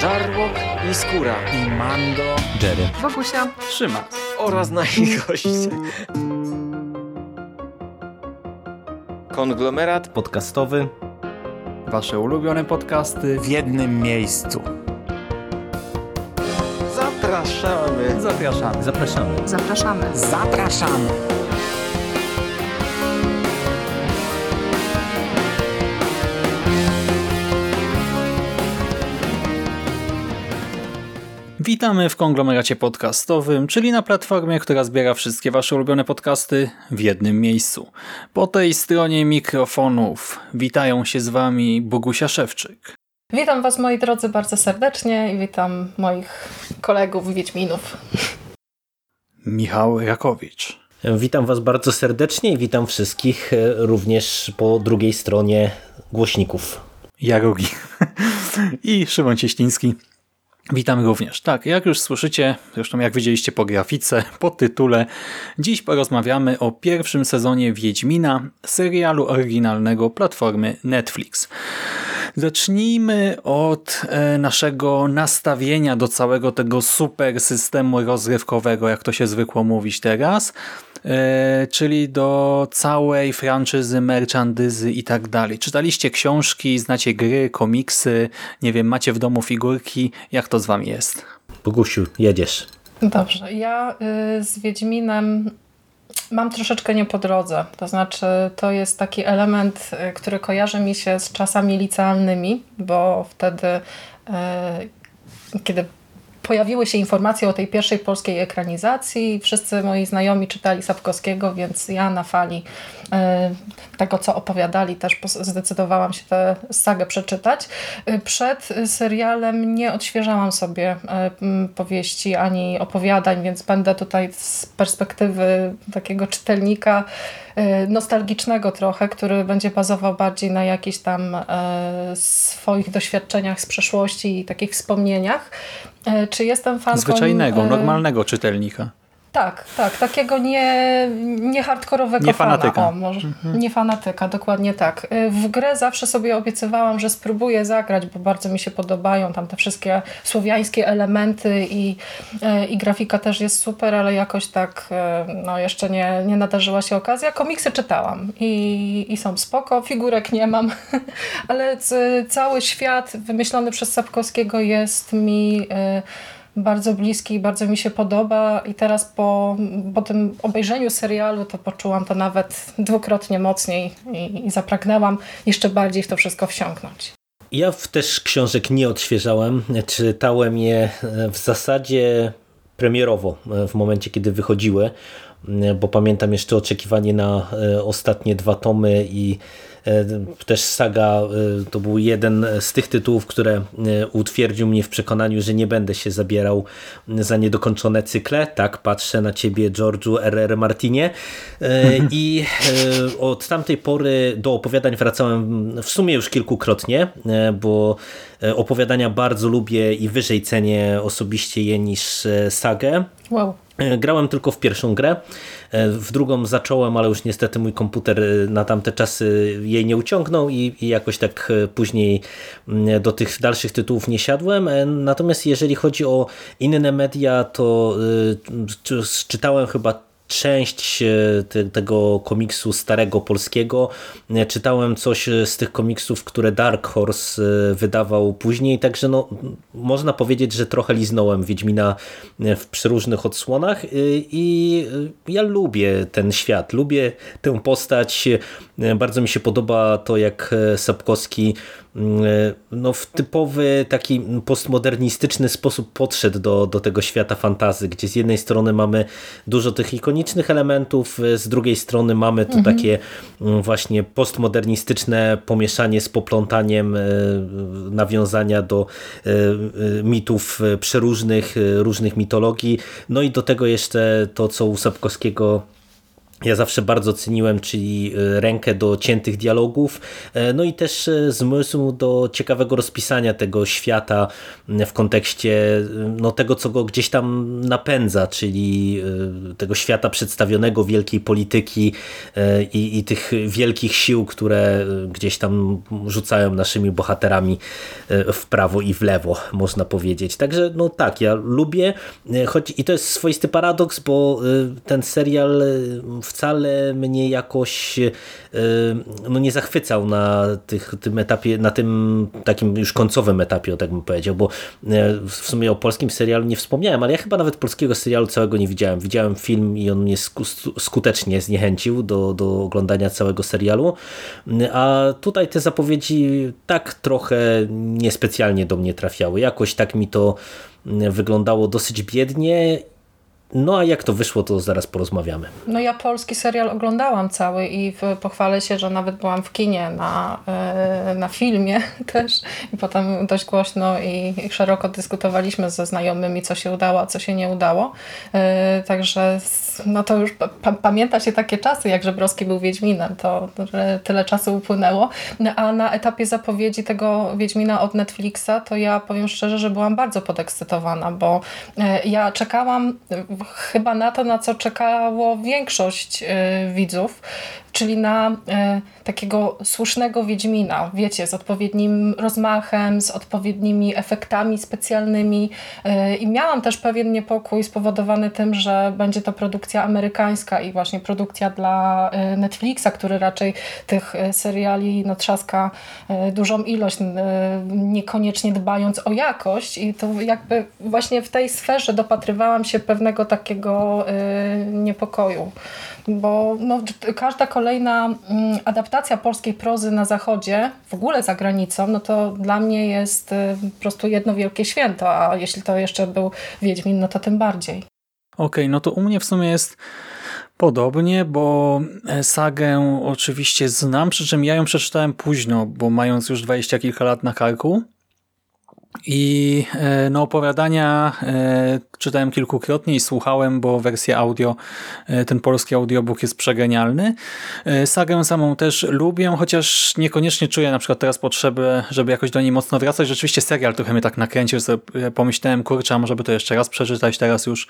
Żarłok i Skóra i Mando, Jerry, Wokusia, Szymas oraz nasi goście. Konglomerat podcastowy. Wasze ulubione podcasty w jednym miejscu. Zapraszamy. Zapraszamy. Zapraszamy. zapraszamy. Zapraszamy. Witamy w konglomeracie podcastowym, czyli na platformie, która zbiera wszystkie wasze ulubione podcasty w jednym miejscu. Po tej stronie mikrofonów witają się z wami Bogusia Szewczyk. Witam was, moi drodzy, bardzo serdecznie i witam moich kolegów Wiedźminów. Michał Rakowicz. Witam was bardzo serdecznie i witam wszystkich również po drugiej stronie głośników. Jarugi. I Szymon Cieśliński. Witam również. Tak, jak już słyszycie, zresztą jak widzieliście po grafice, po tytule, dziś porozmawiamy o pierwszym sezonie Wiedźmina, serialu oryginalnego platformy Netflix. Zacznijmy od naszego nastawienia do całego tego super systemu rozrywkowego, jak to się zwykło mówić teraz, czyli do całej franczyzy, merchandyzy i tak dalej. Czytaliście książki, znacie gry, komiksy, nie wiem, macie w domu figurki, jak to z wami jest? Bogusiu, jedziesz. Dobrze, ja z Wiedźminem mam troszeczkę nie po drodze. To znaczy, to jest taki element, który kojarzy mi się z czasami licealnymi, bo wtedy, kiedy pojawiły się informacje o tej pierwszej polskiej ekranizacji, wszyscy moi znajomi czytali Sapkowskiego, więc ja na fali tego, co opowiadali, też zdecydowałam się tę sagę przeczytać. Przed serialem nie odświeżałam sobie powieści ani opowiadań, więc będę tutaj z perspektywy takiego czytelnika nostalgicznego trochę, który będzie bazował bardziej na jakichś tam swoich doświadczeniach z przeszłości i takich wspomnieniach. Czy jestem fanką... Zwyczajnego, normalnego czytelnika. Tak, takiego nie hardkorowego nie fanatyka. Fana. O, może, nie fanatyka, dokładnie tak. W grę zawsze sobie obiecywałam, że spróbuję zagrać, bo bardzo mi się podobają tam te wszystkie słowiańskie elementy i grafika też jest super, ale jakoś tak jeszcze nie nadarzyła się okazja. Komiksy czytałam i są spoko, figurek nie mam, ale cały świat wymyślony przez Sapkowskiego jest mi bardzo bliski i bardzo mi się podoba i teraz po tym obejrzeniu serialu to poczułam to nawet dwukrotnie mocniej i zapragnęłam jeszcze bardziej w to wszystko wsiąknąć. Ja też książek nie odświeżałem. Czytałem je w zasadzie premierowo w momencie, kiedy wychodziły, bo pamiętam jeszcze oczekiwanie na ostatnie 2 tomy i też saga to był jeden z tych tytułów, które utwierdził mnie w przekonaniu, że nie będę się zabierał za niedokończone cykle. Tak, patrzę na ciebie, George'u R.R. Martinie. I od tamtej pory do opowiadań wracałem w sumie już kilkukrotnie, bo opowiadania bardzo lubię i wyżej cenię osobiście je niż sagę. Wow. Grałem tylko w pierwszą grę, w drugą zacząłem, ale już niestety mój komputer na tamte czasy jej nie uciągnął i jakoś tak później do tych dalszych tytułów nie siadłem. Natomiast jeżeli chodzi o inne media, to czytałem chyba część tego komiksu starego polskiego. Czytałem coś z tych komiksów, które Dark Horse wydawał później, także można powiedzieć, że trochę liznąłem Wiedźmina w przeróżnych odsłonach i ja lubię ten świat, lubię tę postać. Bardzo mi się podoba to, jak Sapkowski w typowy taki postmodernistyczny sposób podszedł do tego świata fantasy, gdzie z jednej strony mamy dużo tych ikonicznych elementów, z drugiej strony mamy tu takie właśnie postmodernistyczne pomieszanie z poplątaniem nawiązania do mitów przeróżnych, różnych mitologii, no i do tego jeszcze to, co u Sapkowskiego ja zawsze bardzo ceniłem, czyli rękę do ciętych dialogów, no i też zmysł do ciekawego rozpisania tego świata w kontekście no, tego, co go gdzieś tam napędza, czyli tego świata przedstawionego, wielkiej polityki i tych wielkich sił, które gdzieś tam rzucają naszymi bohaterami w prawo i w lewo, można powiedzieć. Także no tak, ja lubię, choć i to jest swoisty paradoks, bo ten serial wcale mnie jakoś no nie zachwycał na tym etapie, na tym takim już końcowym etapie, tak bym powiedział, bo w sumie o polskim serialu nie wspomniałem, ale ja chyba nawet polskiego serialu całego nie widziałem. Widziałem film i on mnie skutecznie zniechęcił do oglądania całego serialu, a tutaj te zapowiedzi tak trochę niespecjalnie do mnie trafiały. Jakoś tak mi to wyglądało dosyć biednie. No a jak to wyszło, to zaraz porozmawiamy. No ja polski serial oglądałam cały i pochwalę się, że nawet byłam w kinie na filmie też i potem dość głośno i szeroko dyskutowaliśmy ze znajomymi, co się udało, a co się nie udało. Także no to już pamięta się takie czasy, jak Żebrowski był Wiedźminem, to tyle czasu upłynęło. A na etapie zapowiedzi tego Wiedźmina od Netflixa, to ja powiem szczerze, że byłam bardzo podekscytowana, bo ja czekałam chyba na to, na co czekało większość widzów, czyli na takiego słusznego Wiedźmina, wiecie, z odpowiednim rozmachem, z odpowiednimi efektami specjalnymi i miałam też pewien niepokój spowodowany tym, że będzie to produkcja amerykańska i właśnie produkcja dla Netflixa, który raczej tych seriali no, trzaska dużą ilość, niekoniecznie dbając o jakość i to jakby właśnie w tej sferze dopatrywałam się pewnego takiego niepokoju. Bo no, każda kolejna adaptacja polskiej prozy na zachodzie, w ogóle za granicą, no to dla mnie jest po prostu jedno wielkie święto, a jeśli to jeszcze był Wiedźmin, no to tym bardziej. Okej, no to u mnie w sumie jest podobnie, bo sagę oczywiście znam, przy czym ja ją przeczytałem późno, bo mając już 20 kilka lat na karku. I no, opowiadania czytałem kilkukrotnie i słuchałem, bo wersja audio, ten polski audiobook jest przegenialny. Sagę samą też lubię, chociaż niekoniecznie czuję na przykład teraz potrzeby, żeby jakoś do niej mocno wracać. Rzeczywiście serial trochę mnie tak nakręcił, że pomyślałem, kurczę, a może by to jeszcze raz przeczytać, teraz już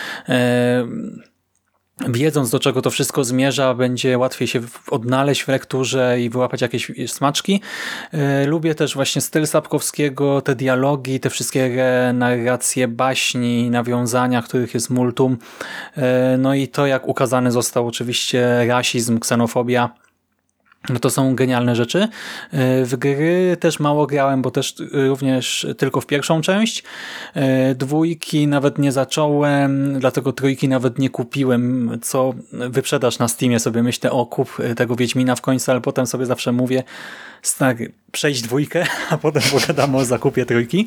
wiedząc, do czego to wszystko zmierza, będzie łatwiej się odnaleźć w lekturze i wyłapać jakieś smaczki. Lubię też właśnie styl Sapkowskiego, te dialogi, te wszystkie narracje baśni, nawiązania, których jest multum. No i to, jak ukazany został oczywiście rasizm, ksenofobia. No to są genialne rzeczy. W gry też mało grałem, bo też również tylko w pierwszą część. Dwójki nawet nie zacząłem, dlatego trójki nawet nie kupiłem, co wyprzedaż na Steamie sobie myślę, o kup tego Wiedźmina w końcu, ale potem sobie zawsze mówię, stary, przejdź dwójkę, a potem pogadamy o zakupie trójki.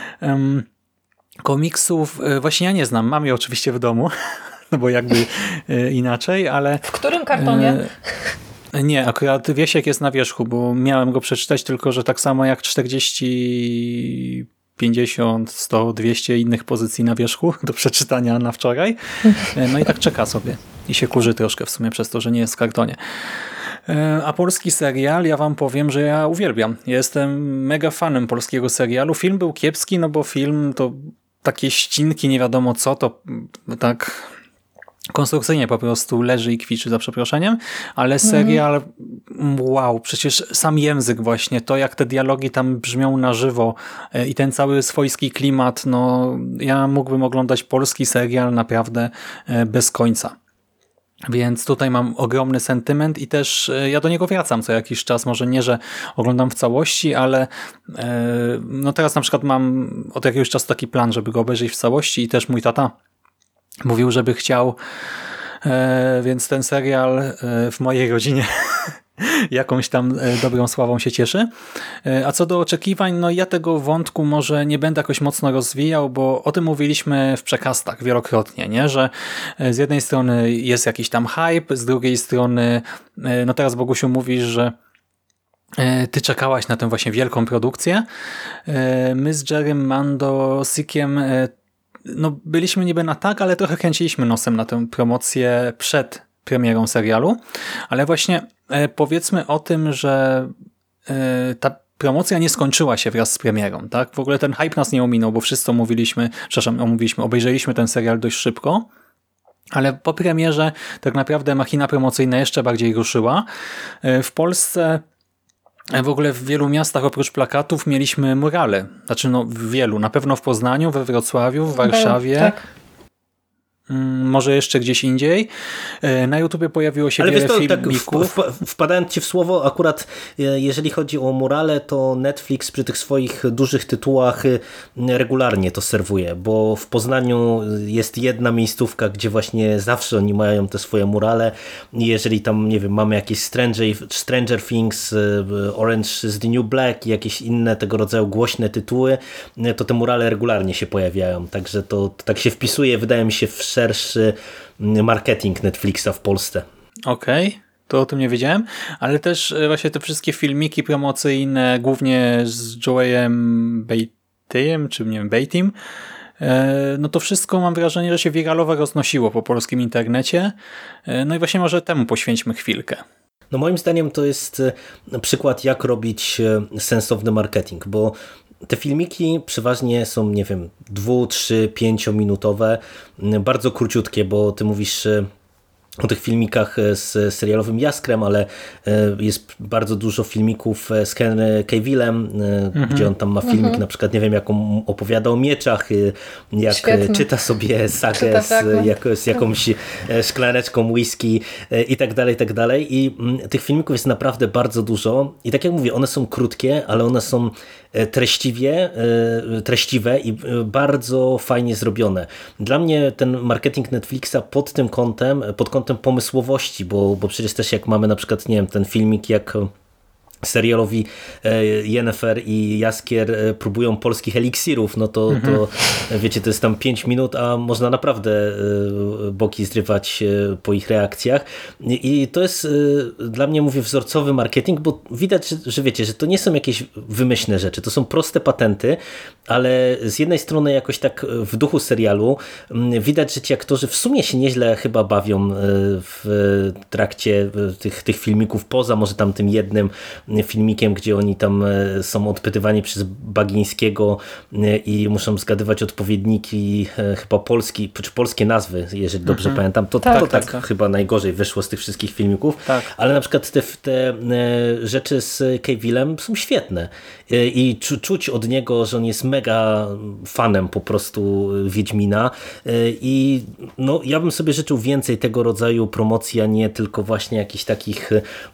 Komiksów właśnie ja nie znam, mam je oczywiście w domu, no bo jakby inaczej, ale... W którym kartonie? Nie, akurat Wiesiek jest na wierzchu, bo miałem go przeczytać, tylko że tak samo jak 40, 50, 100, 200 innych pozycji na wierzchu do przeczytania na wczoraj. No i tak czeka sobie. I się kurzy troszkę w sumie przez to, że nie jest w kartonie. A polski serial, ja wam powiem, że ja uwielbiam. Jestem mega fanem polskiego serialu. Film był kiepski, no bo film to takie ścinki, nie wiadomo co, to tak... konstrukcyjnie po prostu leży i kwiczy, za przeproszeniem, ale serial, wow, przecież sam język właśnie, to jak te dialogi tam brzmią na żywo i ten cały swojski klimat, no ja mógłbym oglądać polski serial naprawdę bez końca. Więc tutaj mam ogromny sentyment i też ja do niego wracam co jakiś czas. Może nie, że oglądam w całości, ale no teraz na przykład mam od jakiegoś czasu taki plan, żeby go obejrzeć w całości i też mój tata mówił, żeby chciał, więc ten serial w mojej rodzinie jakąś tam dobrą sławą się cieszy. A co do oczekiwań, no ja tego wątku może nie będę jakoś mocno rozwijał, bo o tym mówiliśmy w przekastach wielokrotnie, nie? Że z jednej strony jest jakiś tam hype, z drugiej strony, no teraz Bogusiu mówisz, że ty czekałaś na tę właśnie wielką produkcję. My z Jerrym Mando Sikiem no byliśmy niby na tak, ale trochę kręciliśmy nosem na tę promocję przed premierą serialu, ale właśnie powiedzmy o tym, że ta promocja nie skończyła się wraz z premierą, tak? W ogóle ten hype nas nie ominął, bo wszyscy obejrzeliśmy ten serial dość szybko, ale po premierze tak naprawdę machina promocyjna jeszcze bardziej ruszyła. W Polsce w ogóle w wielu miastach oprócz plakatów mieliśmy murale. Znaczy w wielu. Na pewno w Poznaniu, we Wrocławiu, w Warszawie. Tak. Może jeszcze gdzieś indziej. Na YouTubie pojawiło się wiele filmików. Tak, wpadając ci w słowo, akurat jeżeli chodzi o murale, to Netflix przy tych swoich dużych tytułach regularnie to serwuje, bo w Poznaniu jest jedna miejscówka, gdzie właśnie zawsze oni mają te swoje murale. Jeżeli tam, nie wiem, mamy jakieś Stranger Things, Orange is the New Black i jakieś inne tego rodzaju głośne tytuły, to te murale regularnie się pojawiają. Także to tak się wpisuje, wydaje mi się, w szerszy marketing Netflixa w Polsce. Okej, to o tym nie wiedziałem, ale też właśnie te wszystkie filmiki promocyjne, głównie z Joeyem Beatty'em, czy nie wiem, Beattym, no to wszystko mam wrażenie, że się wiralowo roznosiło po polskim internecie. No i właśnie może temu poświęćmy chwilkę. No moim zdaniem to jest przykład, jak robić sensowny marketing, bo te filmiki przeważnie są, nie wiem, 2, 3, 5-minutowe, bardzo króciutkie, bo ty mówisz o tych filmikach z serialowym Jaskrem, ale jest bardzo dużo filmików z Henry Cavillem, gdzie on tam ma filmik, na przykład, nie wiem, jak on opowiada o mieczach, jak czyta sobie sagę z jakąś szklaneczką whisky i tak dalej, i tak dalej. I tych filmików jest naprawdę bardzo dużo i tak jak mówię, one są krótkie, ale one są treściwe i bardzo fajnie zrobione. Dla mnie ten marketing Netflixa pod kątem pomysłowości, bo przecież też jak mamy na przykład, nie wiem, ten filmik jak serialowi Yennefer i Jaskier próbują polskich eliksirów, no to wiecie, to jest tam 5 minut, a można naprawdę boki zrywać po ich reakcjach i to jest dla mnie, mówię, wzorcowy marketing, bo widać, że wiecie, że to nie są jakieś wymyślne rzeczy, to są proste patenty, ale z jednej strony jakoś tak w duchu serialu widać, że ci aktorzy w sumie się nieźle chyba bawią w trakcie tych filmików, poza może tam tym jednym filmikiem, gdzie oni tam są odpytywani przez Bagińskiego i muszą zgadywać odpowiedniki chyba polskie nazwy, jeżeli dobrze pamiętam. To tak chyba najgorzej wyszło z tych wszystkich filmików, ale na przykład te rzeczy z Cavillem są świetne i czuć od niego, że on jest mega fanem po prostu Wiedźmina i no, ja bym sobie życzył więcej tego rodzaju promocji, a nie tylko właśnie jakichś takich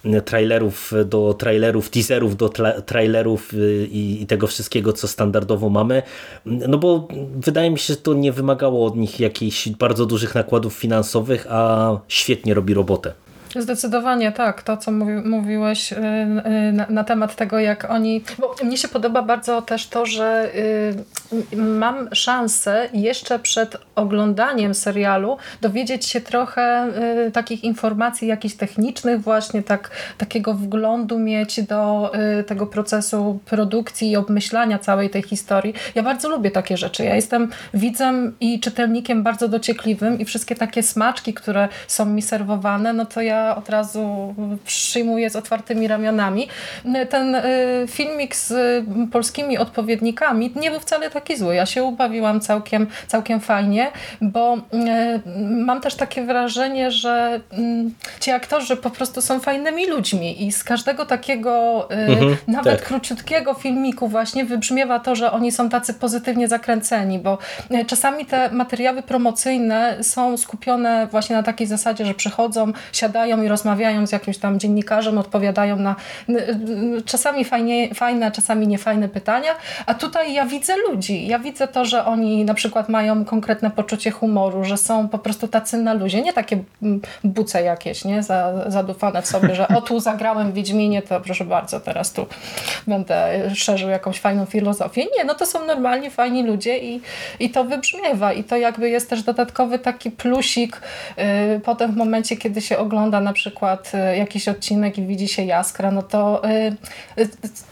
teaserów do trailerów i tego wszystkiego, co standardowo mamy, no bo wydaje mi się, że to nie wymagało od nich jakichś bardzo dużych nakładów finansowych, a świetnie robi robotę. Zdecydowanie tak, to co mówiłeś na temat tego, jak oni... Bo mnie się podoba bardzo też to, że mam szansę jeszcze przed oglądaniem serialu dowiedzieć się trochę takich informacji jakichś technicznych właśnie, takiego wglądu mieć do tego procesu produkcji i obmyślania całej tej historii. Ja bardzo lubię takie rzeczy. Ja jestem widzem i czytelnikiem bardzo dociekliwym i wszystkie takie smaczki, które są mi serwowane, no to ja od razu przyjmuję z otwartymi ramionami. Ten filmik z polskimi odpowiednikami nie był wcale taki zły. Ja się ubawiłam całkiem fajnie, bo mam też takie wrażenie, że ci aktorzy po prostu są fajnymi ludźmi i z każdego takiego nawet króciutkiego filmiku właśnie wybrzmiewa to, że oni są tacy pozytywnie zakręceni, bo czasami te materiały promocyjne są skupione właśnie na takiej zasadzie, że przychodzą, siadają i rozmawiają z jakimś tam dziennikarzem, odpowiadają na czasami fajne, czasami niefajne pytania, a tutaj ja widzę ludzi. Ja widzę to, że oni na przykład mają konkretne poczucie humoru, że są po prostu tacy na luzie, nie takie buce jakieś, nie? Zadufane w sobie, że o tu zagrałem w Wiedźminie, to proszę bardzo, teraz tu będę szerzył jakąś fajną filozofię. Nie, no to są normalnie fajni ludzie i to wybrzmiewa i to jakby jest też dodatkowy taki plusik potem w momencie, kiedy się ogląda na przykład jakiś odcinek i widzi się Jaskra, no to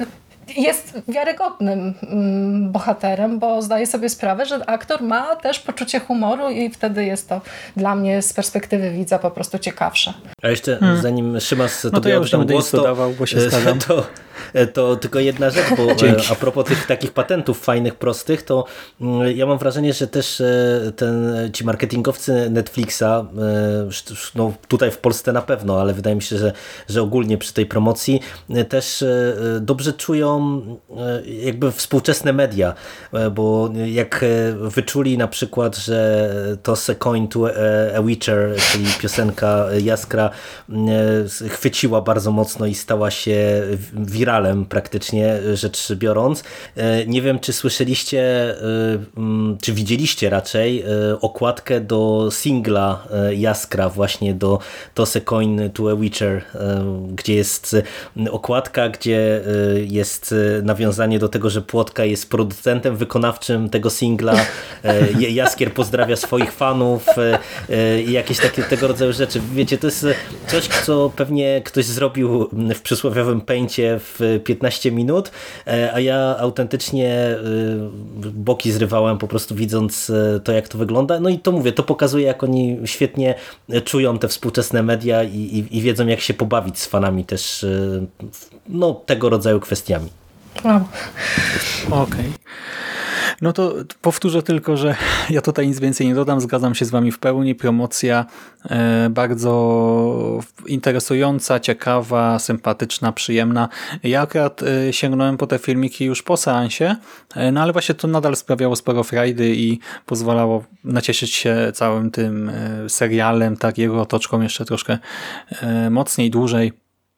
jest wiarygodnym bohaterem, bo zdaje sobie sprawę, że aktor ma też poczucie humoru i wtedy jest to dla mnie z perspektywy widza po prostu ciekawsze. A jeszcze zanim Szymas No to tobie ja już nie oddam będę głos, nic dodawał, bo się zgadzam. To tylko jedna rzecz, bo Dzięki. a propos tych takich patentów fajnych, prostych, to ja mam wrażenie, że też ci marketingowcy Netflixa, no tutaj w Polsce na pewno, ale wydaje mi się, że ogólnie przy tej promocji też dobrze czują jakby współczesne media, bo jak wyczuli na przykład, że Toss a Coin to a Witcher, czyli piosenka Jaskra chwyciła bardzo mocno i stała się wiralem praktycznie, rzecz biorąc. Nie wiem, czy słyszeliście, czy widzieliście raczej okładkę do singla Jaskra właśnie do Toss a Coin to a Witcher, gdzie jest okładka, gdzie jest nawiązanie do tego, że Płotka jest producentem wykonawczym tego singla, Jaskier pozdrawia swoich fanów i jakieś takie tego rodzaju rzeczy. Wiecie, to jest coś, co pewnie ktoś zrobił w przysłowiowym pęcie w 15 minut, a ja autentycznie boki zrywałem po prostu widząc to, jak to wygląda. No i to mówię, to pokazuje, jak oni świetnie czują te współczesne media i wiedzą, jak się pobawić z fanami też no, tego rodzaju kwestiami. Wow. Okej. No to powtórzę tylko, że ja tutaj nic więcej nie dodam, zgadzam się z wami w pełni. Promocja bardzo interesująca, ciekawa, sympatyczna, przyjemna. Ja akurat sięgnąłem po te filmiki już po seansie, no ale właśnie to nadal sprawiało sporo frajdy i pozwalało nacieszyć się całym tym serialem, tak, jego otoczką jeszcze troszkę mocniej, dłużej,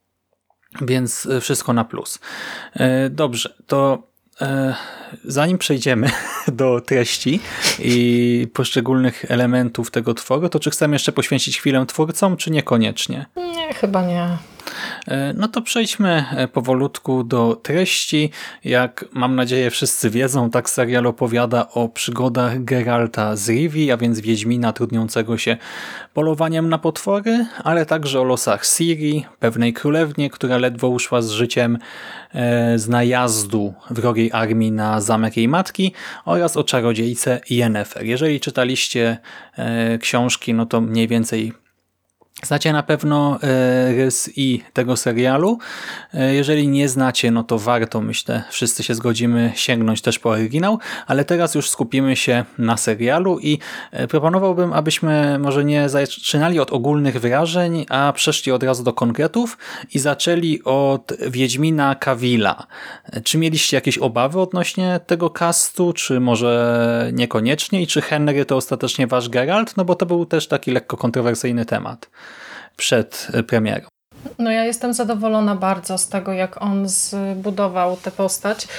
więc wszystko na plus. Dobrze, to zanim przejdziemy do treści i poszczególnych elementów tego tworu, to czy chcemy jeszcze poświęcić chwilę twórcom, czy niekoniecznie? Nie, chyba nie. No to przejdźmy powolutku do treści. Jak mam nadzieję wszyscy wiedzą, tak serial opowiada o przygodach Geralta z Rivii, a więc Wiedźmina trudniącego się polowaniem na potwory, ale także o losach Ciri, pewnej królewnie, która ledwo uszła z życiem z najazdu wrogiej armii na zamek jej matki, oraz o czarodziejce Yennefer. Jeżeli czytaliście książki, no to mniej więcej znacie na pewno rys i tego serialu. Jeżeli nie znacie, no to warto, myślę, wszyscy się zgodzimy, sięgnąć też po oryginał, ale teraz już skupimy się na serialu i proponowałbym, abyśmy może nie zaczynali od ogólnych wrażeń, a przeszli od razu do konkretów i zaczęli od Wiedźmina Cavilla. Czy mieliście jakieś obawy odnośnie tego castu, czy może niekoniecznie i czy Henry to ostatecznie wasz Geralt? No bo to był też taki lekko kontrowersyjny temat przed premierą. No ja jestem zadowolona bardzo z tego, jak on zbudował tę postać.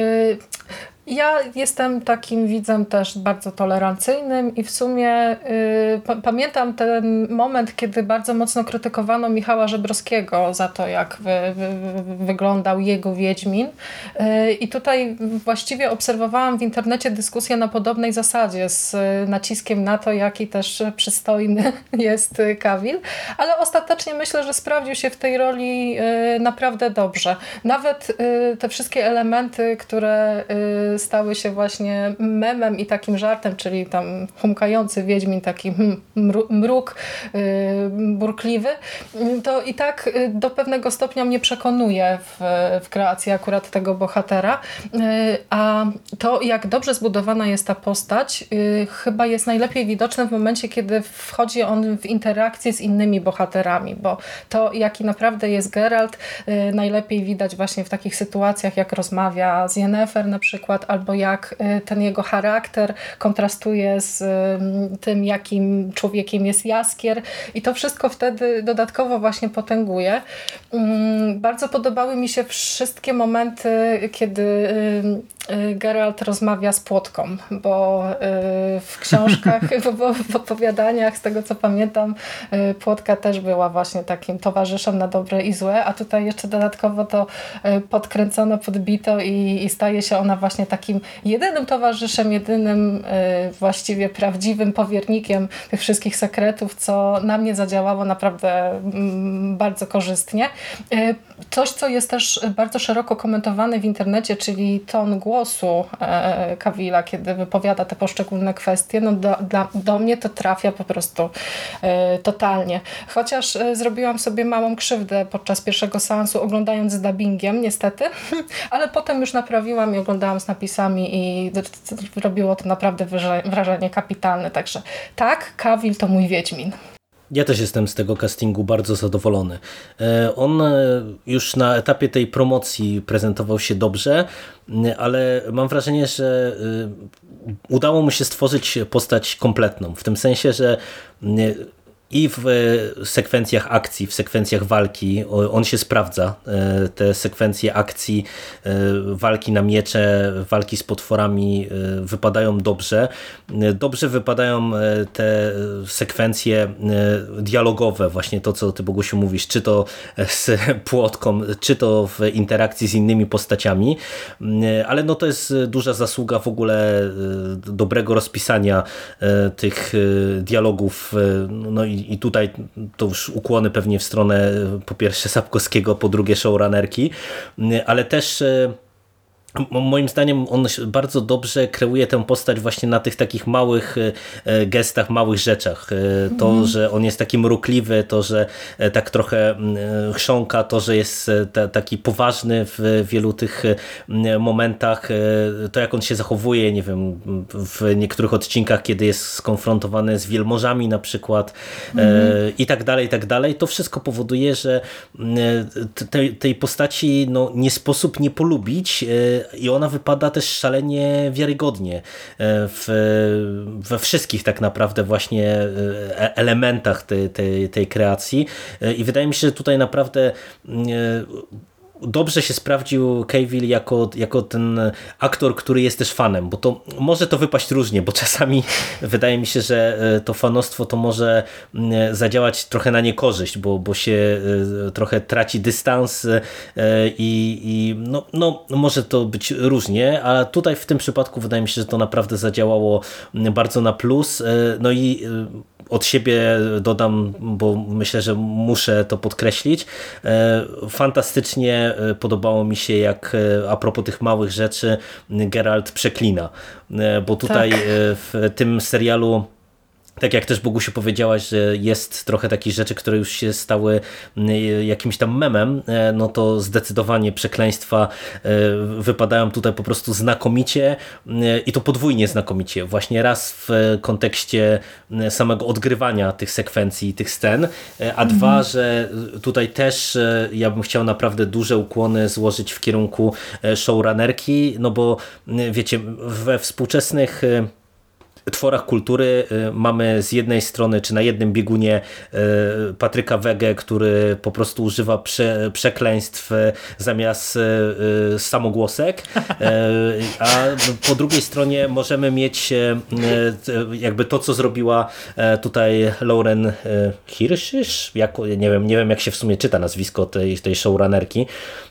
Ja jestem takim widzem też bardzo tolerancyjnym i w sumie pamiętam ten moment, kiedy bardzo mocno krytykowano Michała Żebrowskiego za to, jak wyglądał jego Wiedźmin. I tutaj właściwie obserwowałam w internecie dyskusję na podobnej zasadzie z naciskiem na to, jaki też przystojny jest Cavill, ale ostatecznie myślę, że sprawdził się w tej roli naprawdę dobrze. Nawet te wszystkie elementy, które stały się właśnie memem i takim żartem, czyli tam humkający Wiedźmin, taki mruk burkliwy, to i tak do pewnego stopnia mnie przekonuje w kreacji akurat tego bohatera. A to, jak dobrze zbudowana jest ta postać, chyba jest najlepiej widoczne w momencie, kiedy wchodzi on w interakcję z innymi bohaterami, bo to, jaki naprawdę jest Geralt, najlepiej widać właśnie w takich sytuacjach, jak rozmawia z Yennefer na przykład, albo jak ten jego charakter kontrastuje z tym, jakim człowiekiem jest Jaskier i to wszystko wtedy dodatkowo właśnie potęguje. Bardzo podobały mi się wszystkie momenty, kiedy Geralt rozmawia z Płotką, bo w książkach, w opowiadaniach, z tego co pamiętam, Płotka też była właśnie takim towarzyszem na dobre i złe, a tutaj jeszcze dodatkowo to podkręcono, podbito i staje się ona właśnie takim jedynym towarzyszem, jedynym właściwie prawdziwym powiernikiem tych wszystkich sekretów, co na mnie zadziałało naprawdę bardzo korzystnie. Coś, co jest też bardzo szeroko komentowane w internecie, czyli ton głosu Cavilla, kiedy wypowiada te poszczególne kwestie, no do mnie to trafia po prostu totalnie. Chociaż zrobiłam sobie małą krzywdę podczas pierwszego seansu, oglądając z dubbingiem, niestety, ale potem już naprawiłam i oglądałam z napisami i robiło to naprawdę wrażenie kapitalne. Także tak, Cavill to mój Wiedźmin. Ja też jestem z tego castingu bardzo zadowolony. On już na etapie tej promocji prezentował się dobrze, ale mam wrażenie, że udało mu się stworzyć postać kompletną. W tym sensie, że i w sekwencjach akcji, w sekwencjach walki on się sprawdza. Te sekwencje akcji, walki na miecze, walki z potworami wypadają dobrze. Dobrze wypadają te sekwencje dialogowe, właśnie to, co ty, Bogusiu, mówisz, czy to z Płotką, czy to w interakcji z innymi postaciami, ale no to jest duża zasługa w ogóle dobrego rozpisania tych dialogów, no i tutaj to już ukłony pewnie w stronę po pierwsze Sapkowskiego, po drugie showrunnerki, ale też moim zdaniem on bardzo dobrze kreuje tę postać właśnie na tych takich małych gestach, małych rzeczach. To, że on jest taki mrukliwy, to, że tak trochę chrząka, to, że jest taki poważny w wielu tych momentach, to jak on się zachowuje, nie wiem, w niektórych odcinkach, kiedy jest skonfrontowany z wielmożami na przykład i tak dalej, to wszystko powoduje, że tej postaci no, nie sposób nie polubić i ona wypada też szalenie wiarygodnie we wszystkich tak naprawdę właśnie elementach tej kreacji i wydaje mi się, że tutaj naprawdę dobrze się sprawdził Cavill jako ten aktor, który jest też fanem, bo to może to wypaść różnie, bo czasami wydaje mi się, że to fanostwo to może zadziałać trochę na niekorzyść, bo się trochę traci dystans i no może to być różnie, a tutaj w tym przypadku wydaje mi się, że to naprawdę zadziałało bardzo na plus. No i od siebie dodam, bo myślę, że muszę to podkreślić. Fantastycznie podobało mi się, jak a propos tych małych rzeczy Geralt przeklina, bo tutaj tak. W tym serialu, tak jak też Bogusiu powiedziałaś, że jest trochę takich rzeczy, które już się stały jakimś tam memem, no to zdecydowanie przekleństwa wypadają tutaj po prostu znakomicie i to podwójnie znakomicie. Właśnie raz w kontekście samego odgrywania tych sekwencji, tych scen, a dwa, że tutaj też ja bym chciał naprawdę duże ukłony złożyć w kierunku showrunnerki, no bo wiecie, we współczesnych tworach kultury mamy z jednej strony, czy na jednym biegunie Patryka Wegę, który po prostu używa przekleństw zamiast samogłosek, a po drugiej stronie możemy mieć jakby to, co zrobiła tutaj Lauren Hirsch, nie wiem jak się w sumie czyta nazwisko tej showrunnerki.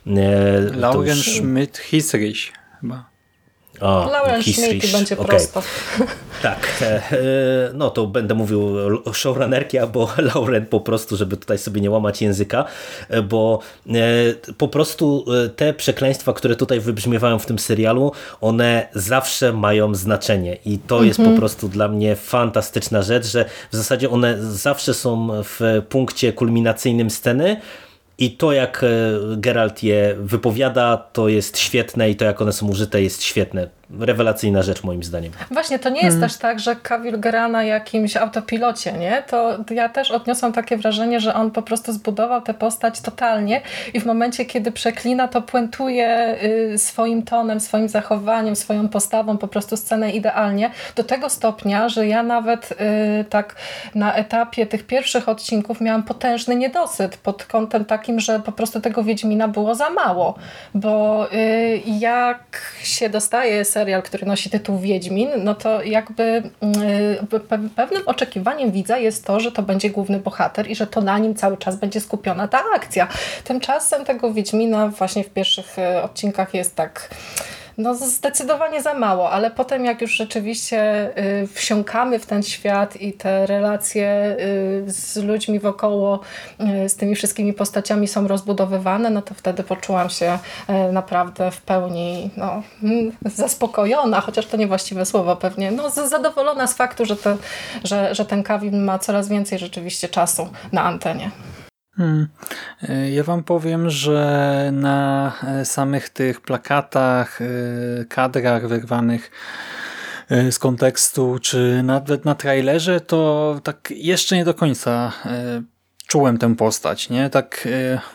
Lauren Schmidt-Hissrich chyba. Lauren Schmidt będzie prosto. Tak, no to będę mówił showrunnerki albo Lauren po prostu, żeby tutaj sobie nie łamać języka, bo po prostu te przekleństwa, które tutaj wybrzmiewają w tym serialu, one zawsze mają znaczenie i to jest po prostu dla mnie fantastyczna rzecz, że w zasadzie one zawsze są w punkcie kulminacyjnym sceny. I to, jak Geralt je wypowiada, to jest świetne i to, jak one są użyte, jest świetne. Rewelacyjna rzecz moim zdaniem. Właśnie, to nie jest też tak, że Cavill gra na jakimś autopilocie, nie? To ja też odniosłam takie wrażenie, że on po prostu zbudował tę postać totalnie i w momencie, kiedy przeklina, to puentuje swoim tonem, swoim zachowaniem, swoją postawą po prostu scenę idealnie. Do tego stopnia, że ja nawet tak na etapie tych pierwszych odcinków miałam potężny niedosyt pod kątem takim, że po prostu tego Wiedźmina było za mało. Bo jak się dostaje serial, który nosi tytuł Wiedźmin, no to jakby pewnym oczekiwaniem widza jest to, że to będzie główny bohater i że to na nim cały czas będzie skupiona ta akcja. Tymczasem tego Wiedźmina właśnie w pierwszych odcinkach jest tak No zdecydowanie za mało, ale potem jak już rzeczywiście wsiąkamy w ten świat i te relacje z ludźmi wokoło, z tymi wszystkimi postaciami są rozbudowywane, no to wtedy poczułam się naprawdę w pełni zaspokojona, chociaż to niewłaściwe słowo pewnie, no zadowolona z faktu, że ten Cavill ma coraz więcej rzeczywiście czasu na antenie. Ja wam powiem, że na samych tych plakatach, kadrach wyrwanych z kontekstu, czy nawet na trailerze, to tak jeszcze nie do końca czułem tę postać, nie? Tak,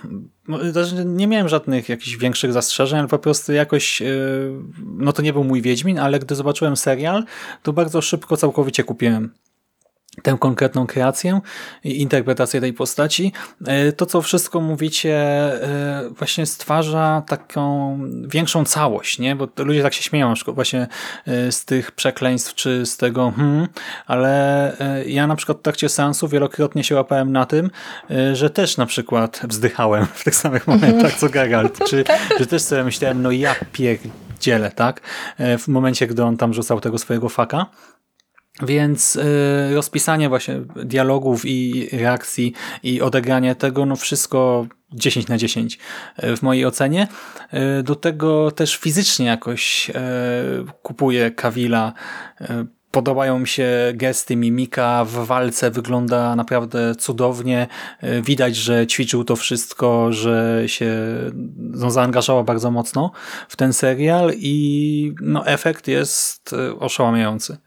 nie miałem żadnych jakichś większych zastrzeżeń, ale po prostu jakoś, no to nie był mój Wiedźmin, ale gdy zobaczyłem serial, to bardzo szybko całkowicie kupiłem tę konkretną kreację i interpretację tej postaci. To, co wszystko mówicie, właśnie stwarza taką większą całość, nie? Bo ludzie tak się śmieją na przykład właśnie z tych przekleństw, czy z tego ale ja na przykład w trakcie seansu wielokrotnie się łapałem na tym, że też na przykład wzdychałem w tych samych momentach, co Geralt, czy że też sobie myślałem, no ja pierdzielę, tak? W momencie, gdy on tam rzucał tego swojego faka. Więc rozpisanie właśnie dialogów i reakcji i odegranie tego, no wszystko 10 na 10 w mojej ocenie. Do tego też fizycznie jakoś kupuję Cavilla. Podobają mi się gesty, mimika, w walce wygląda naprawdę cudownie. Widać, że ćwiczył to wszystko, że się zaangażował bardzo mocno w ten serial i no, efekt jest oszałamiający.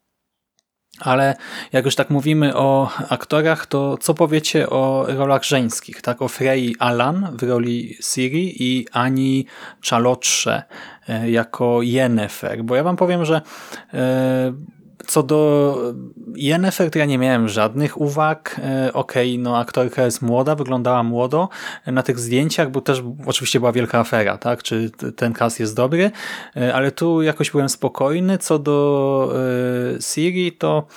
Ale jak już tak mówimy o aktorach, to co powiecie o rolach żeńskich? Tak, o Frey Alan w roli Ciri i Ani Chalotrze jako Yennefer. Bo ja wam powiem, że co do Yennefer to ja nie miałem żadnych uwag. Okej, no aktorka jest młoda, wyglądała młodo na tych zdjęciach, bo też oczywiście była wielka afera, tak? Czy ten cast jest dobry, ale tu jakoś byłem spokojny. Co do Ciri, to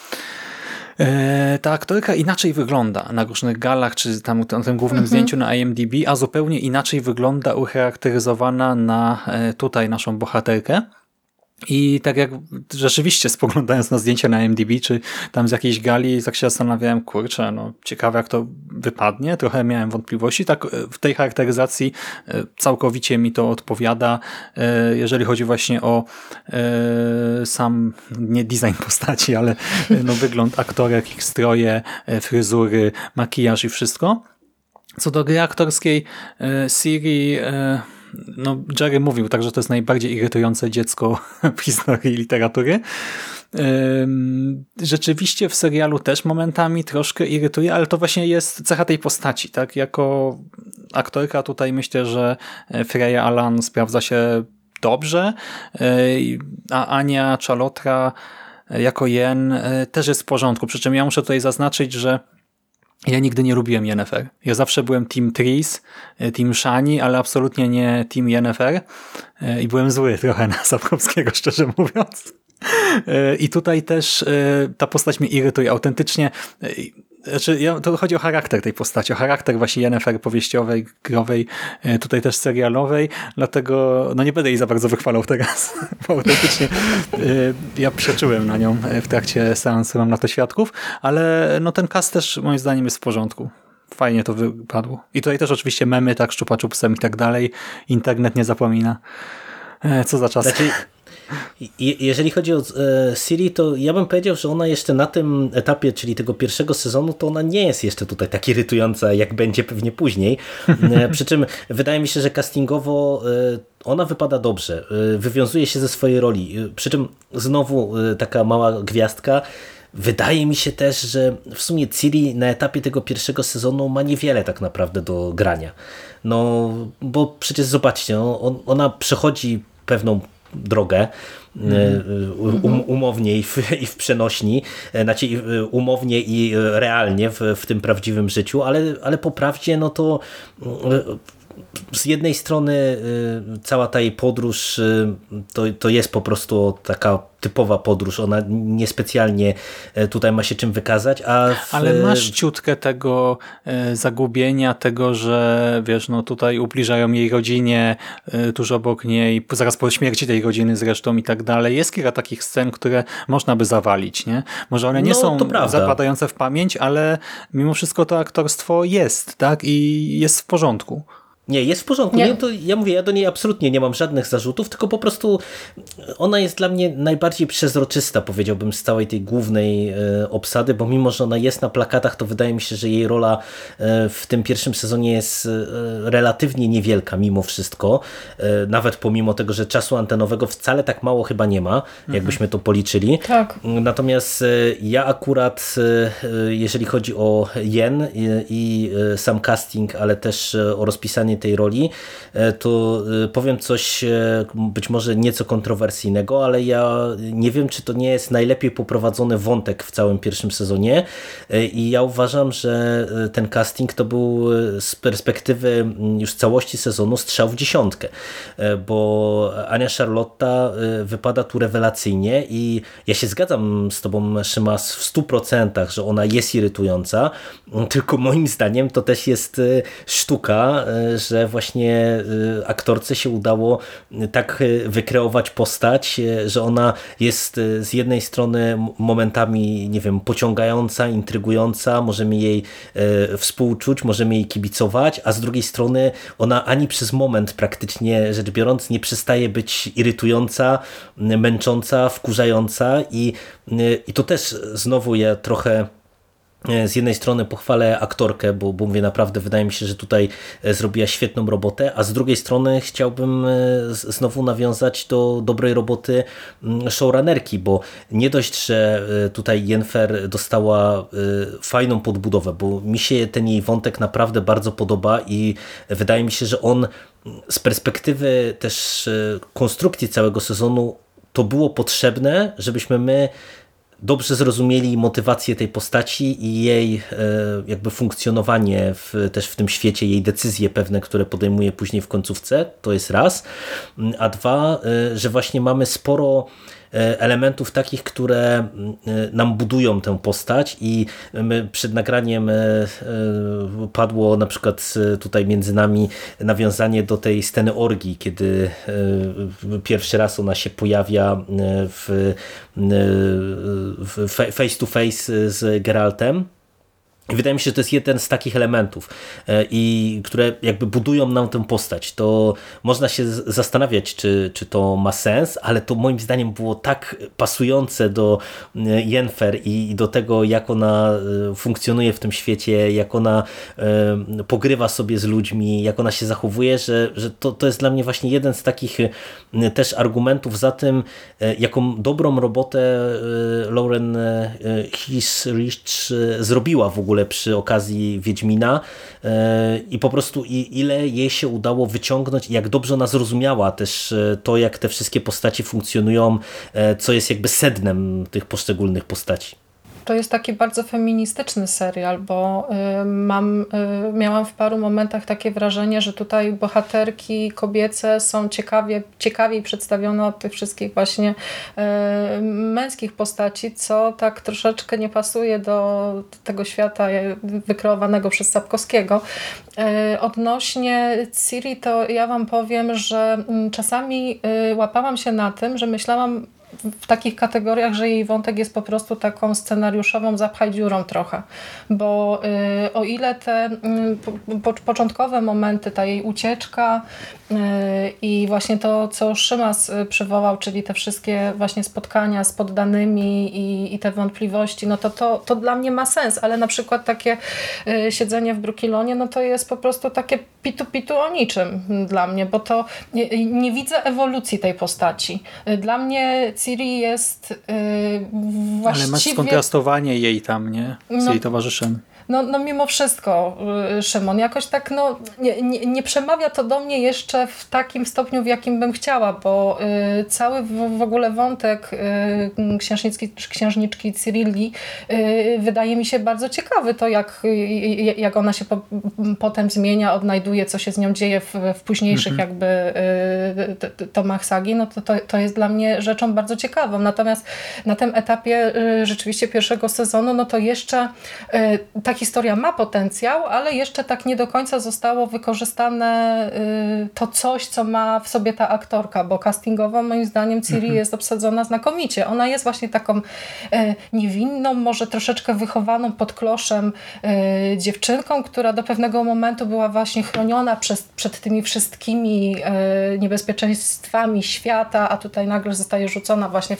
ta aktorka inaczej wygląda na różnych galach, czy tam na tym głównym zdjęciu na IMDb, a zupełnie inaczej wygląda ucharakteryzowana na tutaj naszą bohaterkę. I tak jak rzeczywiście spoglądając na zdjęcia na IMDb, czy tam z jakiejś gali, tak się zastanawiałem, kurczę, no ciekawe jak to wypadnie, trochę miałem wątpliwości, tak w tej charakteryzacji całkowicie mi to odpowiada, jeżeli chodzi właśnie o sam, nie design postaci, ale no wygląd aktorek, ich stroje, fryzury, makijaż i wszystko. Co do gry aktorskiej, Ciri, no Jerry mówił, także to jest najbardziej irytujące dziecko w historii literatury. Rzeczywiście w serialu też momentami troszkę irytuje, ale to właśnie jest cecha tej postaci, tak? Jako aktorka tutaj myślę, że Freya Alan sprawdza się dobrze, a Ania Chalotra jako Yen też jest w porządku. Przy czym ja muszę tutaj zaznaczyć, że ja nigdy nie lubiłem Yennefer. Ja zawsze byłem team Tris, team Shani, ale absolutnie nie team Yennefer. I byłem zły trochę na Sapkowskiego, szczerze mówiąc. I tutaj też ta postać mnie irytuje. Autentycznie, znaczy, to chodzi o charakter tej postaci, o charakter właśnie Yennefer powieściowej, growej, tutaj też serialowej, dlatego no nie będę jej za bardzo wychwalał teraz, bo autentycznie ja przeczyłem na nią w trakcie seansu, mam na to świadków, ale no ten cast też moim zdaniem jest w porządku. Fajnie to wypadło. I tutaj też oczywiście memy, tak, szczupaczupsem i tak dalej. Internet nie zapomina. Co za czas. Znaczy, jeżeli chodzi o Ciri, to ja bym powiedział, że ona jeszcze na tym etapie, czyli tego pierwszego sezonu, to ona nie jest jeszcze tutaj tak irytująca, jak będzie pewnie później. Przy czym wydaje mi się, że castingowo ona wypada dobrze. Wywiązuje się ze swojej roli. Przy czym znowu taka mała gwiazdka. Wydaje mi się też, że w sumie Ciri na etapie tego pierwszego sezonu ma niewiele tak naprawdę do grania. No, bo przecież zobaczcie, no, ona przechodzi pewną drogę umownie i w przenośni, znaczy umownie i realnie w tym prawdziwym życiu, ale po prawdzie no to z jednej strony cała ta jej podróż to jest po prostu taka typowa podróż, ona niespecjalnie tutaj ma się czym wykazać, Ale masz ciutkę tego zagubienia, tego, że wiesz, no tutaj ubliżają jej rodzinie, tuż obok niej, zaraz po śmierci tej rodziny zresztą i tak dalej. Jest kilka takich scen, które można by zawalić, nie? Może one nie No, są to prawda. zapadające w pamięć, ale mimo wszystko to aktorstwo jest, tak? I jest w porządku. Nie, jest w porządku. Nie. Nie, to ja mówię, ja do niej absolutnie nie mam żadnych zarzutów, tylko po prostu ona jest dla mnie najbardziej przezroczysta, powiedziałbym, z całej tej głównej obsady, bo mimo, że ona jest na plakatach, to wydaje mi się, że jej rola w tym pierwszym sezonie jest relatywnie niewielka mimo wszystko, nawet pomimo tego, że czasu antenowego wcale tak mało chyba nie ma, jakbyśmy to policzyli. Tak. Natomiast ja akurat, jeżeli chodzi o Jen i sam casting, ale też o rozpisanie tej roli, to powiem coś być może nieco kontrowersyjnego, ale ja nie wiem, czy to nie jest najlepiej poprowadzony wątek w całym pierwszym sezonie i ja uważam, że ten casting to był z perspektywy już całości sezonu strzał w dziesiątkę, bo Ania Charlotta wypada tu rewelacyjnie i ja się zgadzam z tobą, Szymas, w 100%, że ona jest irytująca, tylko moim zdaniem to też jest sztuka, że właśnie aktorce się udało tak wykreować postać, że ona jest z jednej strony momentami, nie wiem, pociągająca, intrygująca, możemy jej współczuć, możemy jej kibicować, a z drugiej strony ona ani przez moment praktycznie rzecz biorąc nie przestaje być irytująca, męcząca, wkurzająca i to też znowu ja trochę z jednej strony pochwalę aktorkę, bo mówię, naprawdę wydaje mi się, że tutaj zrobiła świetną robotę, a z drugiej strony chciałbym znowu nawiązać do dobrej roboty showrunnerki, bo nie dość, że tutaj Jennifer dostała fajną podbudowę, bo mi się ten jej wątek naprawdę bardzo podoba i wydaje mi się, że on z perspektywy też konstrukcji całego sezonu to było potrzebne, żebyśmy my dobrze zrozumieli motywację tej postaci i jej jakby funkcjonowanie też w tym świecie, jej decyzje pewne, które podejmuje później w końcówce, to jest raz, a dwa, że właśnie mamy sporo elementów takich, które nam budują tę postać i my przed nagraniem padło na przykład tutaj między nami nawiązanie do tej sceny orgii, kiedy pierwszy raz ona się pojawia face to face z Geraltem. I wydaje mi się, że to jest jeden z takich elementów, i które jakby budują nam tę postać. To można się zastanawiać, czy to ma sens, ale to moim zdaniem było tak pasujące do Jennifer i do tego, jak ona funkcjonuje w tym świecie, jak ona pogrywa sobie z ludźmi, jak ona się zachowuje, że to jest dla mnie właśnie jeden z takich też argumentów za tym, jaką dobrą robotę Lauren Hissrich zrobiła w ogóle przy okazji Wiedźmina i po prostu ile jej się udało wyciągnąć i jak dobrze ona zrozumiała też to, jak te wszystkie postacie funkcjonują, co jest jakby sednem tych poszczególnych postaci. To jest taki bardzo feministyczny serial, bo miałam w paru momentach takie wrażenie, że tutaj bohaterki kobiece są ciekawiej przedstawione od tych wszystkich właśnie męskich postaci, co tak troszeczkę nie pasuje do tego świata wykreowanego przez Sapkowskiego. Odnośnie Ciri, to ja wam powiem, że czasami łapałam się na tym, że myślałam w takich kategoriach, że jej wątek jest po prostu taką scenariuszową zapchaj dziurą trochę, bo o ile te początkowe momenty, ta jej ucieczka i właśnie to, co Szymas przywołał, czyli te wszystkie właśnie spotkania z poddanymi i te wątpliwości, no to dla mnie ma sens, ale na przykład takie siedzenie w Brookilonie, no to jest po prostu takie pitu o niczym dla mnie, bo to nie widzę ewolucji tej postaci. Dla mnie Ciri jest właściwie... Ale masz skontrastowanie jej tam, nie? Z jej towarzyszem. no mimo wszystko, Szymon, jakoś tak nie przemawia to do mnie jeszcze w takim stopniu, w jakim bym chciała, bo cały w ogóle wątek księżniczki Cyrilli wydaje mi się bardzo ciekawy. To jak ona się potem zmienia, odnajduje, co się z nią dzieje w późniejszych jakby tomach sagi, no to jest dla mnie rzeczą bardzo ciekawą. Natomiast na tym etapie rzeczywiście pierwszego sezonu, no to jeszcze ta historia ma potencjał, ale jeszcze tak nie do końca zostało wykorzystane to coś, co ma w sobie ta aktorka, bo castingowo moim zdaniem Ciri jest obsadzona znakomicie. Ona jest właśnie taką niewinną, może troszeczkę wychowaną pod kloszem dziewczynką, która do pewnego momentu była właśnie chroniona przed tymi wszystkimi niebezpieczeństwami świata, a tutaj nagle zostaje rzucona właśnie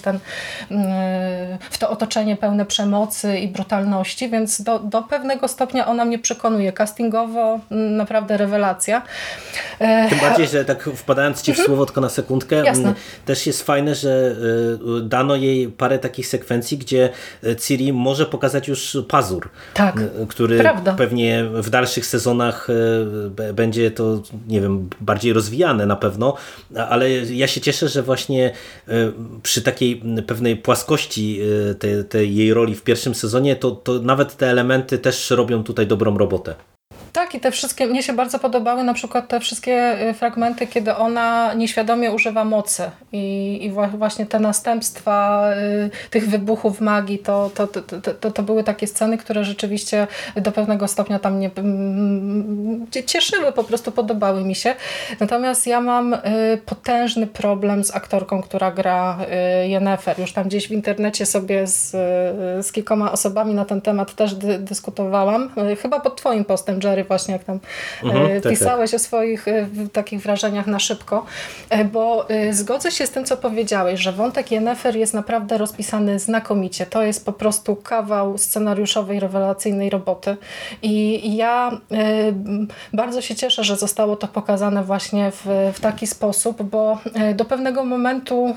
w to otoczenie pełne przemocy i brutalności, więc do pewnego stopnia ona mnie przekonuje. Castingowo naprawdę rewelacja. Tym bardziej, że tak wpadając ci w słowo tylko na sekundkę, Jasne. też jest fajne, że dano jej parę takich sekwencji, gdzie Ciri może pokazać już pazur, Tak, który prawda. pewnie w dalszych sezonach będzie to, nie wiem, bardziej rozwijane na pewno, ale ja się cieszę, że właśnie przy takiej pewnej płaskości tej jej roli w pierwszym sezonie, to nawet te elementy też robią tutaj dobrą robotę. Tak, i te wszystkie, mnie się bardzo podobały na przykład te wszystkie fragmenty, kiedy ona nieświadomie używa mocy i właśnie te następstwa tych wybuchów magii, to były takie sceny, które rzeczywiście do pewnego stopnia tam mnie cieszyły, po prostu podobały mi się. Natomiast ja mam potężny problem z aktorką, która gra Yennefer. Już tam gdzieś w internecie sobie z kilkoma osobami na ten temat też dyskutowałam. Chyba pod twoim postem, Jerry, właśnie jak tam pisałeś o swoich takich wrażeniach na szybko, bo zgodzę się z tym, co powiedziałeś, że wątek Yennefer jest naprawdę rozpisany znakomicie. To jest po prostu kawał scenariuszowej, rewelacyjnej roboty i ja bardzo się cieszę, że zostało to pokazane właśnie w taki sposób, bo do pewnego momentu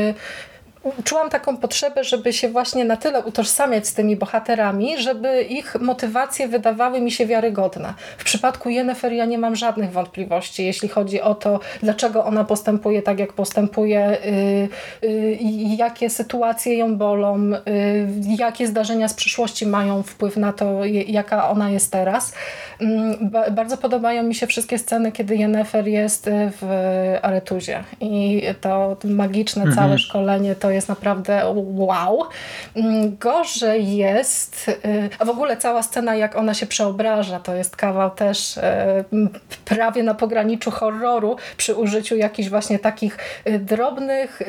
czułam taką potrzebę, żeby się właśnie na tyle utożsamiać z tymi bohaterami, żeby ich motywacje wydawały mi się wiarygodne. W przypadku Yennefer ja nie mam żadnych wątpliwości, jeśli chodzi o to, dlaczego ona postępuje tak, jak postępuje, jakie sytuacje ją bolą, jakie zdarzenia z przyszłości mają wpływ na to, jaka ona jest teraz. Bardzo podobają mi się wszystkie sceny, kiedy Yennefer jest w Aretuzie i to magiczne całe szkolenie to jest naprawdę wow. Gorzej jest, a w ogóle cała scena, jak ona się przeobraża, to jest kawał też prawie na pograniczu horroru przy użyciu jakichś właśnie takich drobnych,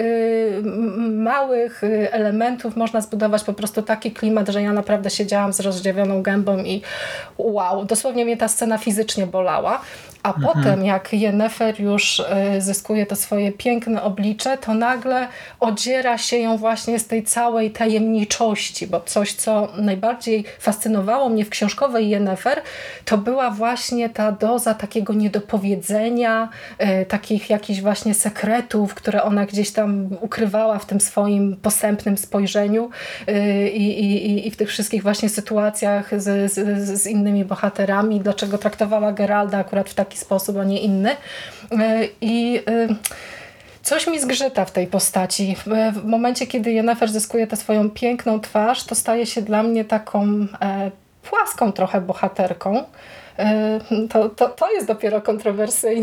małych elementów. Można zbudować po prostu taki klimat, że ja naprawdę siedziałam z rozdziawioną gębą i wow, dosłownie mnie ta scena fizycznie bolała. A potem, jak Yennefer już zyskuje to swoje piękne oblicze, to nagle odziera się ją właśnie z tej całej tajemniczości, bo coś, co najbardziej fascynowało mnie w książkowej Yennefer, to była właśnie ta doza takiego niedopowiedzenia, takich jakichś właśnie sekretów, które ona gdzieś tam ukrywała w tym swoim posępnym spojrzeniu i w tych wszystkich właśnie sytuacjach z innymi bohaterami, dlaczego traktowała Geralda akurat w taki sposób, a nie inny. Coś mi zgrzyta w tej postaci. W momencie, kiedy Yennefer zyskuje tę swoją piękną twarz, to staje się dla mnie taką płaską trochę bohaterką. To jest dopiero kontrowersyjne.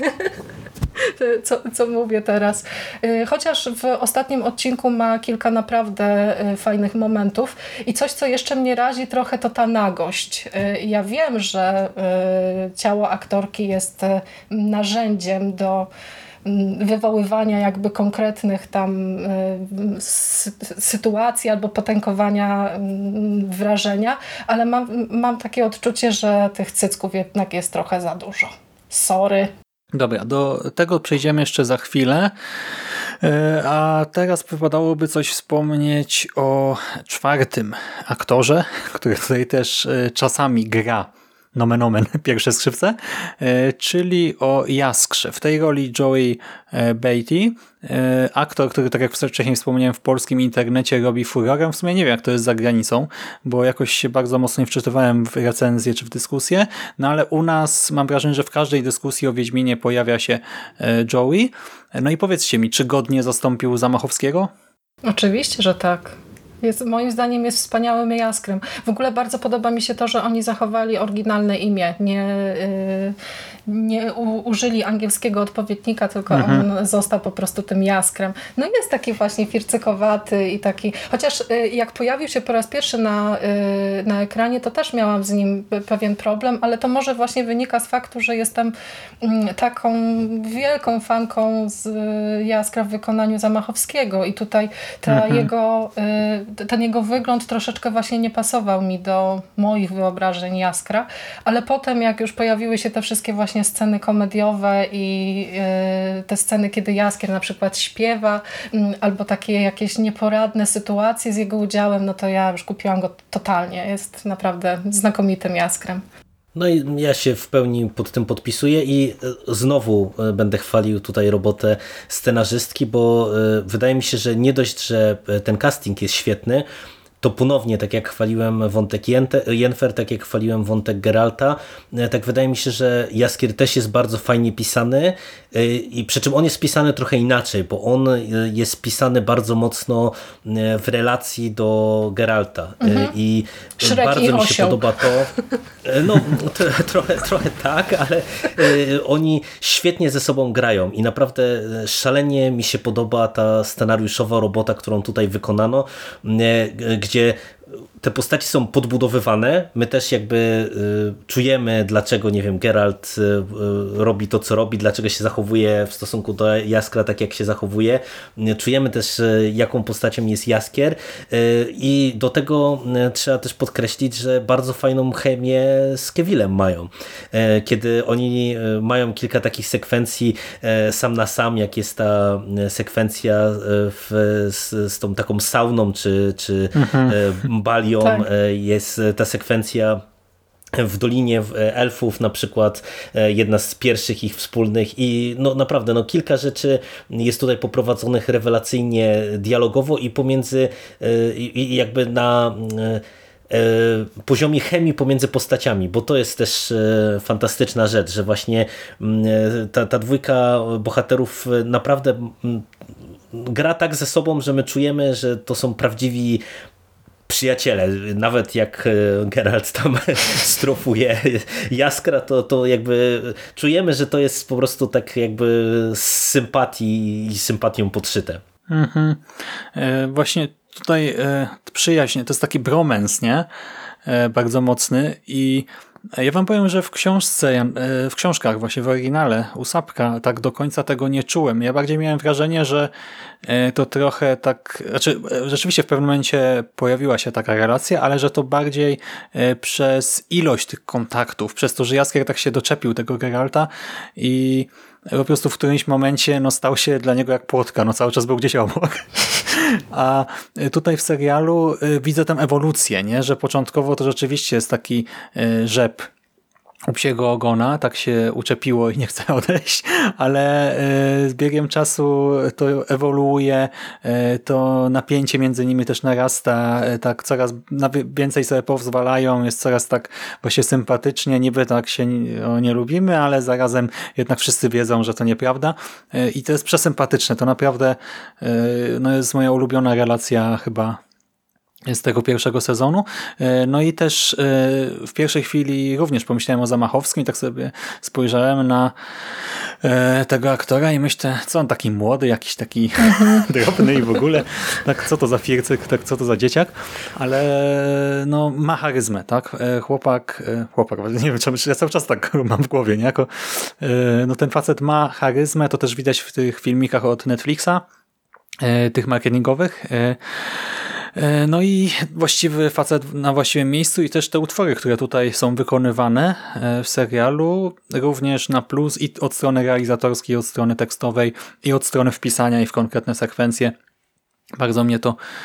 Co mówię teraz. Chociaż w ostatnim odcinku ma kilka naprawdę fajnych momentów i coś, co jeszcze mnie razi trochę, to ta nagość. Ja wiem, że ciało aktorki jest narzędziem do wywoływania jakby konkretnych tam sytuacji albo potękowania wrażenia, ale mam takie odczucie, że tych cycków jednak jest trochę za dużo. Sorry. Dobra, do tego przejdziemy jeszcze za chwilę, a teraz wypadałoby coś wspomnieć o czwartym aktorze, który tutaj też czasami gra nomen omen, pierwsze skrzypce, czyli o Jaskrze. W tej roli Joey Batey, aktor, który, tak jak wcześniej wspomniałem, w polskim internecie robi furorę. W sumie nie wiem, jak to jest za granicą, bo jakoś się bardzo mocno nie wczytywałem w recenzję czy w dyskusję, no ale u nas mam wrażenie, że w każdej dyskusji o Wiedźminie pojawia się Joey. No i powiedzcie mi, czy godnie zastąpił Zamachowskiego? Oczywiście, że tak. Moim zdaniem jest wspaniałym Jaskrem. W ogóle bardzo podoba mi się to, że oni zachowali oryginalne imię. Nie użyli angielskiego odpowiednika, tylko on został po prostu tym Jaskrem. No jest taki właśnie fircykowaty i taki... Chociaż jak pojawił się po raz pierwszy na ekranie, to też miałam z nim pewien problem, ale to może właśnie wynika z faktu, że jestem taką wielką fanką z Jaskra w wykonaniu Zamachowskiego i tutaj ten jego wygląd troszeczkę właśnie nie pasował mi do moich wyobrażeń Jaskra, ale potem jak już pojawiły się te wszystkie właśnie sceny komediowe i te sceny, kiedy Jaskier na przykład śpiewa, albo takie jakieś nieporadne sytuacje z jego udziałem, no to ja już kupiłam go totalnie. Jest naprawdę znakomitym Jaskrem. No i ja się w pełni pod tym podpisuję i znowu będę chwalił tutaj robotę scenarzystki, bo wydaje mi się, że nie dość, że ten casting jest świetny, to ponownie, tak jak chwaliłem wątek Yennefer, tak jak chwaliłem wątek Geralta, tak wydaje mi się, że Jaskier też jest bardzo fajnie pisany i przy czym on jest pisany trochę inaczej, bo on jest pisany bardzo mocno w relacji do Geralta i Szrek bardzo i mi się osioł. podoba to. No, trochę tak, ale oni świetnie ze sobą grają i naprawdę szalenie mi się podoba ta scenariuszowa robota, którą tutaj wykonano, gdzie te postaci są podbudowywane, my też jakby czujemy, dlaczego, nie wiem, Geralt robi to, co robi, dlaczego się zachowuje w stosunku do Jaskra tak, jak się zachowuje. Czujemy też, jaką postacią jest Jaskier i do tego trzeba też podkreślić, że bardzo fajną chemię z Kevillem mają. Kiedy oni mają kilka takich sekwencji sam na sam, jak jest ta sekwencja z tą taką sauną, czy balią, Tak. jest ta sekwencja w Dolinie Elfów na przykład, jedna z pierwszych ich wspólnych i no naprawdę kilka rzeczy jest tutaj poprowadzonych rewelacyjnie dialogowo i pomiędzy i jakby na poziomie chemii pomiędzy postaciami, bo to jest też fantastyczna rzecz, że właśnie ta dwójka bohaterów naprawdę gra tak ze sobą, że my czujemy, że to są prawdziwi przyjaciele. Nawet jak Geralt tam strofuje Jaskra, to jakby czujemy, że to jest po prostu tak jakby z sympatii i sympatią podszyte. Właśnie tutaj przyjaźń, to jest taki bromance, nie? Bardzo mocny i ja wam powiem, że w książkach właśnie w oryginale u Sapka tak do końca tego nie czułem. Ja bardziej miałem wrażenie, że to trochę tak, znaczy rzeczywiście w pewnym momencie pojawiła się taka relacja, ale że to bardziej przez ilość tych kontaktów, przez to, że Jaskier tak się doczepił tego Geralta i po prostu w którymś momencie stał się dla niego jak płotka, cały czas był gdzieś obok. A tutaj w serialu widzę tę ewolucję, nie? Że początkowo to rzeczywiście jest taki rzep u psiego ogona, tak się uczepiło i nie chce odejść, ale z biegiem czasu to ewoluuje, to napięcie między nimi też narasta, tak coraz więcej sobie pozwalają, jest coraz tak właśnie sympatycznie, niby tak się nie lubimy, ale zarazem jednak wszyscy wiedzą, że to nieprawda i to jest przesympatyczne, to naprawdę jest moja ulubiona relacja chyba z tego pierwszego sezonu. No i też w pierwszej chwili również pomyślałem o Zamachowskim i tak sobie spojrzałem na tego aktora i myślę, co on taki młody, jakiś taki drobny i w ogóle, tak co to za fircyk, tak co to za dzieciak, ale ma charyzmę, tak? Chłopak, nie wiem, czy ja cały czas tak mam w głowie, nie? Jako, ten facet ma charyzmę, to też widać w tych filmikach od Netflixa, tych marketingowych. No i właściwy facet na właściwym miejscu i też te utwory, które tutaj są wykonywane w serialu, również na plus i od strony realizatorskiej, i od strony tekstowej, i od strony wpisania i w konkretne sekwencje. Bardzo mnie to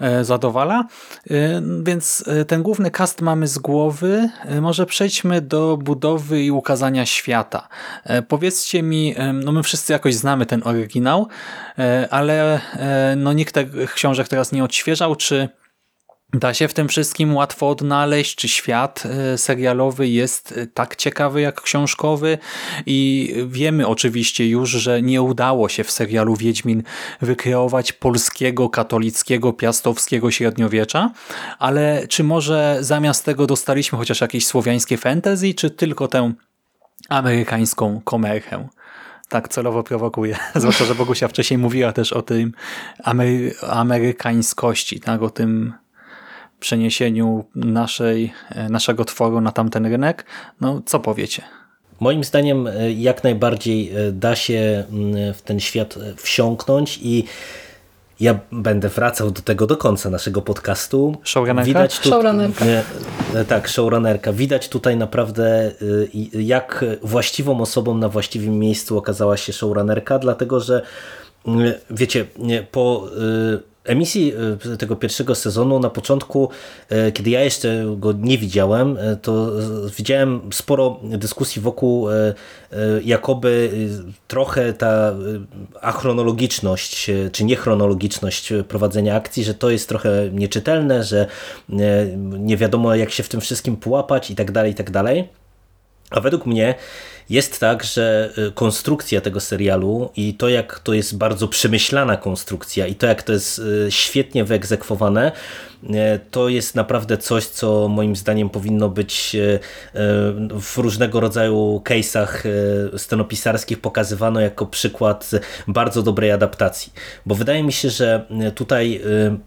zadowala. Więc ten główny cast mamy z głowy. Może przejdźmy do budowy i ukazania świata. Powiedzcie mi, no my wszyscy jakoś znamy ten oryginał, ale no nikt tych książek teraz nie odświeżał. Czy da się w tym wszystkim łatwo odnaleźć? Czy świat serialowy jest tak ciekawy jak książkowy? I wiemy oczywiście już, że nie udało się w serialu Wiedźmin wykreować polskiego, katolickiego, piastowskiego średniowiecza, ale czy może zamiast tego dostaliśmy chociaż jakieś słowiańskie fantasy, czy tylko tę amerykańską komerchę? Tak celowo prowokuję. Zwłaszcza, że Bogusia wcześniej mówiła też o tym amerykańskości, tak? O tym przeniesieniu naszego tworu na tamten rynek. No, co powiecie? Moim zdaniem jak najbardziej da się w ten świat wsiąknąć i ja będę wracał do tego do końca naszego podcastu. Showrunnerka? Showrunnerka. Tak, showrunnerka. Widać tutaj naprawdę jak właściwą osobą na właściwym miejscu okazała się showrunnerka, dlatego że wiecie, po emisji tego pierwszego sezonu na początku, kiedy ja jeszcze go nie widziałem, to widziałem sporo dyskusji wokół jakoby trochę ta achronologiczność czy niechronologiczność prowadzenia akcji, że to jest trochę nieczytelne, że nie wiadomo jak się w tym wszystkim połapać i tak dalej, i tak dalej. A według mnie jest tak, że konstrukcja tego serialu i to jak to jest bardzo przemyślana konstrukcja i to jak to jest świetnie wyegzekwowane, to jest naprawdę coś, co moim zdaniem powinno być w różnego rodzaju case'ach scenopisarskich pokazywano jako przykład bardzo dobrej adaptacji. Bo wydaje mi się, że tutaj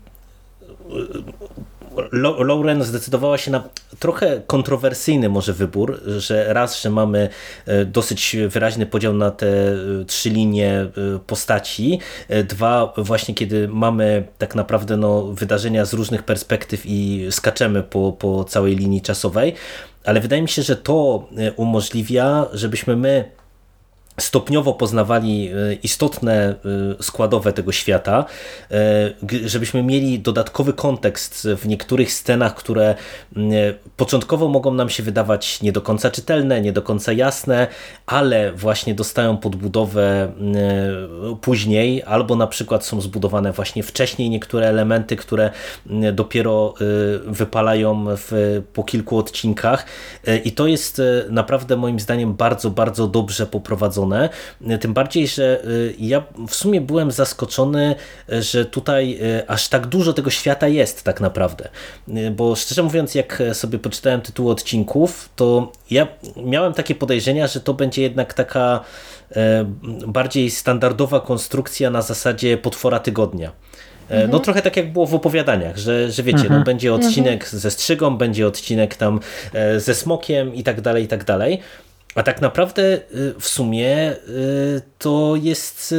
Lauren zdecydowała się na trochę kontrowersyjny może wybór, że raz, że mamy dosyć wyraźny podział na te 3 linie postaci, 2, właśnie kiedy mamy tak naprawdę wydarzenia z różnych perspektyw i skaczemy po całej linii czasowej, ale wydaje mi się, że to umożliwia, żebyśmy my stopniowo poznawali istotne składowe tego świata, żebyśmy mieli dodatkowy kontekst w niektórych scenach, które początkowo mogą nam się wydawać nie do końca czytelne, nie do końca jasne, ale właśnie dostają podbudowę później, albo na przykład są zbudowane właśnie wcześniej niektóre elementy, które dopiero wypalają po kilku odcinkach i to jest naprawdę moim zdaniem bardzo, bardzo dobrze poprowadzone. Tym bardziej, że ja w sumie byłem zaskoczony, że tutaj aż tak dużo tego świata jest tak naprawdę. Bo szczerze mówiąc, jak sobie poczytałem tytuły odcinków, to ja miałem takie podejrzenia, że to będzie jednak taka bardziej standardowa konstrukcja na zasadzie potwora tygodnia. No trochę tak jak było w opowiadaniach, że wiecie, będzie odcinek ze strzygą, będzie odcinek tam ze smokiem i tak dalej, i tak dalej. A tak naprawdę w sumie to jest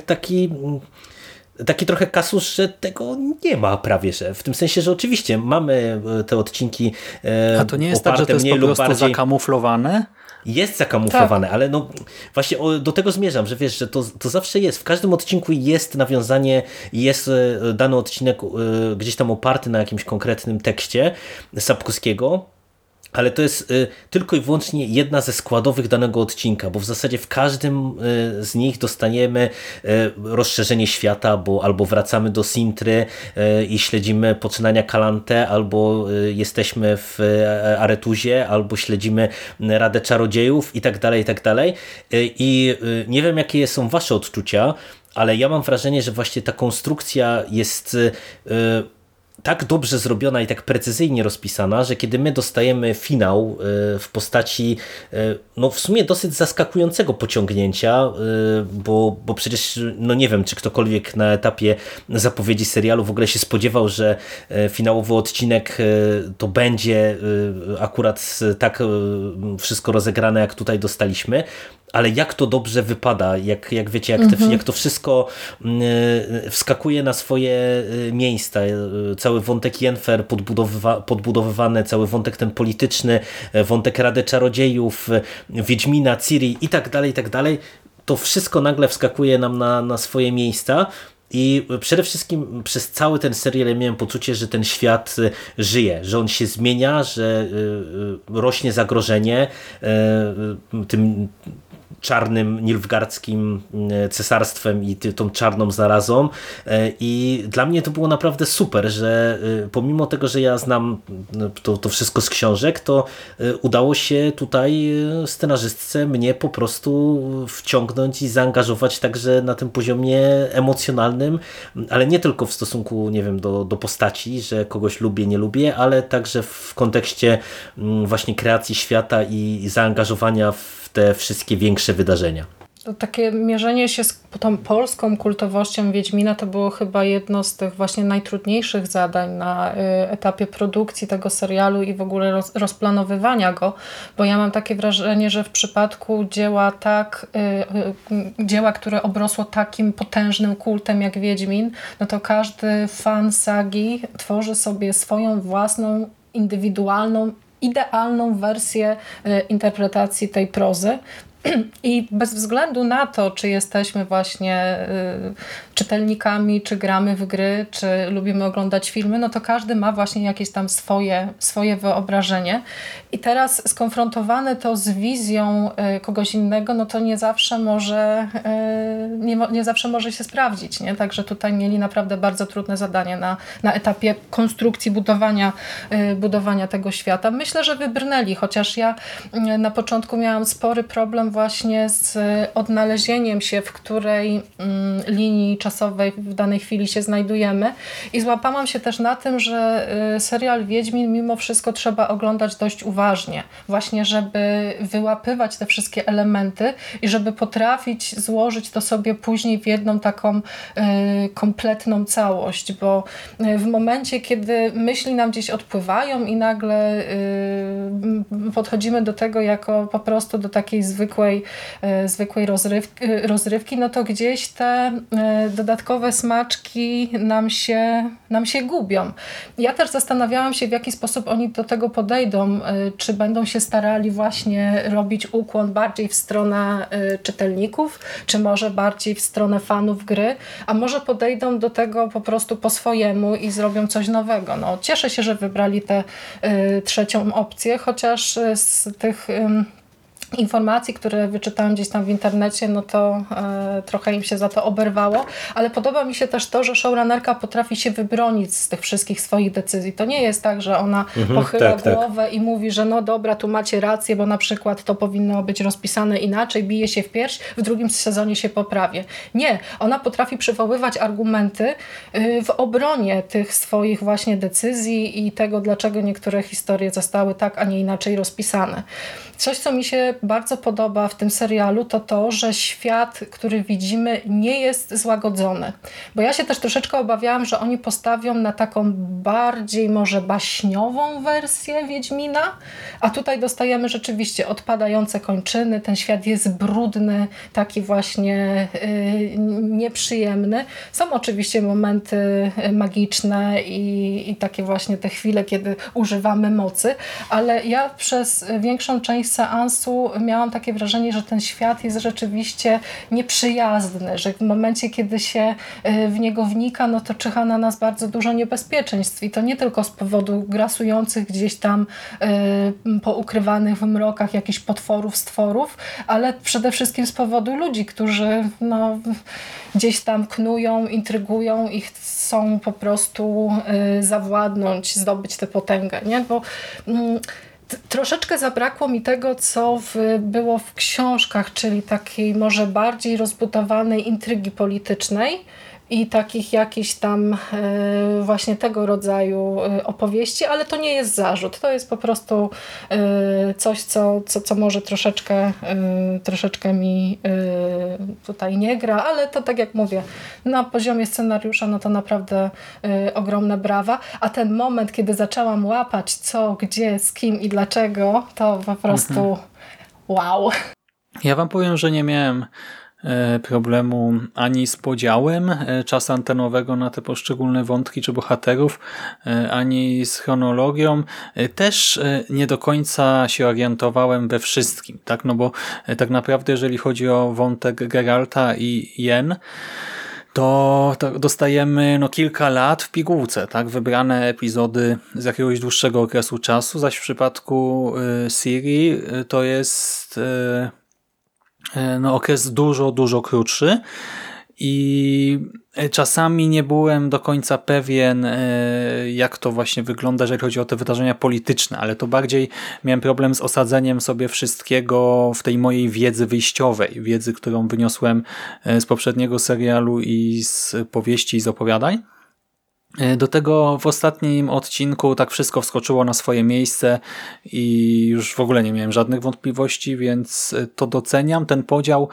taki trochę kasus, że tego nie ma prawie, że w tym sensie, że oczywiście mamy te odcinki a to nie jest tak, że to jest po prostu zakamuflowane? Jest zakamuflowane, tak. Ale właśnie do tego zmierzam, że wiesz, że to zawsze jest. W każdym odcinku jest nawiązanie, jest dany odcinek gdzieś tam oparty na jakimś konkretnym tekście Sapkowskiego, ale to jest tylko i wyłącznie jedna ze składowych danego odcinka, bo w zasadzie w każdym z nich dostaniemy rozszerzenie świata, bo albo wracamy do Sintry i śledzimy poczynania Kalante, albo jesteśmy w Aretuzie, albo śledzimy Radę Czarodziejów i tak dalej, i tak dalej. I nie wiem, jakie są wasze odczucia, ale ja mam wrażenie, że właśnie ta konstrukcja jest tak dobrze zrobiona i tak precyzyjnie rozpisana, że kiedy my dostajemy finał w postaci w sumie dosyć zaskakującego pociągnięcia, bo przecież nie wiem, czy ktokolwiek na etapie zapowiedzi serialu w ogóle się spodziewał, że finałowy odcinek to będzie akurat tak wszystko rozegrane, jak tutaj dostaliśmy, ale jak to dobrze wypada, jak wiecie, jak to wszystko wskakuje na swoje miejsca. Cały wątek Yennefer podbudowywany, cały wątek ten polityczny, wątek Rady Czarodziejów, Wiedźmina, Ciri i tak dalej, i tak dalej. To wszystko nagle wskakuje nam na swoje miejsca. I przede wszystkim przez cały ten serial ja miałem poczucie, że ten świat żyje, że on się zmienia, że rośnie zagrożenie tym czarnym, nilfgaardzkim cesarstwem i tą czarną zarazą. I dla mnie to było naprawdę super, że pomimo tego, że ja znam to wszystko z książek, to udało się tutaj scenarzystce mnie po prostu wciągnąć i zaangażować także na tym poziomie emocjonalnym, ale nie tylko w stosunku, nie wiem, do postaci, że kogoś lubię, nie lubię, ale także w kontekście właśnie kreacji świata i zaangażowania w te wszystkie większe wydarzenia. To takie mierzenie się z tą polską kultowością Wiedźmina to było chyba jedno z tych właśnie najtrudniejszych zadań na etapie produkcji tego serialu i w ogóle rozplanowywania go, bo ja mam takie wrażenie, że w przypadku dzieła, które obrosło takim potężnym kultem jak Wiedźmin, no to każdy fan sagi tworzy sobie swoją własną, indywidualną, idealną wersję interpretacji tej prozy. I bez względu na to, czy jesteśmy właśnie czytelnikami, czy gramy w gry, czy lubimy oglądać filmy, no to każdy ma właśnie jakieś tam swoje wyobrażenie. I teraz skonfrontowane to z wizją kogoś innego, no to nie zawsze może się sprawdzić, nie? Także tutaj mieli naprawdę bardzo trudne zadanie na etapie konstrukcji, budowania tego świata. Myślę, że wybrnęli, chociaż ja na początku miałam spory problem właśnie z odnalezieniem się, w której linii czasowej w danej chwili się znajdujemy i złapałam się też na tym, że serial Wiedźmin mimo wszystko trzeba oglądać dość uważnie, właśnie żeby wyłapywać te wszystkie elementy i żeby potrafić złożyć to sobie później w jedną taką kompletną całość, bo w momencie, kiedy myśli nam gdzieś odpływają i nagle podchodzimy do tego jako po prostu do takiej zwykłej rozrywki, no to gdzieś te dodatkowe smaczki nam się gubią. Ja też zastanawiałam się, w jaki sposób oni do tego podejdą, czy będą się starali właśnie robić ukłon bardziej w stronę czytelników, czy może bardziej w stronę fanów gry, a może podejdą do tego po prostu po swojemu i zrobią coś nowego. No, cieszę się, że wybrali tę trzecią opcję, chociaż z tych informacji, które wyczytałam gdzieś tam w internecie, no to trochę im się za to oberwało, ale podoba mi się też to, że showrunnerka potrafi się wybronić z tych wszystkich swoich decyzji. To nie jest tak, że ona pochyla głowę i mówi, że no dobra, tu macie rację, bo na przykład to powinno być rozpisane inaczej, bije się w pierś, w drugim sezonie się poprawię. Nie, ona potrafi przywoływać argumenty w obronie tych swoich właśnie decyzji i tego, dlaczego niektóre historie zostały tak, a nie inaczej rozpisane. Coś, co mi się bardzo podoba w tym serialu, to to, że świat, który widzimy, nie jest złagodzony. Bo ja się też troszeczkę obawiałam, że oni postawią na taką bardziej może baśniową wersję Wiedźmina, a tutaj dostajemy rzeczywiście odpadające kończyny, ten świat jest brudny, taki właśnie nieprzyjemny. Są oczywiście momenty magiczne i takie właśnie te chwile, kiedy używamy mocy, ale ja przez większą część seansu miałam takie wrażenie, że ten świat jest rzeczywiście nieprzyjazny, że w momencie, kiedy się w niego wnika, no to czyha na nas bardzo dużo niebezpieczeństw i to nie tylko z powodu grasujących gdzieś tam poukrywanych w mrokach jakichś potworów, stworów, ale przede wszystkim z powodu ludzi, którzy no, gdzieś tam knują, intrygują i chcą po prostu zawładnąć, zdobyć tę potęgę, nie? Bo troszeczkę zabrakło mi tego, co było w książkach, czyli takiej może bardziej rozbudowanej intrygi politycznej i takich jakichś tam właśnie tego rodzaju opowieści, ale to nie jest zarzut. To jest po prostu coś, co może troszeczkę mi tutaj nie gra, ale to tak jak mówię, na poziomie scenariusza no to naprawdę ogromne brawa, a ten moment, kiedy zaczęłam łapać co, gdzie, z kim i dlaczego, to po prostu wow. Ja wam powiem, że nie miałem problemu ani z podziałem czasu antenowego na te poszczególne wątki czy bohaterów, ani z chronologią. Też nie do końca się orientowałem we wszystkim, tak? No bo tak naprawdę jeżeli chodzi o wątek Geralta i Yen, to dostajemy kilka lat w pigułce, tak? Wybrane epizody z jakiegoś dłuższego okresu czasu, zaś w przypadku Ciri to jest okres dużo, dużo krótszy i czasami nie byłem do końca pewien, jak to właśnie wygląda, jeżeli chodzi o te wydarzenia polityczne, ale to bardziej miałem problem z osadzeniem sobie wszystkiego w tej mojej wiedzy wyjściowej, wiedzy, którą wyniosłem z poprzedniego serialu i z powieści i z opowiadań. Do tego w ostatnim odcinku tak wszystko wskoczyło na swoje miejsce i już w ogóle nie miałem żadnych wątpliwości, więc to doceniam. Ten podział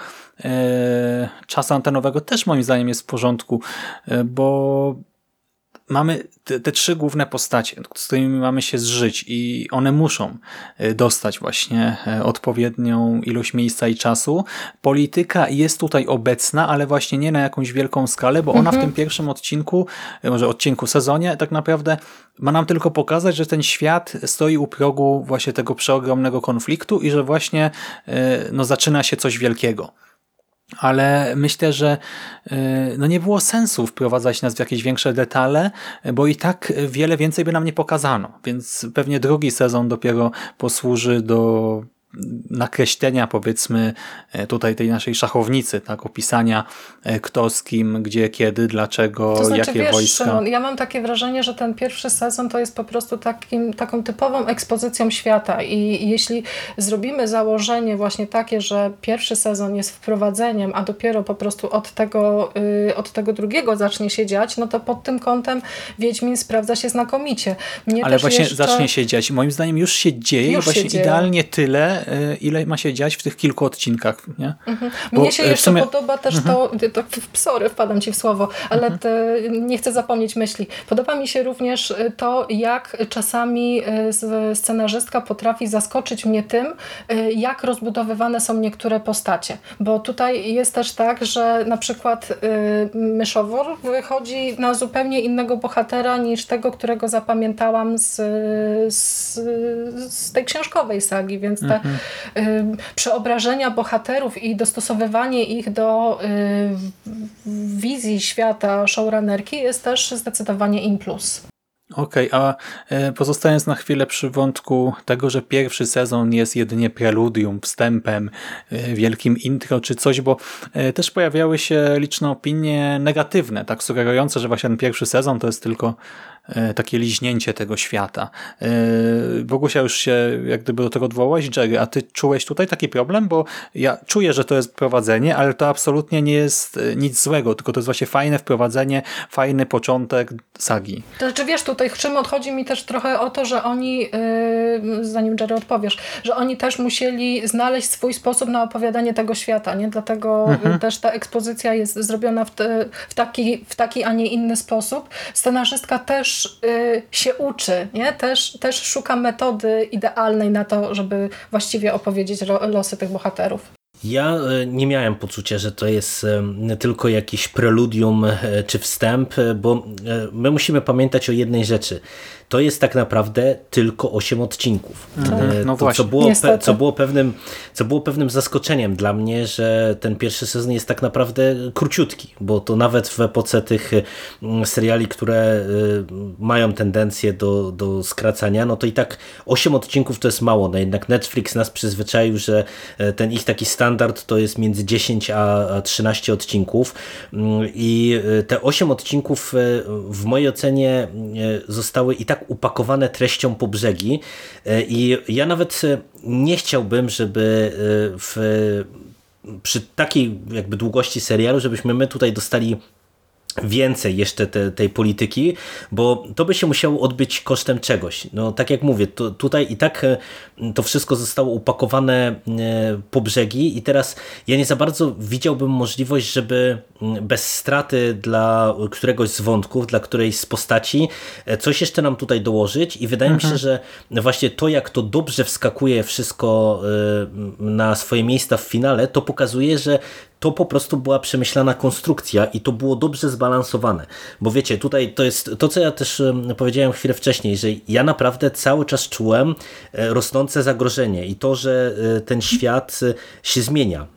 czasu antenowego też moim zdaniem jest w porządku, bo mamy te trzy główne postacie, z którymi mamy się zżyć i one muszą dostać właśnie odpowiednią ilość miejsca i czasu. Polityka jest tutaj obecna, ale właśnie nie na jakąś wielką skalę, bo ona w tym pierwszym odcinku, może odcinku, sezonie tak naprawdę ma nam tylko pokazać, że ten świat stoi u progu właśnie tego przeogromnego konfliktu i że właśnie zaczyna się coś wielkiego. Ale myślę, że nie było sensu wprowadzać nas w jakieś większe detale, bo i tak wiele więcej by nam nie pokazano, więc pewnie drugi sezon dopiero posłuży do nakreślenia, powiedzmy, tutaj tej naszej szachownicy, tak, opisania kto z kim, gdzie, kiedy, dlaczego, to znaczy, jakie wojska. Szymon, ja mam takie wrażenie, że ten pierwszy sezon to jest po prostu taką typową ekspozycją świata i jeśli zrobimy założenie właśnie takie, że pierwszy sezon jest wprowadzeniem, a dopiero po prostu od tego drugiego zacznie się dziać, no to pod tym kątem Wiedźmin sprawdza się znakomicie. Ale właśnie zacznie się dziać. Moim zdaniem już się dzieje już właśnie się dzieje. Idealnie tyle, ile ma się dziać w tych kilku odcinkach. Nie? Mnie się jeszcze podoba też to, sorry, wpadam ci w słowo, ale nie chcę zapomnieć myśli. Podoba mi się również to, jak czasami scenarzystka potrafi zaskoczyć mnie tym, jak rozbudowywane są niektóre postacie. Bo tutaj jest też tak, że na przykład Myszowor wychodzi na zupełnie innego bohatera niż tego, którego zapamiętałam z tej książkowej sagi, więc te przeobrażenia bohaterów i dostosowywanie ich do wizji świata showrunnerki jest też zdecydowanie in plus. Okej, a pozostając na chwilę przy wątku tego, że pierwszy sezon jest jedynie preludium, wstępem, wielkim intro czy coś, bo też pojawiały się liczne opinie negatywne, tak sugerujące, że właśnie ten pierwszy sezon to jest tylko takie liźnięcie tego świata. Bogusia już się jak gdyby do tego odwołałeś, Jerry, a ty czułeś tutaj taki problem? Bo ja czuję, że to jest prowadzenie, ale to absolutnie nie jest nic złego, tylko to jest właśnie fajne wprowadzenie, fajny początek sagi. To znaczy, wiesz, tutaj Szymon, chodzi mi też trochę o to, że oni, zanim Jerry odpowiesz, że oni też musieli znaleźć swój sposób na opowiadanie tego świata, nie? Dlatego też ta ekspozycja jest zrobiona w taki, a nie inny sposób. Scenarzystka też się uczy, nie? Też szuka metody idealnej na to, żeby właściwie opowiedzieć losy tych bohaterów. Ja nie miałem poczucia, że to jest tylko jakiś preludium czy wstęp, bo my musimy pamiętać o jednej rzeczy. To jest tak naprawdę tylko 8 odcinków. No to, co było pewnym zaskoczeniem dla mnie, że ten pierwszy sezon jest tak naprawdę króciutki, bo to nawet w epoce tych seriali, które mają tendencję do skracania, no to i tak 8 odcinków to jest mało. No jednak Netflix nas przyzwyczaił, że ten ich taki standard to jest między 10 a 13 odcinków i te 8 odcinków w mojej ocenie zostały i tak upakowane treścią po brzegi i ja nawet nie chciałbym, żeby przy takiej jakby długości serialu, żebyśmy my tutaj dostali więcej jeszcze tej polityki, bo to by się musiało odbyć kosztem czegoś. No tak jak mówię, tutaj i tak to wszystko zostało upakowane po brzegi i teraz ja nie za bardzo widziałbym możliwość, żeby bez straty dla któregoś z wątków, dla którejś z postaci coś jeszcze nam tutaj dołożyć i wydaje mi się, że właśnie to, jak to dobrze wskakuje wszystko na swoje miejsca w finale, to pokazuje, że to po prostu była przemyślana konstrukcja i to było dobrze zbalansowane. Bo wiecie, tutaj to jest to, co ja też powiedziałem chwilę wcześniej, że ja naprawdę cały czas czułem rosnące zagrożenie i to, że ten świat się zmienia.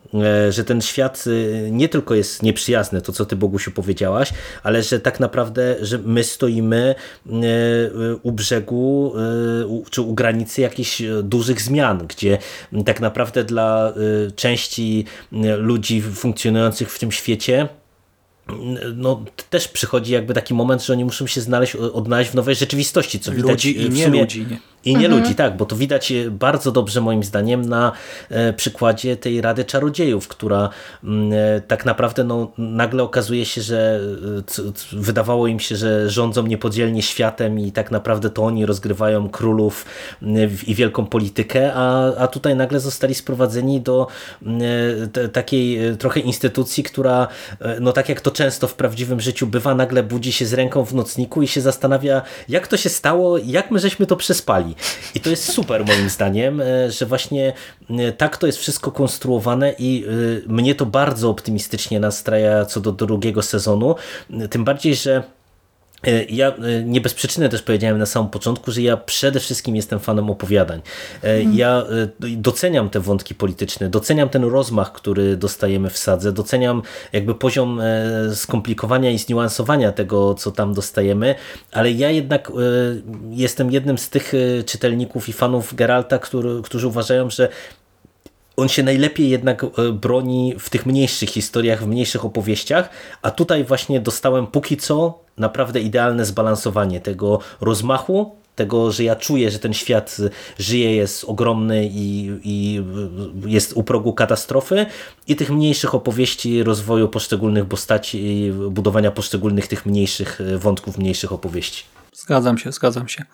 że ten świat nie tylko jest nieprzyjazny, to co ty, Bogusiu, powiedziałaś, ale że tak naprawdę, że my stoimy u brzegu czy u granicy jakichś dużych zmian, gdzie tak naprawdę dla części ludzi funkcjonujących w tym świecie no też przychodzi jakby taki moment, że oni muszą się odnaleźć w nowej rzeczywistości, co widać ludzi i w nie sumie, ludzi. Nie? I nie ludzi, tak, bo to widać bardzo dobrze moim zdaniem na przykładzie tej Rady Czarodziejów, która tak naprawdę no, nagle okazuje się, że wydawało im się, że rządzą niepodzielnie światem i tak naprawdę to oni rozgrywają królów i wielką politykę, a tutaj nagle zostali sprowadzeni do takiej trochę instytucji, która no tak jak to często w prawdziwym życiu bywa, nagle budzi się z ręką w nocniku i się zastanawia, jak to się stało, jak my żeśmy to przespali. I to jest super moim zdaniem, że właśnie tak to jest wszystko konstruowane i mnie to bardzo optymistycznie nastraja co do drugiego sezonu. Tym bardziej, że ja nie bez przyczyny też powiedziałem na samym początku, że ja przede wszystkim jestem fanem opowiadań. Ja doceniam te wątki polityczne, doceniam ten rozmach, który dostajemy w Sadze, doceniam jakby poziom skomplikowania i zniuansowania tego, co tam dostajemy, ale ja jednak jestem jednym z tych czytelników i fanów Geralta, którzy uważają, że on się najlepiej jednak broni w tych mniejszych historiach, w mniejszych opowieściach, a tutaj właśnie dostałem póki co naprawdę idealne zbalansowanie tego rozmachu, tego, że ja czuję, że ten świat żyje, jest ogromny i jest u progu katastrofy i tych mniejszych opowieści, rozwoju poszczególnych postaci i budowania poszczególnych tych mniejszych wątków, mniejszych opowieści. Zgadzam się.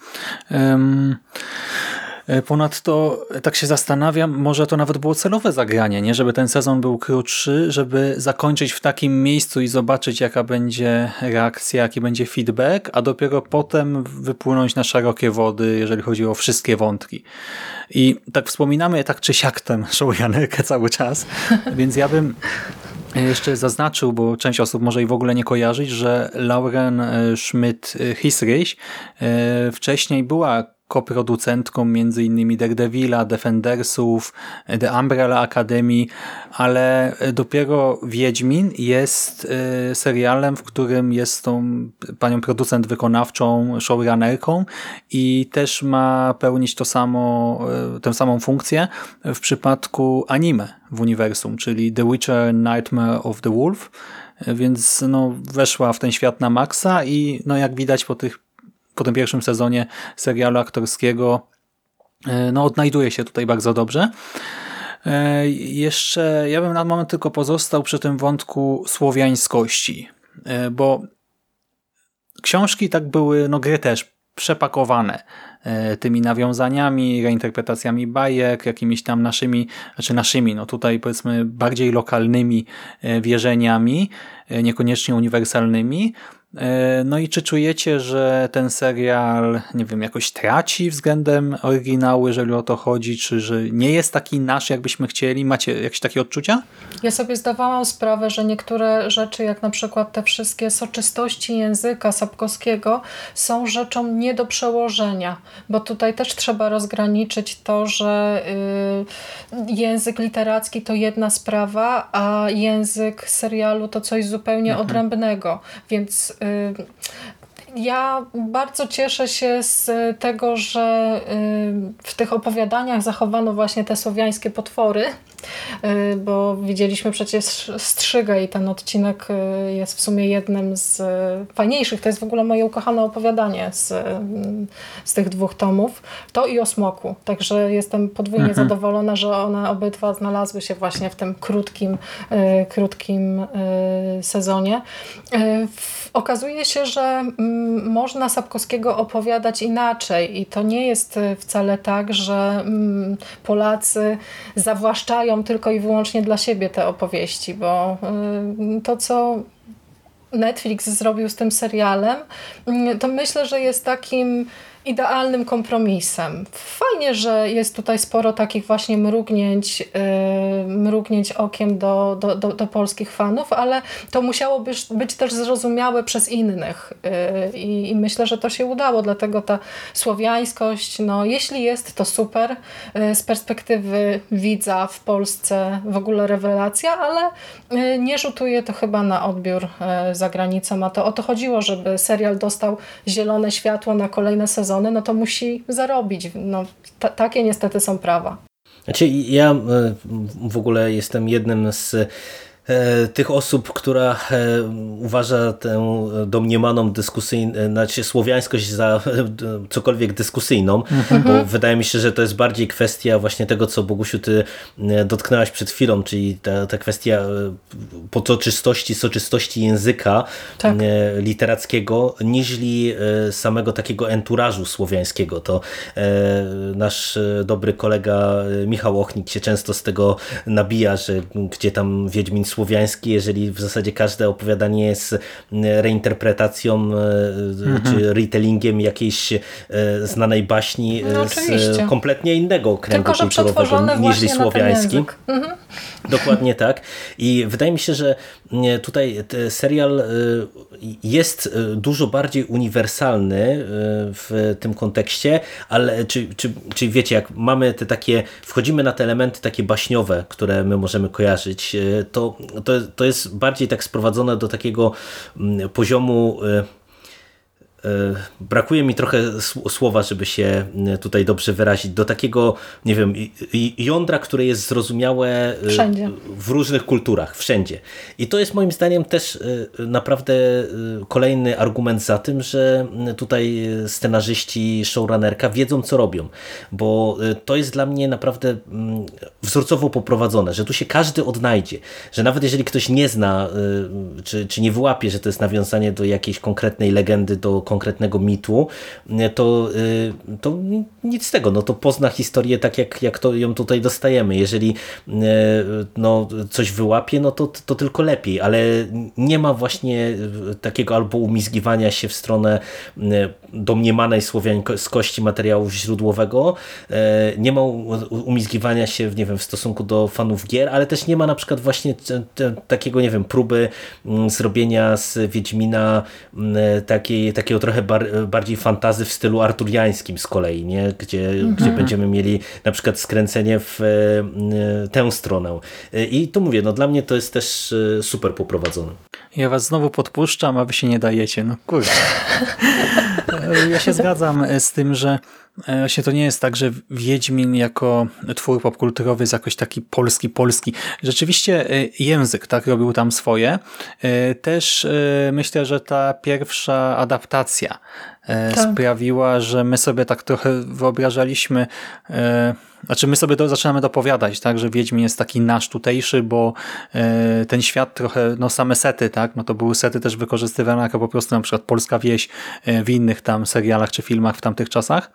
Ponadto tak się zastanawiam, może to nawet było celowe zagranie, nie? Żeby ten sezon był krótszy, żeby zakończyć w takim miejscu i zobaczyć, jaka będzie reakcja, jaki będzie feedback, a dopiero potem wypłynąć na szerokie wody, jeżeli chodzi o wszystkie wątki. I tak wspominamy tak czy siak ten showrunnerkę cały czas, więc ja bym jeszcze zaznaczył, bo część osób może i w ogóle nie kojarzyć, że Lauren Schmidt-Hissrich wcześniej była koproducentką między innymi Daredevila, Defendersów, The Umbrella Academy, ale dopiero Wiedźmin jest serialem, w którym jest tą panią producent wykonawczą, showrunnerką i też ma pełnić tę samą funkcję w przypadku anime w uniwersum, czyli The Witcher Nightmare of the Wolf, więc no, weszła w ten świat na maksa i no, jak widać po tym pierwszym sezonie serialu aktorskiego no, odnajduje się tutaj bardzo dobrze. Jeszcze ja bym na moment tylko pozostał przy tym wątku słowiańskości, bo książki tak były, no gry też, przepakowane tymi nawiązaniami, reinterpretacjami bajek, jakimiś tam naszymi, no tutaj powiedzmy bardziej lokalnymi wierzeniami, niekoniecznie uniwersalnymi. No i czy czujecie, że ten serial, nie wiem, jakoś traci względem oryginału, jeżeli o to chodzi, czy że nie jest taki nasz, jakbyśmy chcieli? Macie jakieś takie odczucia? Ja sobie zdawałam sprawę, że niektóre rzeczy, jak na przykład te wszystkie soczystości języka Sapkowskiego, są rzeczą nie do przełożenia, bo tutaj też trzeba rozgraniczyć to, że język literacki to jedna sprawa, a język serialu to coś zupełnie odrębnego, więc ja bardzo cieszę się z tego, że w tych opowiadaniach zachowano właśnie te słowiańskie potwory, bo widzieliśmy przecież Strzygę i ten odcinek jest w sumie jednym z fajniejszych. To jest w ogóle moje ukochane opowiadanie z tych dwóch tomów. To i o smoku. Także jestem podwójnie zadowolona, że one obydwa znalazły się właśnie w tym krótkim sezonie. Okazuje się, że można Sapkowskiego opowiadać inaczej i to nie jest wcale tak, że Polacy zawłaszczają tylko i wyłącznie dla siebie te opowieści, bo to, co Netflix zrobił z tym serialem, to myślę, że jest takim idealnym kompromisem. Fajnie, że jest tutaj sporo takich właśnie mrugnięć okiem do polskich fanów, ale to musiało być też zrozumiałe przez innych. I myślę, że to się udało, dlatego ta słowiańskość, no jeśli jest, to super. Z perspektywy widza w Polsce w ogóle rewelacja, ale nie rzutuje to chyba na odbiór za granicą, a to o to chodziło, żeby serial dostał zielone światło na kolejne sezony, no to musi zarobić. No, takie niestety są prawa. Znaczy, ja w ogóle jestem jednym z tych osób, która uważa tę domniemaną znaczy słowiańskość za cokolwiek dyskusyjną, bo wydaje mi się, że to jest bardziej kwestia właśnie tego, co Bogusiu ty dotknęłaś przed chwilą, czyli ta kwestia soczystości języka literackiego, niźli samego takiego enturażu słowiańskiego. To nasz dobry kolega Michał Ochnik się często z tego nabija, że gdzie tam Wiedźmin słowiański, jeżeli w zasadzie każde opowiadanie jest reinterpretacją czy retellingiem jakiejś znanej baśni z kompletnie innego kręgu kulturowego niż słowiański. Dokładnie tak. I wydaje mi się, że tutaj serial jest dużo bardziej uniwersalny w tym kontekście, ale czy wiecie, jak mamy wchodzimy na te elementy takie baśniowe, które my możemy kojarzyć, to jest bardziej tak sprowadzone do takiego poziomu. Brakuje mi trochę słowa, żeby się tutaj dobrze wyrazić, do takiego, nie wiem, jądra, które jest zrozumiałe wszędzie. W różnych kulturach, wszędzie. I to jest moim zdaniem też naprawdę kolejny argument za tym, że tutaj scenarzyści, showrunnerka wiedzą, co robią, bo to jest dla mnie naprawdę wzorcowo poprowadzone, że tu się każdy odnajdzie, że nawet jeżeli ktoś nie zna, czy nie wyłapie, że to jest nawiązanie do jakiejś konkretnej legendy, do konkretnego mitu, to nic z tego, no to pozna historię tak, jak to ją tutaj dostajemy. Jeżeli coś wyłapie, no to tylko lepiej, ale nie ma właśnie takiego albo umizgiwania się w stronę domniemanej słowiańskości materiału źródłowego, nie ma umizgiwania się, nie wiem, w stosunku do fanów gier, ale też nie ma na przykład właśnie takiego, nie wiem, próby zrobienia z Wiedźmina takiego trochę bardziej fantazy w stylu arturiańskim z kolei, nie? Gdzie będziemy mieli na przykład skręcenie w tę stronę. I to mówię, no dla mnie to jest też super poprowadzone. Ja was znowu podpuszczam, a wy się nie dajecie. No kurde. Ja się zgadzam z tym, że właśnie to nie jest tak, że Wiedźmin jako twór popkulturowy jest jakoś taki polski. Rzeczywiście język tak robił tam swoje. Też myślę, że ta pierwsza adaptacja sprawiła, że my sobie tak trochę wyobrażaliśmy, znaczy my sobie zaczynamy dopowiadać, tak, że Wiedźmin jest taki nasz tutejszy, bo ten świat trochę, no same sety, tak, no to były sety też wykorzystywane jako po prostu na przykład polska wieś w innych tam serialach czy filmach w tamtych czasach.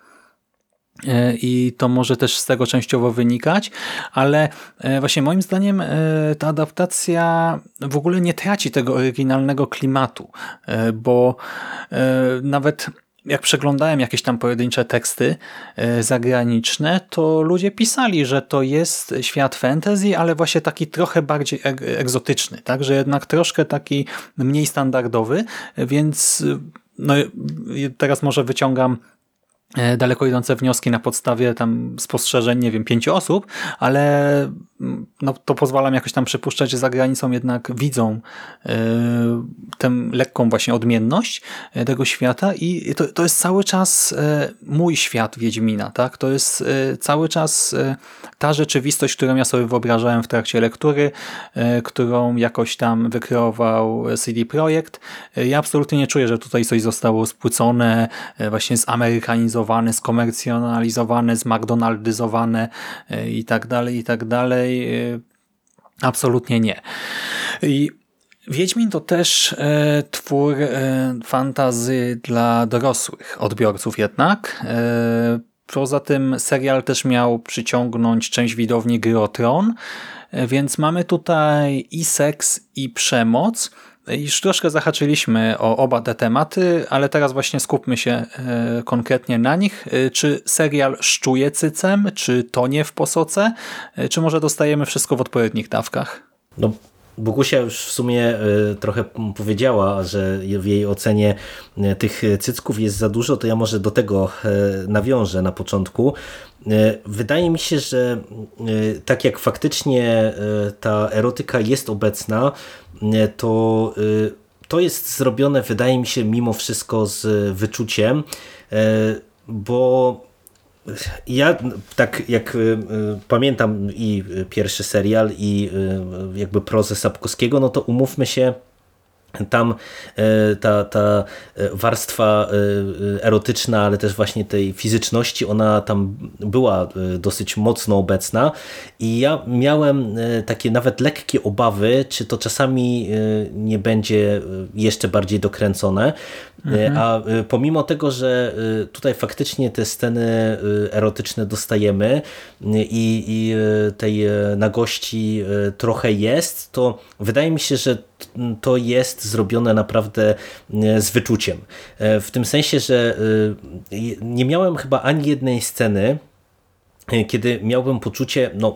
I to może też z tego częściowo wynikać, ale właśnie moim zdaniem ta adaptacja w ogóle nie traci tego oryginalnego klimatu, bo nawet jak przeglądałem jakieś tam pojedyncze teksty zagraniczne, to ludzie pisali, że to jest świat fantasy, ale właśnie taki trochę bardziej egzotyczny, tak, że jednak troszkę taki mniej standardowy, więc no teraz może wyciągam daleko idące wnioski na podstawie tam spostrzeżeń, nie wiem, 5 osób, ale no, to pozwala mi jakoś tam przypuszczać, że za granicą jednak widzą tę lekką właśnie odmienność tego świata i to jest cały czas mój świat Wiedźmina, tak? To jest cały czas ta rzeczywistość, którą ja sobie wyobrażałem w trakcie lektury, którą jakoś tam wykreował CD Projekt. Ja absolutnie nie czuję, że tutaj coś zostało spłycone, właśnie zamerykanizowane, skomercjonalizowane, zMcDonaldyzowane i tak dalej. Absolutnie nie. I Wiedźmin to też twór fantasy dla dorosłych odbiorców jednak. Poza tym serial też miał przyciągnąć część widowni Gry o Tron, więc mamy tutaj i seks, i przemoc. Już troszkę zahaczyliśmy o oba te tematy, ale teraz właśnie skupmy się konkretnie na nich. Czy serial szczuje cycem, czy tonie w posoce, czy może dostajemy wszystko w odpowiednich dawkach? No, Bogusia już w sumie trochę powiedziała, że w jej ocenie tych cycków jest za dużo, to ja może do tego nawiążę na początku. Wydaje mi się, że tak jak faktycznie ta erotyka jest obecna, to jest zrobione, wydaje mi się, mimo wszystko z wyczuciem, bo ja tak jak pamiętam i pierwszy serial i jakby prozę Sapkowskiego, no to umówmy się, tam ta warstwa erotyczna, ale też właśnie tej fizyczności, ona tam była dosyć mocno obecna i ja miałem takie nawet lekkie obawy, czy to czasami nie będzie jeszcze bardziej dokręcone, a pomimo tego, że tutaj faktycznie te sceny erotyczne dostajemy i tej nagości trochę jest, to wydaje mi się, że to jest zrobione naprawdę z wyczuciem. W tym sensie, że nie miałem chyba ani jednej sceny, kiedy miałbym poczucie, no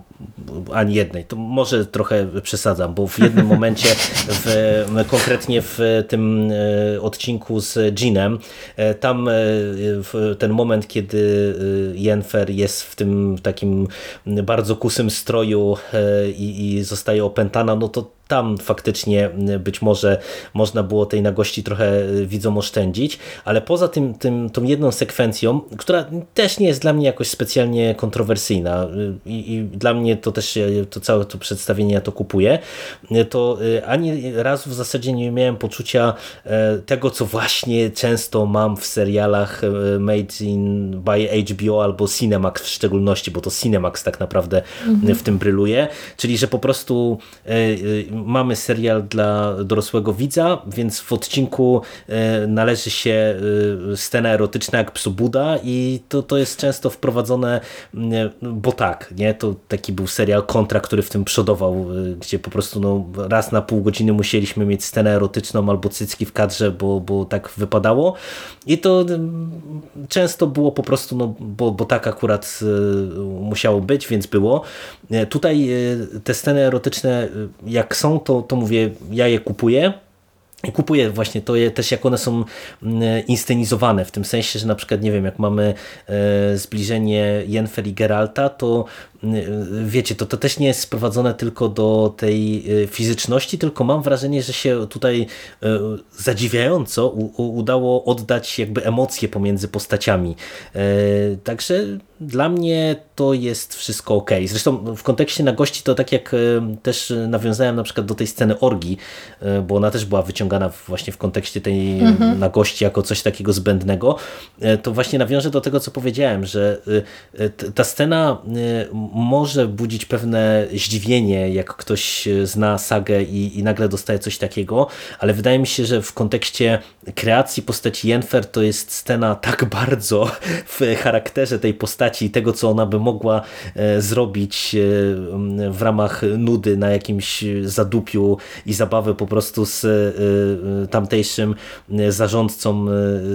ani jednej, to może trochę przesadzam, bo w jednym momencie, konkretnie w tym odcinku z Jeanem, tam ten moment, kiedy Yennefer jest w tym takim bardzo kusym stroju i zostaje opętana, no to tam faktycznie być może można było tej nagości trochę widzom oszczędzić, ale poza tą jedną sekwencją, która też nie jest dla mnie jakoś specjalnie kontrowersyjna i dla mnie to też to całe to przedstawienie ja to kupuję, to ani razu w zasadzie nie miałem poczucia tego, co właśnie często mam w serialach made by HBO albo Cinemax w szczególności, bo to Cinemax tak naprawdę w tym bryluje, czyli że po prostu mamy serial dla dorosłego widza, więc w odcinku należy się scena erotyczna jak Psu Buda i to jest często wprowadzone, bo tak, nie? To taki był serial Kontra, który w tym przodował, gdzie po prostu no, raz na pół godziny musieliśmy mieć scenę erotyczną albo cycki w kadrze, bo tak wypadało i to często było po prostu, no, bo tak akurat musiało być, więc było. Tutaj te sceny erotyczne jak są, to mówię, ja je kupuję. I kupuję właśnie to też, jak one są inscenizowane, w tym sensie, że na przykład, nie wiem, jak mamy zbliżenie Yennefer i Geralta, to wiecie, to też nie jest sprowadzone tylko do tej fizyczności, tylko mam wrażenie, że się tutaj zadziwiająco udało oddać jakby emocje pomiędzy postaciami. Także dla mnie to jest wszystko ok. Zresztą w kontekście nagości to tak jak też nawiązałem na przykład do tej sceny orgii, bo ona też była wyciągana właśnie w kontekście tej nagości jako coś takiego zbędnego, to właśnie nawiążę do tego, co powiedziałem, że ta scena może budzić pewne zdziwienie, jak ktoś zna sagę i nagle dostaje coś takiego, ale wydaje mi się, że w kontekście kreacji postaci Yennefer to jest scena tak bardzo w charakterze tej postaci i tego, co ona by mogła zrobić w ramach nudy na jakimś zadupiu i zabawy po prostu z tamtejszym zarządcą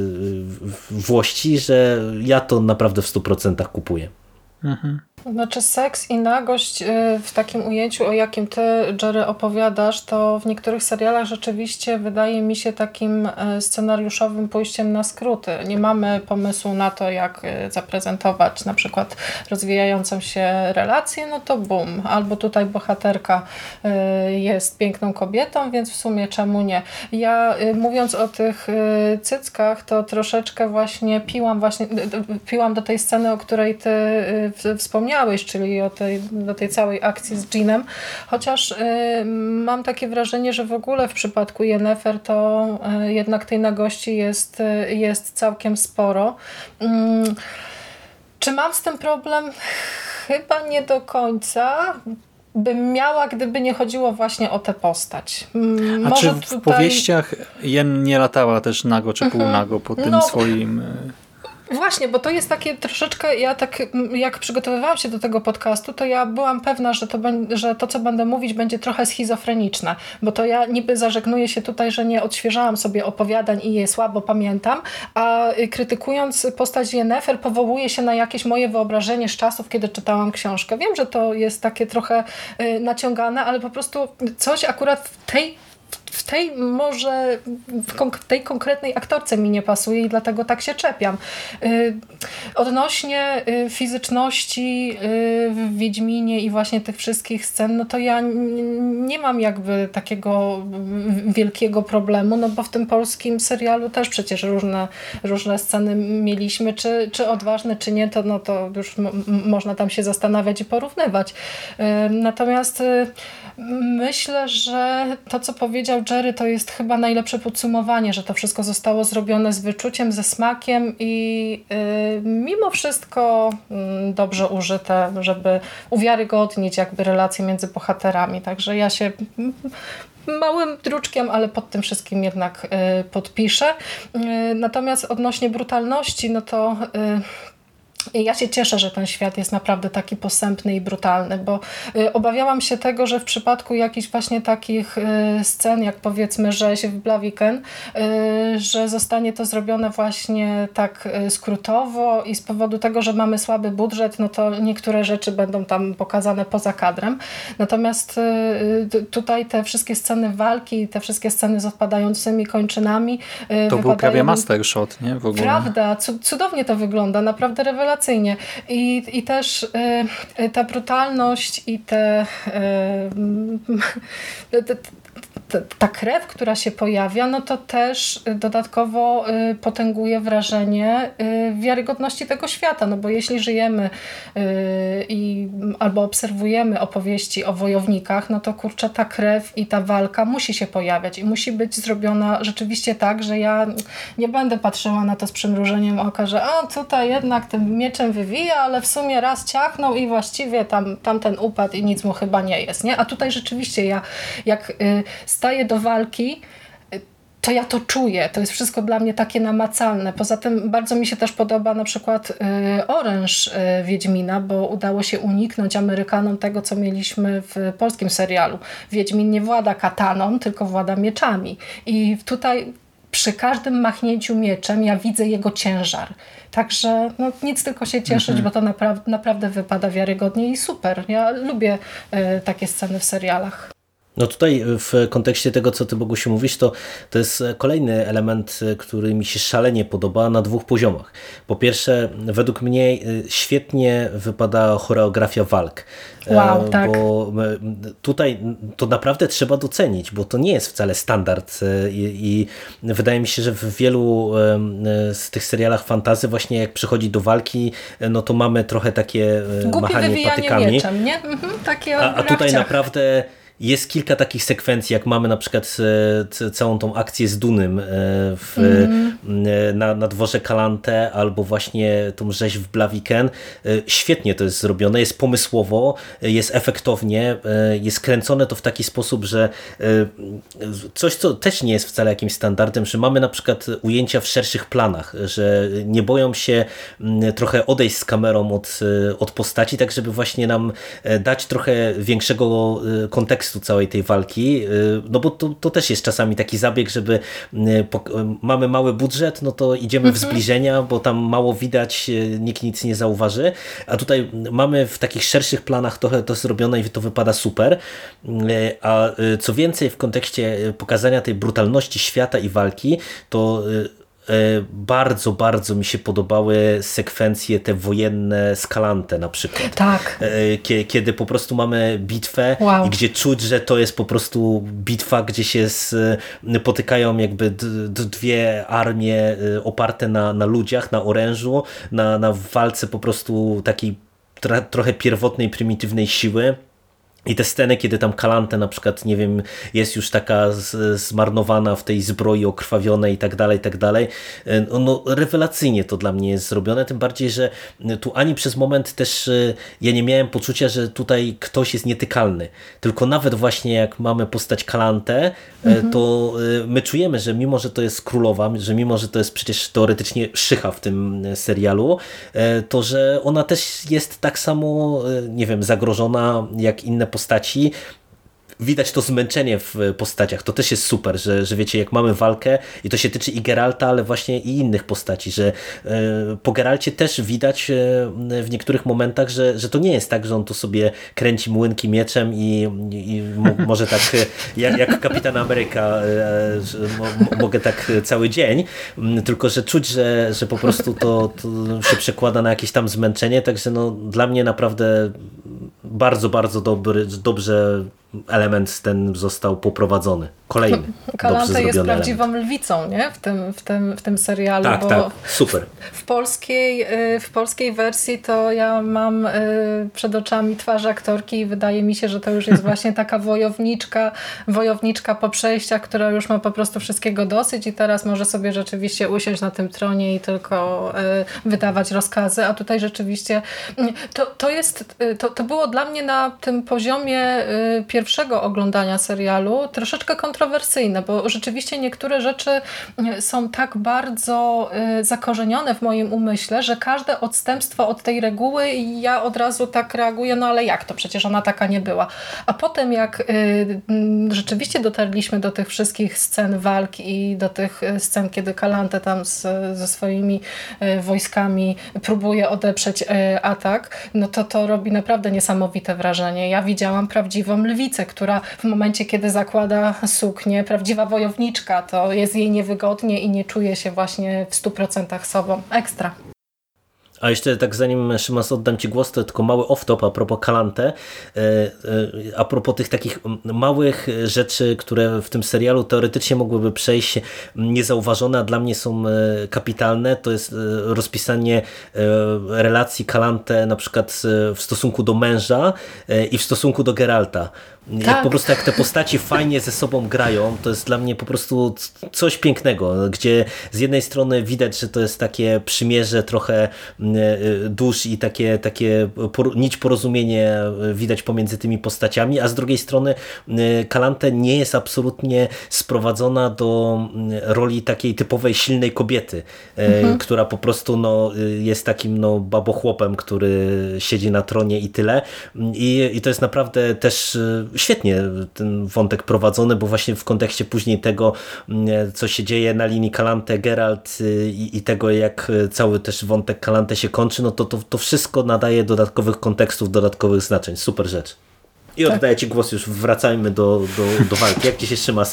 Włości, że ja to naprawdę w 100% kupuję. Znaczy seks i nagość w takim ujęciu, o jakim ty, Jerry, opowiadasz, to w niektórych serialach rzeczywiście wydaje mi się takim scenariuszowym pójściem na skróty. Nie mamy pomysłu na to, jak zaprezentować na przykład rozwijającą się relację, no to bum. Albo tutaj bohaterka jest piękną kobietą, więc w sumie czemu nie? Ja mówiąc o tych cyckach, to troszeczkę właśnie piłam do tej sceny, o której ty wspomniałeś, czyli do tej całej akcji z Jeanem, chociaż mam takie wrażenie, że w ogóle w przypadku Yennefer to jednak tej nagości jest całkiem sporo. Czy mam z tym problem? Chyba nie do końca bym miała, gdyby nie chodziło właśnie o tę postać. A może czy w powieściach Jen nie latała też nago czy półnago po tym swoim Właśnie, bo to jest takie troszeczkę, ja tak jak przygotowywałam się do tego podcastu, to ja byłam pewna, że to, co będę mówić, będzie trochę schizofreniczne, bo to ja niby zażegnuję się tutaj, że nie odświeżałam sobie opowiadań i je słabo pamiętam, a krytykując postać Yennefer powołuję się na jakieś moje wyobrażenie z czasów, kiedy czytałam książkę. Wiem, że to jest takie trochę naciągane, ale po prostu coś akurat w tej konkretnej aktorce mi nie pasuje i dlatego tak się czepiam. Odnośnie fizyczności w Wiedźminie i właśnie tych wszystkich scen, no to ja nie mam jakby takiego wielkiego problemu, no bo w tym polskim serialu też przecież różne sceny mieliśmy, czy odważne, czy nie, to, no to już można tam się zastanawiać i porównywać. Natomiast myślę, że to, co powiedział Jerry, to jest chyba najlepsze podsumowanie, że to wszystko zostało zrobione z wyczuciem, ze smakiem i mimo wszystko dobrze użyte, żeby uwiarygodnić jakby relacje między bohaterami. Także ja się małym druczkiem, ale pod tym wszystkim jednak podpiszę. Natomiast odnośnie brutalności, no to ja się cieszę, że ten świat jest naprawdę taki posępny i brutalny, bo obawiałam się tego, że w przypadku jakichś właśnie takich scen, jak powiedzmy rzeź w Blaviken, że zostanie to zrobione właśnie tak skrótowo i z powodu tego, że mamy słaby budżet, no to niektóre rzeczy będą tam pokazane poza kadrem. Natomiast tutaj te wszystkie sceny walki, te wszystkie sceny z odpadającymi kończynami to był prawie master shot, nie? W ogóle. Prawda, cudownie to wygląda, naprawdę rewelacyjnie. I też ta brutalność i ta krew, która się pojawia, no to też dodatkowo potęguje wrażenie wiarygodności tego świata, no bo jeśli żyjemy albo obserwujemy opowieści o wojownikach, no to kurczę, ta krew i ta walka musi się pojawiać i musi być zrobiona rzeczywiście tak, że ja nie będę patrzyła na to z przymrużeniem oka, że tutaj jednak tym mieczem wywija, ale w sumie raz ciachnął i właściwie tamten upadł i nic mu chyba nie jest, nie? A tutaj rzeczywiście ja jak staję do walki, to ja to czuję. To jest wszystko dla mnie takie namacalne. Poza tym bardzo mi się też podoba na przykład oręż Wiedźmina, bo udało się uniknąć Amerykanom tego, co mieliśmy w polskim serialu. Wiedźmin nie włada kataną, tylko włada mieczami. I tutaj przy każdym machnięciu mieczem ja widzę jego ciężar. Także no, nic tylko się cieszyć, bo to naprawdę wypada wiarygodnie i super. Ja lubię takie sceny w serialach. No tutaj w kontekście tego, co ty, Bogusiu, mówisz, to jest kolejny element, który mi się szalenie podoba na dwóch poziomach. Po pierwsze, według mnie świetnie wypada choreografia walk. Wow, tak. Bo tutaj to naprawdę trzeba docenić, bo to nie jest wcale standard i wydaje mi się, że w wielu z tych serialach fantasy właśnie jak przychodzi do walki, no to mamy trochę takie machanie patykami. Mieczem, nie? Takie a tutaj naprawdę jest kilka takich sekwencji, jak mamy na przykład całą tą akcję z Dunym na dworze Kalante, albo właśnie tą rzeź w Blaviken. Świetnie to jest zrobione, jest pomysłowo, jest efektownie, jest kręcone to w taki sposób, że coś, co też nie jest wcale jakimś standardem, że mamy na przykład ujęcia w szerszych planach, że nie boją się trochę odejść z kamerą od postaci, tak żeby właśnie nam dać trochę większego kontekstu całej tej walki, no bo to też jest czasami taki zabieg, żeby mamy mały budżet, no to idziemy w zbliżenia, bo tam mało widać, nikt nic nie zauważy, a tutaj mamy w takich szerszych planach trochę to zrobione i to wypada super, a co więcej w kontekście pokazania tej brutalności świata i walki, to bardzo, bardzo mi się podobały sekwencje te wojenne z Kalante na przykład. Tak. Kiedy po prostu mamy bitwę i gdzie czuć, że to jest po prostu bitwa, gdzie się potykają jakby dwie armie oparte na ludziach, na orężu, na walce po prostu takiej trochę pierwotnej, prymitywnej siły. I te sceny, kiedy tam Kalante na przykład, nie wiem, jest już taka zmarnowana w tej zbroi okrwawionej i tak dalej, no rewelacyjnie to dla mnie jest zrobione, tym bardziej, że tu ani przez moment też ja nie miałem poczucia, że tutaj ktoś jest nietykalny, tylko nawet właśnie jak mamy postać Kalante, to my czujemy, że mimo, że to jest królowa, że mimo, że to jest przecież teoretycznie szycha w tym serialu, to że ona też jest tak samo, nie wiem, zagrożona jak inne postaci. Widać to zmęczenie w postaciach. To też jest super, że wiecie, jak mamy walkę i to się tyczy i Geralta, ale właśnie i innych postaci, że po Geralcie też widać w niektórych momentach, że to nie jest tak, że on tu sobie kręci młynki mieczem i może tak jak Kapitan Ameryka mogę tak cały dzień, tylko że czuć, że po prostu to się przekłada na jakieś tam zmęczenie, także no dla mnie naprawdę bardzo, bardzo dobrze element ten został poprowadzony. Kolejny Kalante jest prawdziwą lwicą, nie? W tym serialu. Tak, bo tak, super. W polskiej wersji to ja mam przed oczami aktorki i wydaje mi się, że to już jest właśnie taka wojowniczka po przejściach, która już ma po prostu wszystkiego dosyć i teraz może sobie rzeczywiście usiąść na tym tronie i tylko wydawać rozkazy, a tutaj rzeczywiście to było dla mnie na tym poziomie pierwszego oglądania serialu troszeczkę kontrowersyjne, bo rzeczywiście niektóre rzeczy są tak bardzo zakorzenione w moim umyśle, że każde odstępstwo od tej reguły ja od razu tak reaguję, no ale jak to? Przecież ona taka nie była. A potem jak rzeczywiście dotarliśmy do tych wszystkich scen walk i do tych scen, kiedy Kalante tam ze swoimi wojskami próbuje odeprzeć atak, no to robi naprawdę niesamowite wrażenie. Ja widziałam prawdziwą lwicę, która w momencie, kiedy zakłada suknię, prawdziwa wojowniczka, to jest jej niewygodnie i nie czuje się właśnie w 100% sobą. Ekstra. A jeszcze tak zanim Szymas oddam Ci głos, to tylko mały off-top a propos Kalante, a propos tych takich małych rzeczy, które w tym serialu teoretycznie mogłyby przejść niezauważone, a dla mnie są kapitalne, to jest rozpisanie relacji Kalante na przykład w stosunku do męża i w stosunku do Geralta. Tak. Jak po prostu jak te postaci fajnie ze sobą grają, to jest dla mnie po prostu coś pięknego, gdzie z jednej strony widać, że to jest takie przymierze trochę dusz i takie nić porozumienie widać pomiędzy tymi postaciami, a z drugiej strony Kalante nie jest absolutnie sprowadzona do roli takiej typowej silnej kobiety, która po prostu jest takim babochłopem, który siedzi na tronie i tyle. I to jest naprawdę też świetnie ten wątek prowadzony, bo właśnie w kontekście później tego, co się dzieje na linii Kalante-Geralt i tego, jak cały też wątek Kalante się kończy, no to wszystko nadaje dodatkowych kontekstów, dodatkowych znaczeń. Super rzecz. I oddaję Ci głos, już wracajmy do walki. Jak Ci się Szymas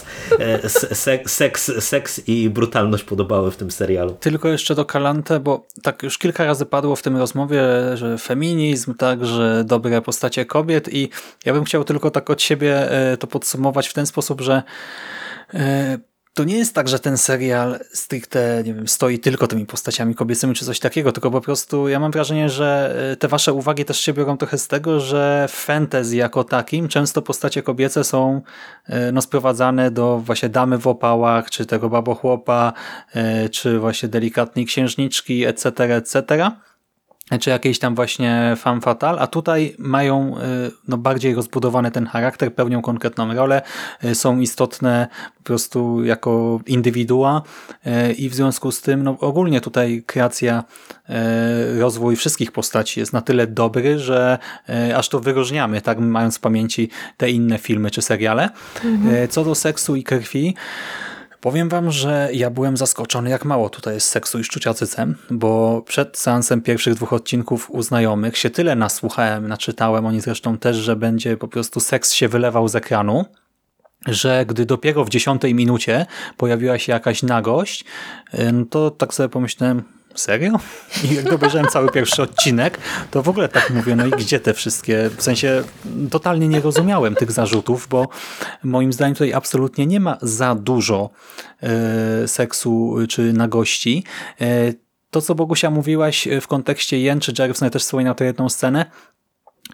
seks i brutalność podobały w tym serialu? Tylko jeszcze do Kalante, bo tak już kilka razy padło w tym rozmowie, że feminizm, tak, że dobre postacie kobiet i ja bym chciał tylko tak od siebie to podsumować w ten sposób, że to nie jest tak, że ten serial stricte, nie wiem, stoi tylko tymi postaciami kobiecymi czy coś takiego, tylko po prostu ja mam wrażenie, że te wasze uwagi też się biorą trochę z tego, że w fantasy jako takim często postacie kobiece są sprowadzane do właśnie damy w opałach, czy tego babochłopa, czy właśnie delikatnej księżniczki, etc., etc., czy jakiejś tam właśnie femme fatale, a tutaj mają bardziej rozbudowany ten charakter, pełnią konkretną rolę, są istotne po prostu jako indywidua i w związku z tym ogólnie tutaj kreacja, rozwój wszystkich postaci jest na tyle dobry, że aż to wyróżniamy, tak mając w pamięci te inne filmy czy seriale. Co do seksu i krwi, powiem wam, że ja byłem zaskoczony, jak mało tutaj jest seksu i szczucia cycem, bo przed seansem pierwszych 2 odcinków u znajomych się tyle nasłuchałem, naczytałem, oni zresztą też, że będzie po prostu seks się wylewał z ekranu, że gdy dopiero w 10 minucie pojawiła się jakaś nagość, to tak sobie pomyślałem, serio? I jak obejrzałem cały pierwszy odcinek, to w ogóle tak mówię, no i gdzie te wszystkie, w sensie totalnie nie rozumiałem tych zarzutów, bo moim zdaniem tutaj absolutnie nie ma za dużo seksu czy nagości. To, co Bogusia mówiłaś w kontekście Jen czy Jerry, też wspominał tę jedną scenę,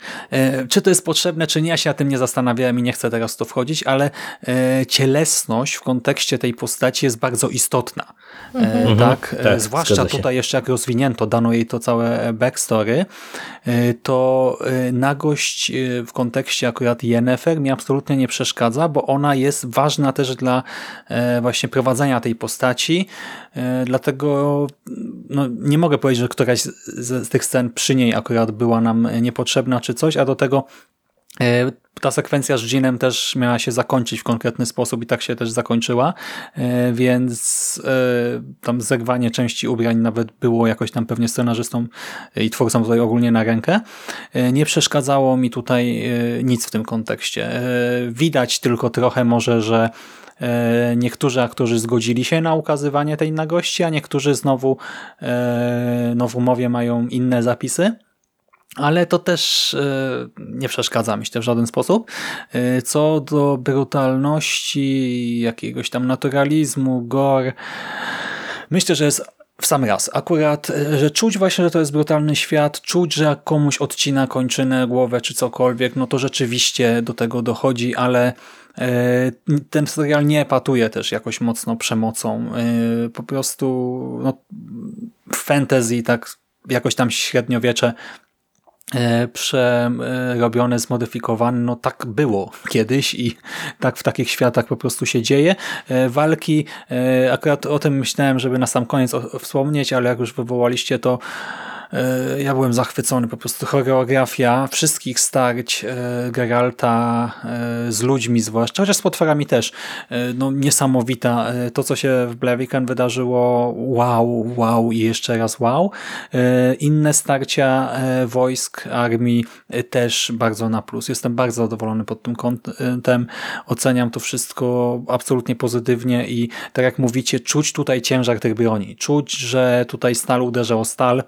Czy to jest potrzebne, czy nie, ja się na tym nie zastanawiałem i nie chcę teraz w to wchodzić, ale cielesność w kontekście tej postaci jest bardzo istotna. Tak? Tak, Zwłaszcza zgadza się. tutaj jeszcze jak rozwinięto, dano jej to całe backstory, to nagość w kontekście akurat Yennefer mi absolutnie nie przeszkadza, bo ona jest ważna też dla właśnie prowadzenia tej postaci, dlatego no, nie mogę powiedzieć, że któraś z tych scen przy niej akurat była nam niepotrzebna czy coś, a do tego ta sekwencja z Jeanem też miała się zakończyć w konkretny sposób i tak się też zakończyła, więc tam zerwanie części ubrań nawet było jakoś tam pewnie scenarzystom i twórcom tutaj ogólnie na rękę. Nie przeszkadzało mi tutaj nic w tym kontekście. Widać tylko trochę może, że niektórzy aktorzy zgodzili się na ukazywanie tej nagości, a niektórzy znowu w umowie mają inne zapisy. Ale to też nie przeszkadza, myślę, w żaden sposób. Co do brutalności, jakiegoś tam naturalizmu, gore, myślę, że jest w sam raz. Akurat, że czuć właśnie, że to jest brutalny świat, czuć, że jak komuś odcina kończynę, głowę czy cokolwiek, no to rzeczywiście do tego dochodzi, ale ten serial nie epatuje też jakoś mocno przemocą. Po prostu no, w fantasy tak jakoś tam średniowiecze przerobione, zmodyfikowane, no tak było kiedyś i tak w takich światach po prostu się dzieje. Walki, akurat o tym myślałem, żeby na sam koniec wspomnieć, ale jak już wywołaliście to, ja byłem zachwycony, po prostu choreografia wszystkich starć Geralta z ludźmi zwłaszcza, chociaż z potworami też, no niesamowita. To, co się w Blaviken wydarzyło, wow i jeszcze raz wow. Inne starcia wojsk, armii też bardzo na plus. Jestem bardzo zadowolony pod tym kątem. Oceniam to wszystko absolutnie pozytywnie i tak jak mówicie, czuć tutaj ciężar tych broni. Czuć, że tutaj stal uderza o stal.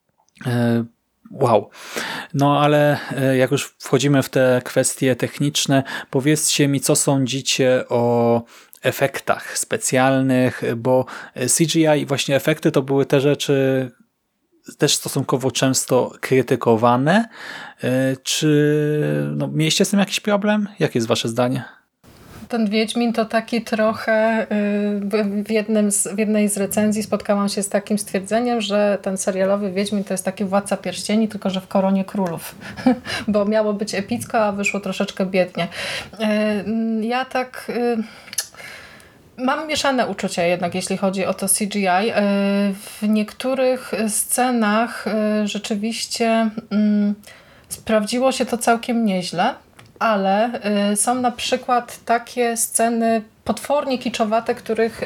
Wow. No ale jak już wchodzimy w te kwestie techniczne, powiedzcie mi, co sądzicie o efektach specjalnych, bo CGI i właśnie efekty to były te rzeczy też stosunkowo często krytykowane. Czy no, mieliście z tym jakiś problem? Jakie jest wasze zdanie? Ten Wiedźmin to taki trochę, w jednej z recenzji spotkałam się z takim stwierdzeniem, że ten serialowy Wiedźmin to jest taki Władca Pierścieni, tylko że w koronie królów, bo miało być epicko, a wyszło troszeczkę biednie. Ja tak... Mam mieszane uczucia jednak, jeśli chodzi o to CGI. W niektórych scenach rzeczywiście sprawdziło się to całkiem nieźle, ale są na przykład takie sceny potwornie kiczowate, których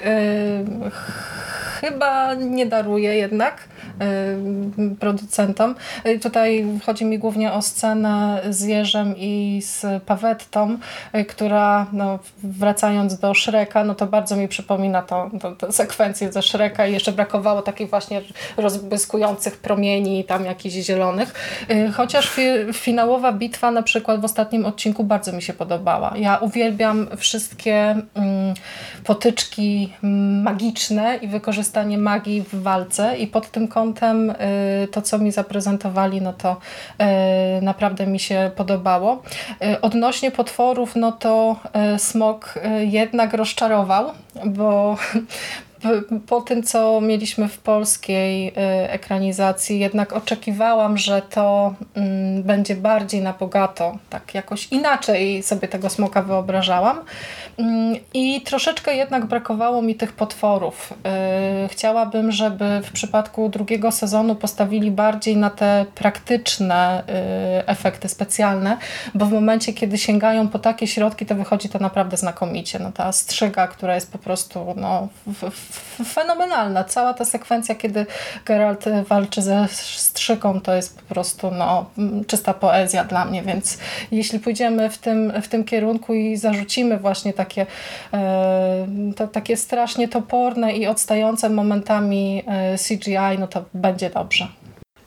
chyba nie daruję jednak producentom. Tutaj chodzi mi głównie o scenę z Jerzem i z Pawettą, która no, wracając do Shreka, no to bardzo mi przypomina to sekwencję ze Shreka i jeszcze brakowało takich właśnie rozbłyskujących promieni tam jakichś zielonych. Chociaż finałowa bitwa na przykład w ostatnim odcinku bardzo mi się podobała. Ja uwielbiam wszystkie potyczki magiczne i wykorzystanie magii w walce i pod tym kątem to, co mi zaprezentowali, no to naprawdę mi się podobało. Odnośnie potworów, no to Smok jednak rozczarował, bo po tym, co mieliśmy w polskiej ekranizacji, jednak oczekiwałam, że to będzie bardziej na bogato. Tak jakoś inaczej sobie tego smoka wyobrażałam. I troszeczkę jednak brakowało mi tych potworów. Chciałabym, żeby w przypadku drugiego sezonu postawili bardziej na te praktyczne efekty specjalne, bo w momencie, kiedy sięgają po takie środki, to wychodzi to naprawdę znakomicie. No, ta strzyga, która jest po prostu no, fenomenalna. Cała ta sekwencja, kiedy Geralt walczy ze strzygą, to jest po prostu no, czysta poezja dla mnie, więc jeśli pójdziemy w tym kierunku i zarzucimy właśnie takie strasznie toporne i odstające momentami CGI, no to będzie dobrze.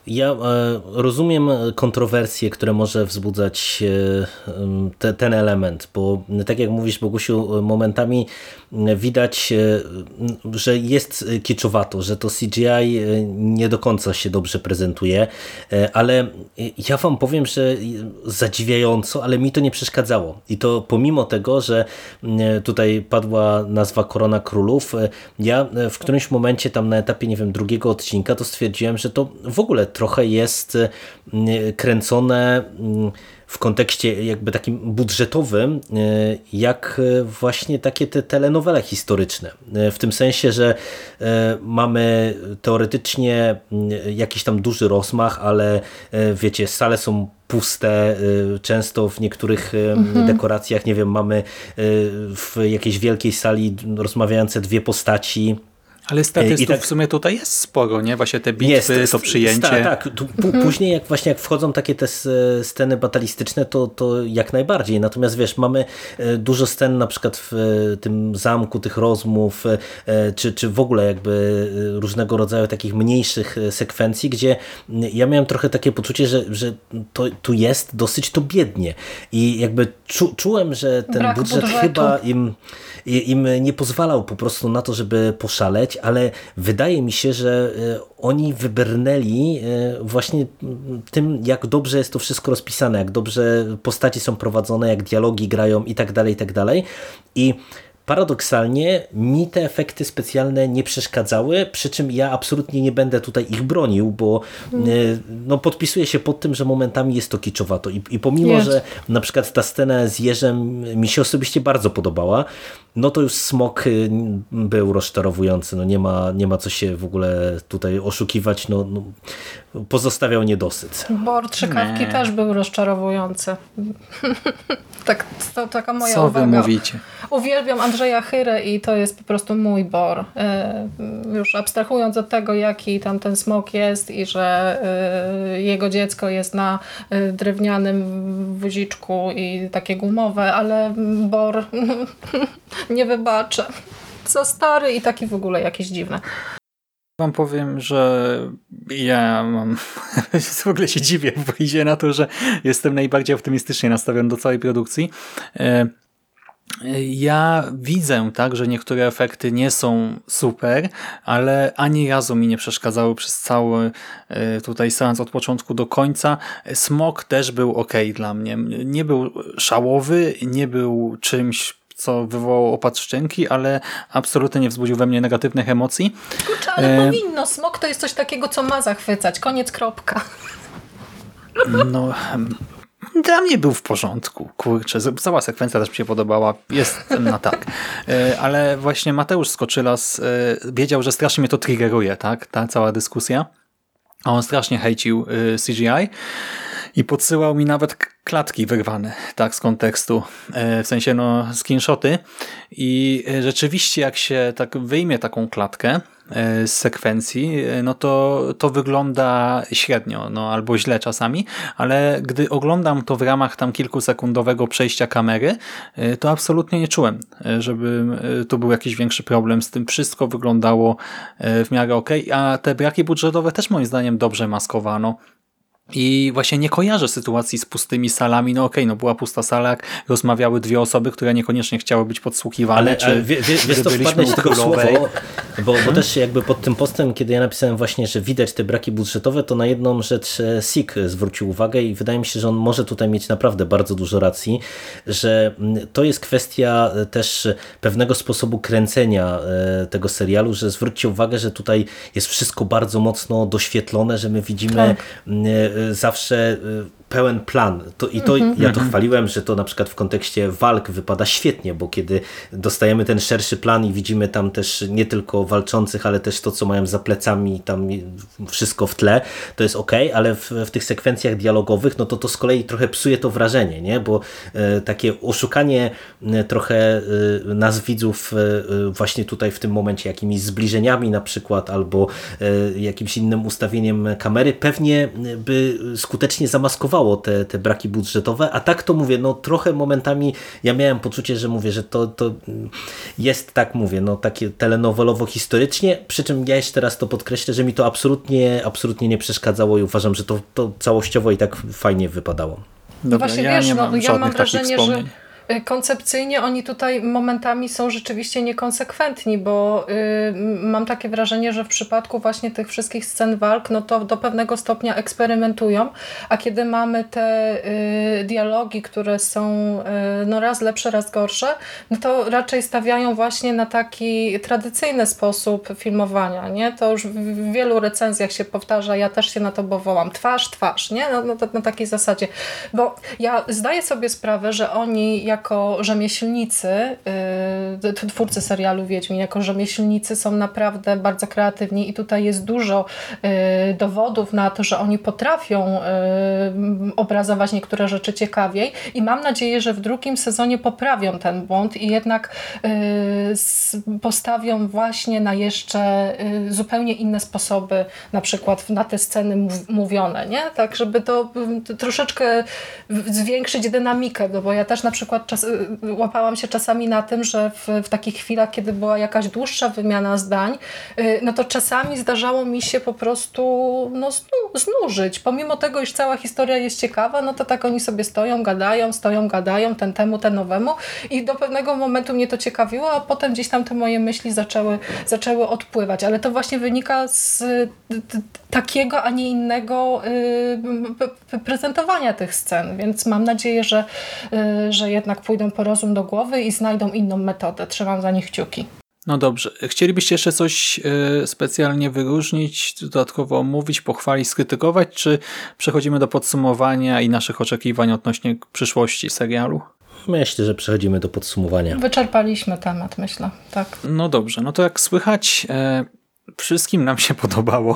Ja rozumiem kontrowersje, które może wzbudzać ten element, bo tak jak mówisz, Bogusiu, momentami widać, że jest kiczowato, że to CGI nie do końca się dobrze prezentuje, ale ja wam powiem, że zadziwiająco, ale mi to nie przeszkadzało. I to pomimo tego, że tutaj padła nazwa Korona Królów, ja w którymś momencie tam na etapie, nie wiem, drugiego odcinka to stwierdziłem, że to w ogóle trochę jest kręcone w kontekście jakby takim budżetowym, jak właśnie takie te telenowele historyczne. W tym sensie, że mamy teoretycznie jakiś tam duży rozmach, ale wiecie, sale są puste, często w niektórych dekoracjach, nie wiem, mamy w jakiejś wielkiej sali rozmawiające dwie postaci. Ale statystów I tak, w sumie tutaj jest sporo, nie? Właśnie te bitwy, to przyjęcie. Tak. Później jak wchodzą takie te sceny batalistyczne, to jak najbardziej. Natomiast wiesz, mamy dużo scen na przykład w tym zamku, tych rozmów, czy w ogóle jakby różnego rodzaju takich mniejszych sekwencji, gdzie ja miałem trochę takie poczucie, że to tu jest dosyć to biednie. I jakby czułem, że ten budżet chyba im nie pozwalał po prostu na to, żeby poszaleć, ale wydaje mi się, że oni wybrnęli właśnie tym, jak dobrze jest to wszystko rozpisane, jak dobrze postaci są prowadzone, jak dialogi grają i tak dalej, i tak dalej. I paradoksalnie mi te efekty specjalne nie przeszkadzały, przy czym ja absolutnie nie będę tutaj ich bronił, bo no, podpisuję się pod tym, że momentami jest to kiczowato i pomimo, że na przykład ta scena z jeżem mi się osobiście bardzo podobała, no to już Smok był rozczarowujący, no nie ma co się w ogóle tutaj oszukiwać, no pozostawiał niedosyt. Bor Trzykawki też był rozczarowujący. Tak, to taka moja Co uwaga. wy mówicie? Uwielbiam Andrzeja Chyrę i to jest po prostu mój Bor. Już abstrahując od tego, jaki tam ten smok jest i że jego dziecko jest na drewnianym woziczku i takie gumowe, ale Bor nie wybaczę. Za stary i taki w ogóle jakiś dziwny. Wam powiem, że ja mam w ogóle się dziwię, bo idzie na to, że jestem najbardziej optymistycznie nastawiony do całej produkcji. Ja widzę tak, że niektóre efekty nie są super, ale ani razu mi nie przeszkadzały przez cały tutaj seans od początku do końca. Smok też był okej dla mnie. Nie był szałowy, nie był czymś, co wywołało opad szczęki, ale absolutnie nie wzbudził we mnie negatywnych emocji. Kurczę, ale powinno. Smok to jest coś takiego, co ma zachwycać. Koniec, kropka. No, dla mnie był w porządku. Kurczę, cała sekwencja też mi się podobała. Jestem na tak. Ale właśnie Mateusz Skoczylas wiedział, że strasznie mnie to triggeruje, tak? Ta cała dyskusja. A on strasznie hejcił CGI. I podsyłał mi nawet klatki wyrwane tak z kontekstu, w sensie screenshoty i rzeczywiście jak się tak wyjmie taką klatkę z sekwencji, no to wygląda średnio, albo źle czasami, ale gdy oglądam to w ramach tam kilkusekundowego przejścia kamery, to absolutnie nie czułem, żeby tu był jakiś większy problem z tym. Wszystko wyglądało w miarę okej, a te braki budżetowe też moim zdaniem dobrze maskowano. I właśnie nie kojarzę sytuacji z pustymi salami. Była pusta sala, jak rozmawiały dwie osoby, które niekoniecznie chciały być podsłuchiwane. Ale wiesz, to wpadnę ci tylko słowo, bo też jakby pod tym postem, kiedy ja napisałem właśnie, że widać te braki budżetowe, to na jedną rzecz Sik zwrócił uwagę i wydaje mi się, że on może tutaj mieć naprawdę bardzo dużo racji, że to jest kwestia też pewnego sposobu kręcenia tego serialu, że zwróćcie uwagę, że tutaj jest wszystko bardzo mocno doświetlone, że my widzimy zawsze pełen plan. Ja to chwaliłem, że to na przykład w kontekście walk wypada świetnie, bo kiedy dostajemy ten szerszy plan i widzimy tam też nie tylko walczących, ale też to, co mają za plecami, tam wszystko w tle, to jest okej, ale w tych sekwencjach dialogowych, to z kolei trochę psuje to wrażenie, nie? Bo takie oszukanie trochę nas widzów właśnie tutaj w tym momencie jakimiś zbliżeniami na przykład, albo jakimś innym ustawieniem kamery pewnie by skutecznie zamaskowało pasowało te braki budżetowe, a tak to mówię, no trochę momentami ja miałem poczucie, że mówię, że to jest tak mówię, no takie telenowelowo-historycznie, przy czym ja jeszcze raz to podkreślę, że mi to absolutnie nie przeszkadzało i uważam, że to całościowo i tak fajnie wypadało. Dobra, Właśnie ja wiesz, nie mam ja żadnych mam takich wrażenie, wspomnień. że koncepcyjnie oni tutaj momentami są rzeczywiście niekonsekwentni, bo mam takie wrażenie, że w przypadku właśnie tych wszystkich scen walk, no to do pewnego stopnia eksperymentują, a kiedy mamy te dialogi, które są no raz lepsze, raz gorsze, no to raczej stawiają właśnie na taki tradycyjny sposób filmowania, nie? To już w wielu recenzjach się powtarza, ja też się na to powołam. Twarz, nie? No, na takiej zasadzie. Bo ja zdaję sobie sprawę, że oni jako rzemieślnicy, twórcy serialu Wiedźmin, jako rzemieślnicy są naprawdę bardzo kreatywni i tutaj jest dużo dowodów na to, że oni potrafią obrazować niektóre rzeczy ciekawiej i mam nadzieję, że w drugim sezonie poprawią ten błąd i jednak postawią właśnie na jeszcze zupełnie inne sposoby, na przykład na te sceny mówione, nie? Tak, żeby to troszeczkę zwiększyć dynamikę, no bo ja też na przykład łapałam się czasami na tym, że w takich chwilach, kiedy była jakaś dłuższa wymiana zdań, no to czasami zdarzało mi się po prostu znużyć. Pomimo tego, iż cała historia jest ciekawa, no to tak oni sobie stoją, gadają, ten temu, ten nowemu i do pewnego momentu mnie to ciekawiło, a potem gdzieś tam te moje myśli zaczęły odpływać. Ale to właśnie wynika z takiego, a nie innego prezentowania tych scen, więc mam nadzieję, że jednak pójdą po rozum do głowy i znajdą inną metodę. Trzymam za nich kciuki. No dobrze. Chcielibyście jeszcze coś specjalnie wyróżnić, dodatkowo omówić, pochwalić, skrytykować, czy przechodzimy do podsumowania i naszych oczekiwań odnośnie przyszłości serialu? Myślę, że przechodzimy do podsumowania. Wyczerpaliśmy temat, myślę. Tak. No dobrze. No to jak słychać, wszystkim nam się podobało.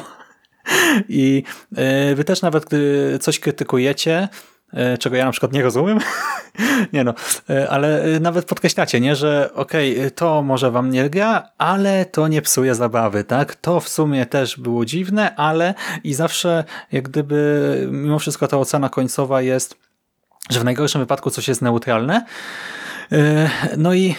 I wy też nawet, gdy coś krytykujecie, czego ja na przykład nie rozumiem, nie no, ale nawet podkreślacie, nie, że okej, to może wam nie gra, ale to nie psuje zabawy, tak? To w sumie też było dziwne, ale i zawsze jak gdyby mimo wszystko ta ocena końcowa jest, że w najgorszym wypadku coś jest neutralne. No i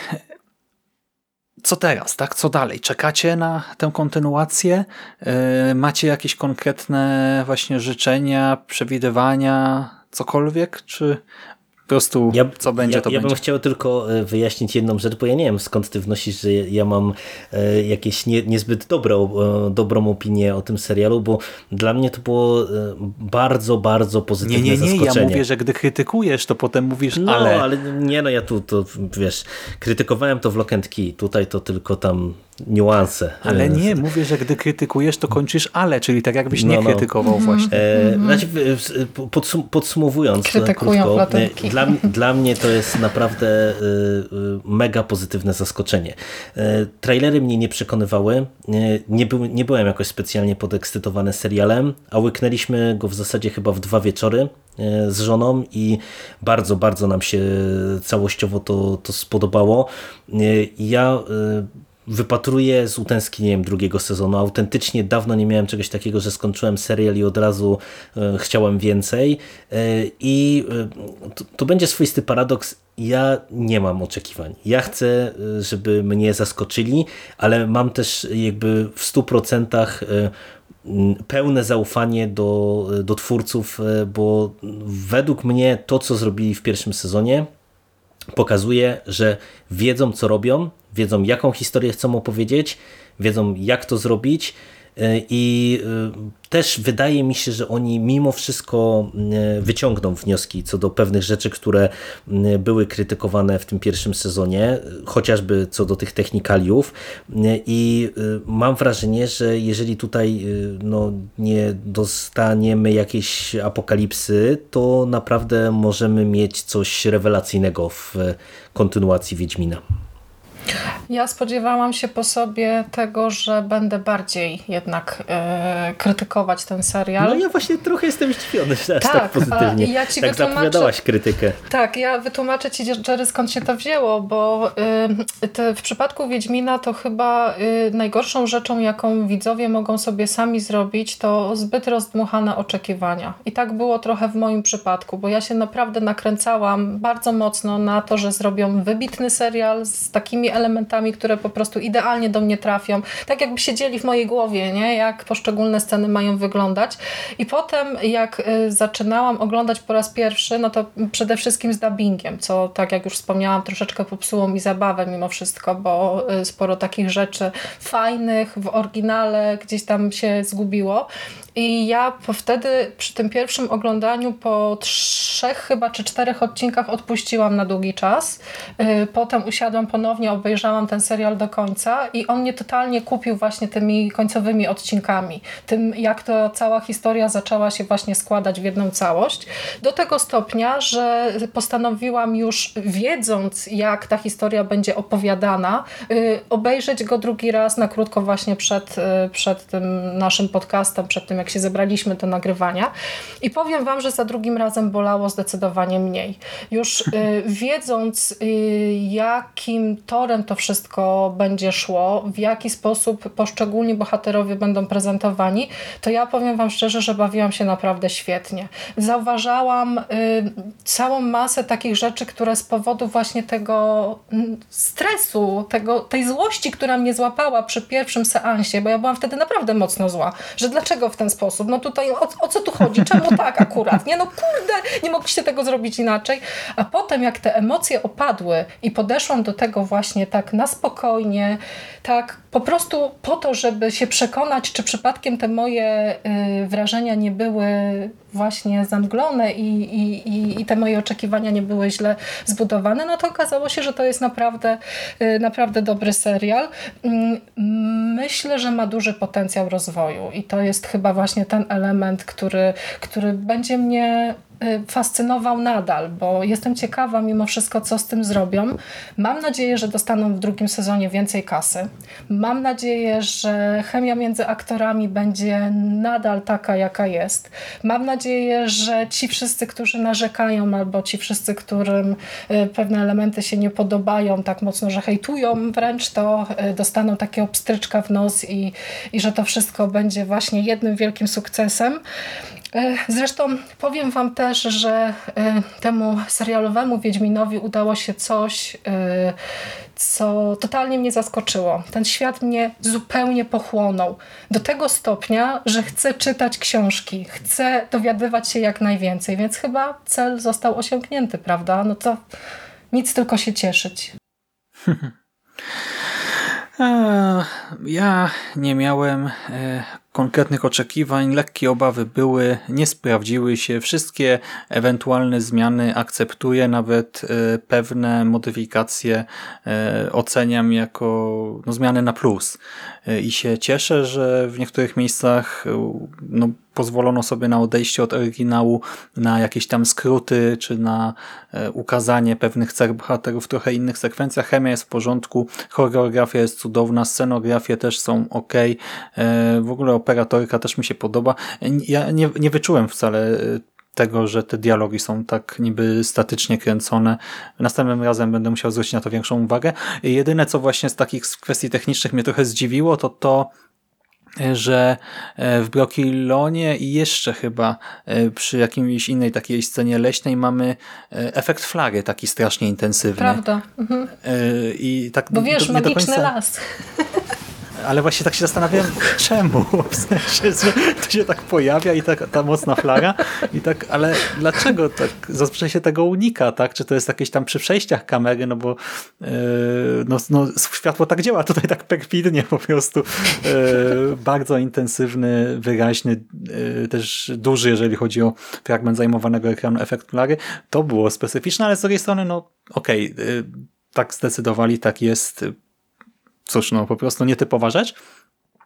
co teraz, tak? Co dalej? Czekacie na tę kontynuację? Macie jakieś konkretne właśnie życzenia, przewidywania, cokolwiek? Czy po prostu co będzie, to ja będzie? bym chciał tylko wyjaśnić jedną rzecz, bo ja nie wiem, skąd ty wnosisz, że ja mam jakieś niezbyt dobrą opinię o tym serialu, bo dla mnie to było bardzo, bardzo pozytywne zaskoczenie. Ja mówię, że gdy krytykujesz, to potem mówisz, no, ale nie, no ja tu wiesz, krytykowałem to w Lock and Key, tutaj to tylko tam niuanse. Ale nie, mówię, że gdy krytykujesz, to kończysz ale, czyli tak jakbyś nie krytykował właśnie. Znaczy, podsumowując Krytykują krótko, dla mnie to jest naprawdę mega pozytywne zaskoczenie. Trailery mnie nie przekonywały, nie byłem jakoś specjalnie podekscytowany serialem, a łyknęliśmy go w zasadzie chyba w 2 wieczory z żoną i bardzo, bardzo nam się całościowo to spodobało. Ja wypatruję z utęsknieniem drugiego sezonu. Autentycznie dawno nie miałem czegoś takiego, że skończyłem serial i od razu chciałem więcej. I to będzie swoisty paradoks. Ja nie mam oczekiwań. Ja chcę, żeby mnie zaskoczyli, ale mam też jakby w 100% pełne zaufanie do twórców, bo według mnie to, co zrobili w pierwszym sezonie, pokazuje, że wiedzą, co robią, wiedzą, jaką historię chcą opowiedzieć, wiedzą, jak to zrobić i też wydaje mi się, że oni mimo wszystko wyciągną wnioski co do pewnych rzeczy, które były krytykowane w tym pierwszym sezonie, chociażby co do tych technikaliów i mam wrażenie, że jeżeli tutaj nie dostaniemy jakiejś apokalipsy, to naprawdę możemy mieć coś rewelacyjnego w kontynuacji Wiedźmina. Ja spodziewałam się po sobie tego, że będę bardziej jednak krytykować ten serial. No ja właśnie trochę jestem zdziwiony, że aż Tak, tak pozytywnie ja ci tak wytłumaczę- zapowiadałaś krytykę. Tak, ja wytłumaczę ci, Jerry, skąd się to wzięło, bo w przypadku Wiedźmina to chyba najgorszą rzeczą, jaką widzowie mogą sobie sami zrobić, to zbyt rozdmuchane oczekiwania. I tak było trochę w moim przypadku, bo ja się naprawdę nakręcałam bardzo mocno na to, że zrobią wybitny serial z takimi elementami, które po prostu idealnie do mnie trafią. Tak jakby siedzieli w mojej głowie, nie? Jak poszczególne sceny mają wyglądać. I potem jak zaczynałam oglądać po raz pierwszy, no to przede wszystkim z dubbingiem, co tak jak już wspomniałam, troszeczkę popsuło mi zabawę mimo wszystko, bo sporo takich rzeczy fajnych w oryginale gdzieś tam się zgubiło. I ja wtedy przy tym pierwszym oglądaniu po 3 chyba czy 4 odcinkach odpuściłam na długi czas. Potem usiadłam ponownie, obejrzałam ten serial do końca i on mnie totalnie kupił właśnie tymi końcowymi odcinkami. Tym, jak to cała historia zaczęła się właśnie składać w jedną całość. Do tego stopnia, że postanowiłam już, wiedząc jak ta historia będzie opowiadana, obejrzeć go drugi raz na krótko właśnie przed tym naszym podcastem, przed tym jak się zebraliśmy do nagrywania. I powiem wam, że za drugim razem bolało zdecydowanie mniej. Już wiedząc jakim torem to wszystko będzie szło, w jaki sposób poszczególni bohaterowie będą prezentowani, to ja powiem wam szczerze, że bawiłam się naprawdę świetnie. Zauważałam całą masę takich rzeczy, które z powodu właśnie tego stresu, tej złości, która mnie złapała przy pierwszym seansie, bo ja byłam wtedy naprawdę mocno zła, że dlaczego w ten sposób? No tutaj o co tu chodzi? Czemu tak akurat? Nie no kurde, nie mogliście tego zrobić inaczej. A potem jak te emocje opadły i podeszłam do tego właśnie tak na spokojnie, tak po prostu po to, żeby się przekonać, czy przypadkiem te moje wrażenia nie były właśnie zamglone i te moje oczekiwania nie były źle zbudowane, no to okazało się, że to jest naprawdę dobry serial. Myślę, że ma duży potencjał rozwoju i to jest chyba właśnie ten element, który będzie mnie fascynował nadal, bo jestem ciekawa mimo wszystko, co z tym zrobią. Mam nadzieję, że dostaną w drugim sezonie więcej kasy. Mam nadzieję, że chemia między aktorami będzie nadal taka, jaka jest. Mam nadzieję, że ci wszyscy, którzy narzekają, albo ci wszyscy, którym pewne elementy się nie podobają tak mocno, że hejtują wręcz, to dostaną takiego pstryczka w nos i że to wszystko będzie właśnie jednym wielkim sukcesem. Zresztą powiem wam też, że temu serialowemu Wiedźminowi udało się coś, co totalnie mnie zaskoczyło. Ten świat mnie zupełnie pochłonął. Do tego stopnia, że chcę czytać książki, chcę dowiadywać się jak najwięcej, więc chyba cel został osiągnięty, prawda? No to nic, tylko się cieszyć. Ja nie miałem konkretnych oczekiwań, lekkie obawy były, nie sprawdziły się, wszystkie ewentualne zmiany akceptuję, nawet pewne modyfikacje oceniam jako zmiany na plus i się cieszę, że w niektórych miejscach pozwolono sobie na odejście od oryginału, na jakieś tam skróty, czy na ukazanie pewnych cech bohaterów w trochę innych sekwencjach. Chemia jest w porządku, choreografia jest cudowna, scenografie też są ok. W ogóle operatorka też mi się podoba. Ja nie wyczułem wcale tego, że te dialogi są tak niby statycznie kręcone. Następnym razem będę musiał zwrócić na to większą uwagę. Jedyne, co właśnie z takich kwestii technicznych mnie trochę zdziwiło, to że w Brokilonie i jeszcze chyba przy jakiejś innej takiej scenie leśnej mamy efekt flary taki strasznie intensywny. Prawda. Mhm. I tak bo wiesz, magiczny końca... las. Ale właśnie tak się zastanawiałem, czemu? W sensie, że to się tak pojawia i ta mocna flara i tak, ale dlaczego tak zazwyczaj się tego unika, tak? Czy to jest jakieś tam przy przejściach kamery, no bo światło tak działa, tutaj tak perfidnie po prostu bardzo intensywny, wyraźny, też duży, jeżeli chodzi o fragment zajmowanego ekranu efekt flary. To było specyficzne, ale z drugiej strony, okej, tak zdecydowali, tak jest. Cóż, po prostu nietypowa rzecz.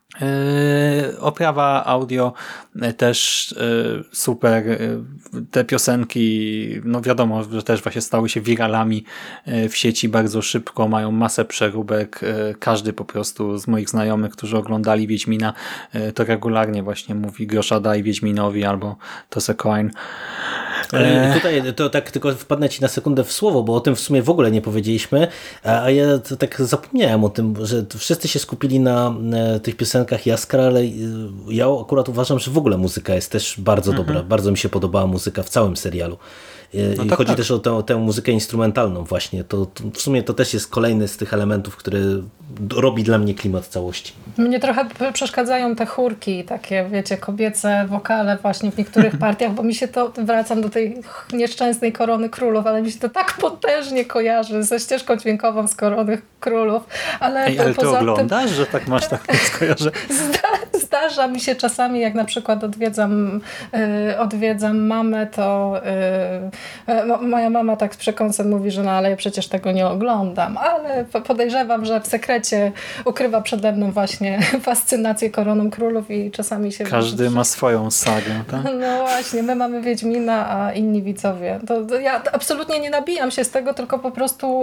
Oprawa audio też super. Te piosenki, no wiadomo, że też właśnie stały się wiralami w sieci bardzo szybko, mają masę przeróbek. Każdy po prostu z moich znajomych, którzy oglądali Wiedźmina, to regularnie właśnie mówi grosza daj Wiedźminowi albo to se coin. Ale tutaj to tak tylko wpadnę ci na sekundę w słowo, bo o tym w sumie w ogóle nie powiedzieliśmy, a ja to tak zapomniałem o tym, że wszyscy się skupili na tych piosenkach Jaskra, ale ja akurat uważam, że w ogóle muzyka jest też bardzo dobra. Bardzo mi się podobała muzyka w całym serialu. No I tak, chodzi tak. też o tę muzykę instrumentalną właśnie. To w sumie to też jest kolejny z tych elementów, który robi dla mnie klimat całości. Mnie trochę przeszkadzają te chórki, takie wiecie, kobiece wokale właśnie w niektórych partiach, bo mi się to, wracam do tej nieszczęsnej Korony Królów, ale mi się to tak potężnie kojarzy ze ścieżką dźwiękową z Korony Królów. Ale, Ale ty poza oglądasz, że tak masz tak skojarzenie? Zdarza mi się czasami, jak na przykład odwiedzam mamę, to moja mama tak z przekąsem mówi, że no ale ja przecież tego nie oglądam, ale podejrzewam, że w sekrecie ukrywa przede mną właśnie fascynację Koroną Królów i czasami się... Każdy ma swoją sagę, tak? No właśnie, my mamy Wiedźmina, a inni widzowie. To ja absolutnie nie nabijam się z tego, tylko po prostu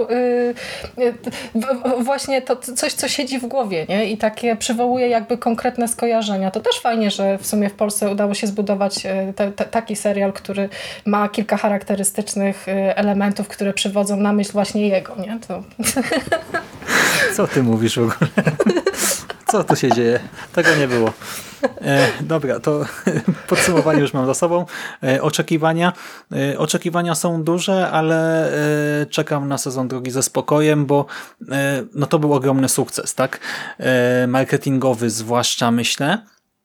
właśnie to coś, co siedzi w głowie, nie? I takie przywołuje jakby konkretne skojarzenia. To też fajnie, że w sumie w Polsce udało się zbudować taki serial, który ma kilka charakterystycznych elementów, które przywodzą na myśl właśnie jego, nie? To... Co ty mówisz w ogóle? Co tu się dzieje? Tego nie było. Dobra, to podsumowanie już mam za sobą. Oczekiwania. Oczekiwania są duże, ale czekam na sezon drugi ze spokojem, bo no to był ogromny sukces, tak? Marketingowy zwłaszcza, myślę.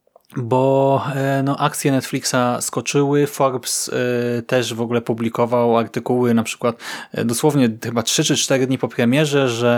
Bo no, akcje Netflixa skoczyły, Forbes też w ogóle publikował artykuły, na przykład dosłownie chyba 3 czy 4 dni po premierze, że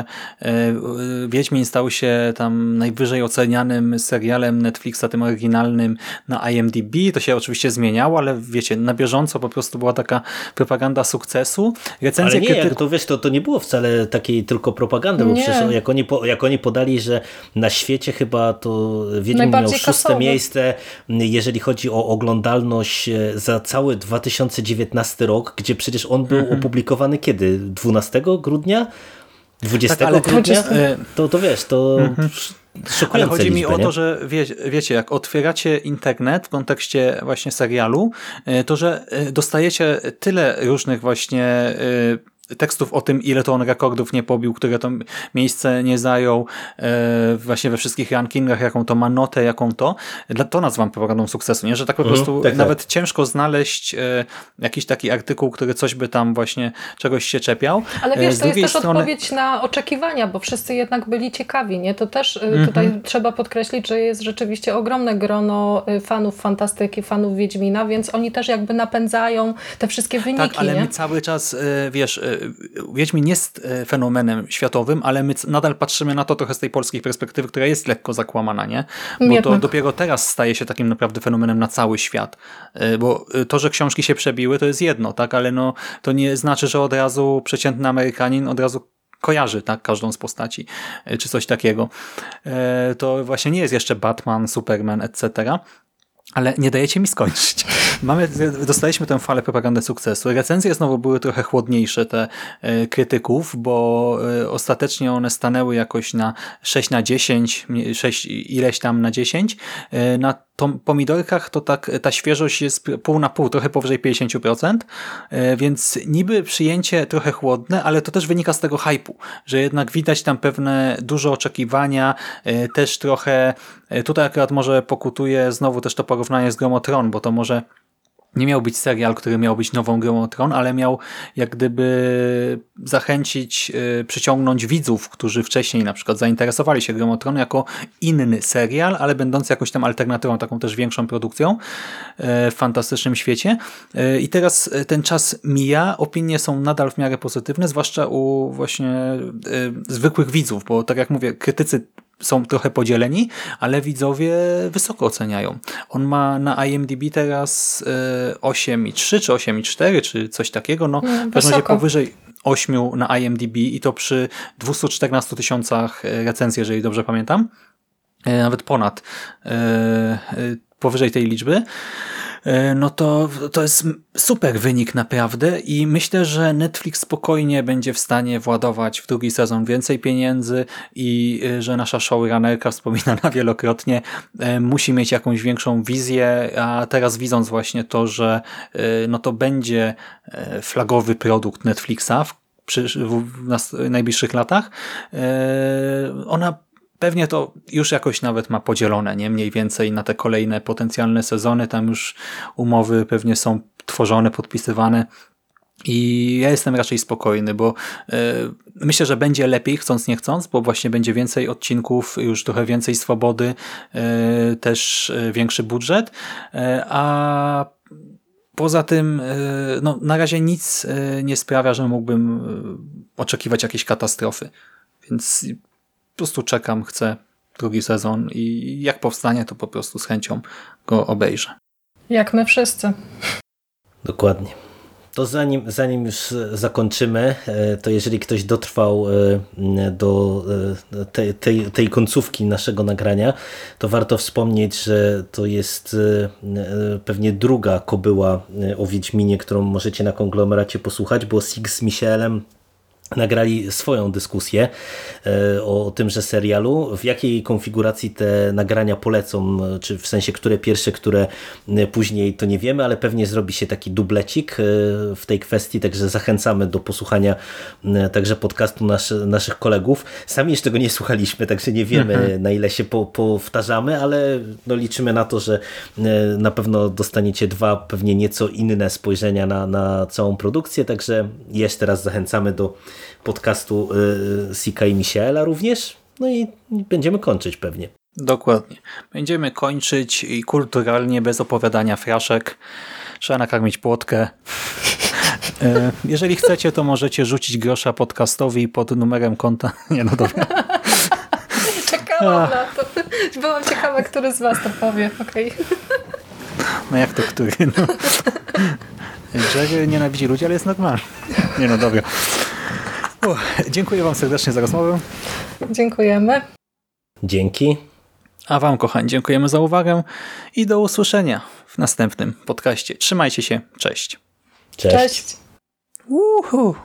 Wiedźmin stał się tam najwyżej ocenianym serialem Netflixa, tym oryginalnym na IMDb. To się oczywiście zmieniało, ale wiecie, na bieżąco po prostu była taka propaganda sukcesu. Recenzje ale nie, jak to wiesz, to nie było wcale takiej tylko propagandy, bo Nie. przecież jak oni podali, że na świecie chyba to Wiedźmin miał Najbardziej 6. kasowy. miejsce, jeżeli chodzi o oglądalność za cały 2019 rok, gdzie przecież on był opublikowany kiedy? 12 grudnia? 20 Tak, ale grudnia? 20. To wiesz, to szokujące Ale chodzi mi liczby, o nie? to, że wiecie, jak otwieracie internet w kontekście właśnie serialu, to że dostajecie tyle różnych właśnie tekstów o tym, ile to on rekordów nie pobił, które to miejsce nie zajął właśnie we wszystkich rankingach, jaką to ma notę, jaką to. To nazywam propagandą sukcesu, nie? Że tak po prostu tak. nawet ciężko znaleźć jakiś taki artykuł, który coś by tam właśnie czegoś się czepiał. Ale wiesz, Z to jest drugiej też strony... odpowiedź na oczekiwania, bo wszyscy jednak byli ciekawi, nie? To też tutaj trzeba podkreślić, że jest rzeczywiście ogromne grono fanów fantastyki, fanów Wiedźmina, więc oni też jakby napędzają te wszystkie wyniki, Tak, ale nie? my cały czas, wiesz, Wiedźmin jest fenomenem światowym, ale my nadal patrzymy na to trochę z tej polskiej perspektywy, która jest lekko zakłamana, nie? Bo to Jednak. dopiero teraz staje się takim naprawdę fenomenem na cały świat. Bo to, że książki się przebiły, to jest jedno, tak? Ale no, to nie znaczy, że od razu przeciętny Amerykanin od razu kojarzy, tak, każdą z postaci, czy coś takiego. To właśnie nie jest jeszcze Batman, Superman, etc., ale nie dajecie mi skończyć. Dostaliśmy tę falę propagandy sukcesu. Recenzje znowu były trochę chłodniejsze, te krytyków, bo ostatecznie one stanęły jakoś na 6 na 10, 6 ileś tam na 10. Na pomidorkach to tak ta świeżość jest pół na pół, trochę powyżej 50%, więc niby przyjęcie trochę chłodne, ale to też wynika z tego hype'u, że jednak widać tam pewne duże oczekiwania, też trochę, tutaj akurat może pokutuje znowu też to porównanie z Grą o Tron, bo to może nie miał być serial, który miał być nową Grą o Tron, ale miał jak gdyby zachęcić, przyciągnąć widzów, którzy wcześniej na przykład zainteresowali się Grą o Tron jako inny serial, ale będący jakąś tam alternatywą, taką też większą produkcją w fantastycznym świecie. I teraz ten czas mija, opinie są nadal w miarę pozytywne, zwłaszcza u właśnie zwykłych widzów, bo tak jak mówię, krytycy są trochę podzieleni, ale widzowie wysoko oceniają. On ma na IMDb teraz 8,3 czy 8,4 czy coś takiego, no w każdym razie powyżej 8 na IMDb i to przy 214 000 recenzji, jeżeli dobrze pamiętam. nawet ponad powyżej tej liczby, no to jest super wynik naprawdę i myślę, że Netflix spokojnie będzie w stanie władować w drugi sezon więcej pieniędzy i że nasza showrunnerka wspominana wielokrotnie musi mieć jakąś większą wizję, a teraz widząc właśnie to, że no to będzie flagowy produkt Netflixa w najbliższych latach, ona pewnie to już jakoś nawet ma podzielone, nie mniej więcej na te kolejne potencjalne sezony. Tam już umowy pewnie są tworzone, podpisywane i ja jestem raczej spokojny, bo myślę, że będzie lepiej chcąc nie chcąc, bo właśnie będzie więcej odcinków, już trochę więcej swobody, też większy budżet, a poza tym no, na razie nic nie sprawia, że mógłbym oczekiwać jakiejś katastrofy, więc po prostu czekam, chcę drugi sezon i jak powstanie, to po prostu z chęcią go obejrzę. Jak my wszyscy. Dokładnie. To zanim już zakończymy, to jeżeli ktoś dotrwał do tej końcówki naszego nagrania, to warto wspomnieć, że to jest pewnie druga kobyła o Wiedźminie, którą możecie na konglomeracie posłuchać, bo Six z Michelem nagrali swoją dyskusję o tymże serialu. W jakiej konfiguracji te nagrania polecą, czy w sensie które pierwsze, które później, to nie wiemy, ale pewnie zrobi się taki dublecik w tej kwestii, także zachęcamy do posłuchania także podcastu naszych kolegów. Sami jeszcze go nie słuchaliśmy, także nie wiemy na ile się powtarzamy, ale no liczymy na to, że na pewno dostaniecie dwa pewnie nieco inne spojrzenia na całą produkcję, także jeszcze raz zachęcamy do podcastu Sika i Michaela również. No i będziemy kończyć pewnie. Dokładnie. Będziemy kończyć i kulturalnie, bez opowiadania fraszek. Trzeba nakarmić płotkę. Jeżeli chcecie, to możecie rzucić grosza podcastowi pod numerem konta. Nie, no dobra. Czekałam na to. Byłam ciekawa, który z was to powie. Okej. No jak to który? No. Jerry nienawidzi ludzi, ale jest normalny. Nie, no dobra. Dziękuję wam serdecznie za rozmowę. Dziękujemy. Dzięki. A wam, kochani, dziękujemy za uwagę i do usłyszenia w następnym podcaście. Trzymajcie się. Cześć. Cześć. Cześć. Uhu.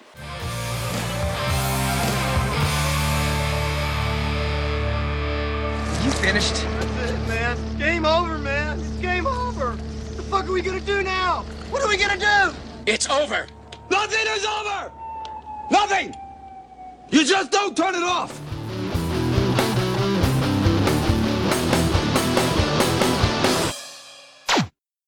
You finished? That's it, man. It's game over, man. It's game over. What the fuck are we gonna do now? What are we gonna do? It's over. Nothing is over! Nothing! You just don't turn it off!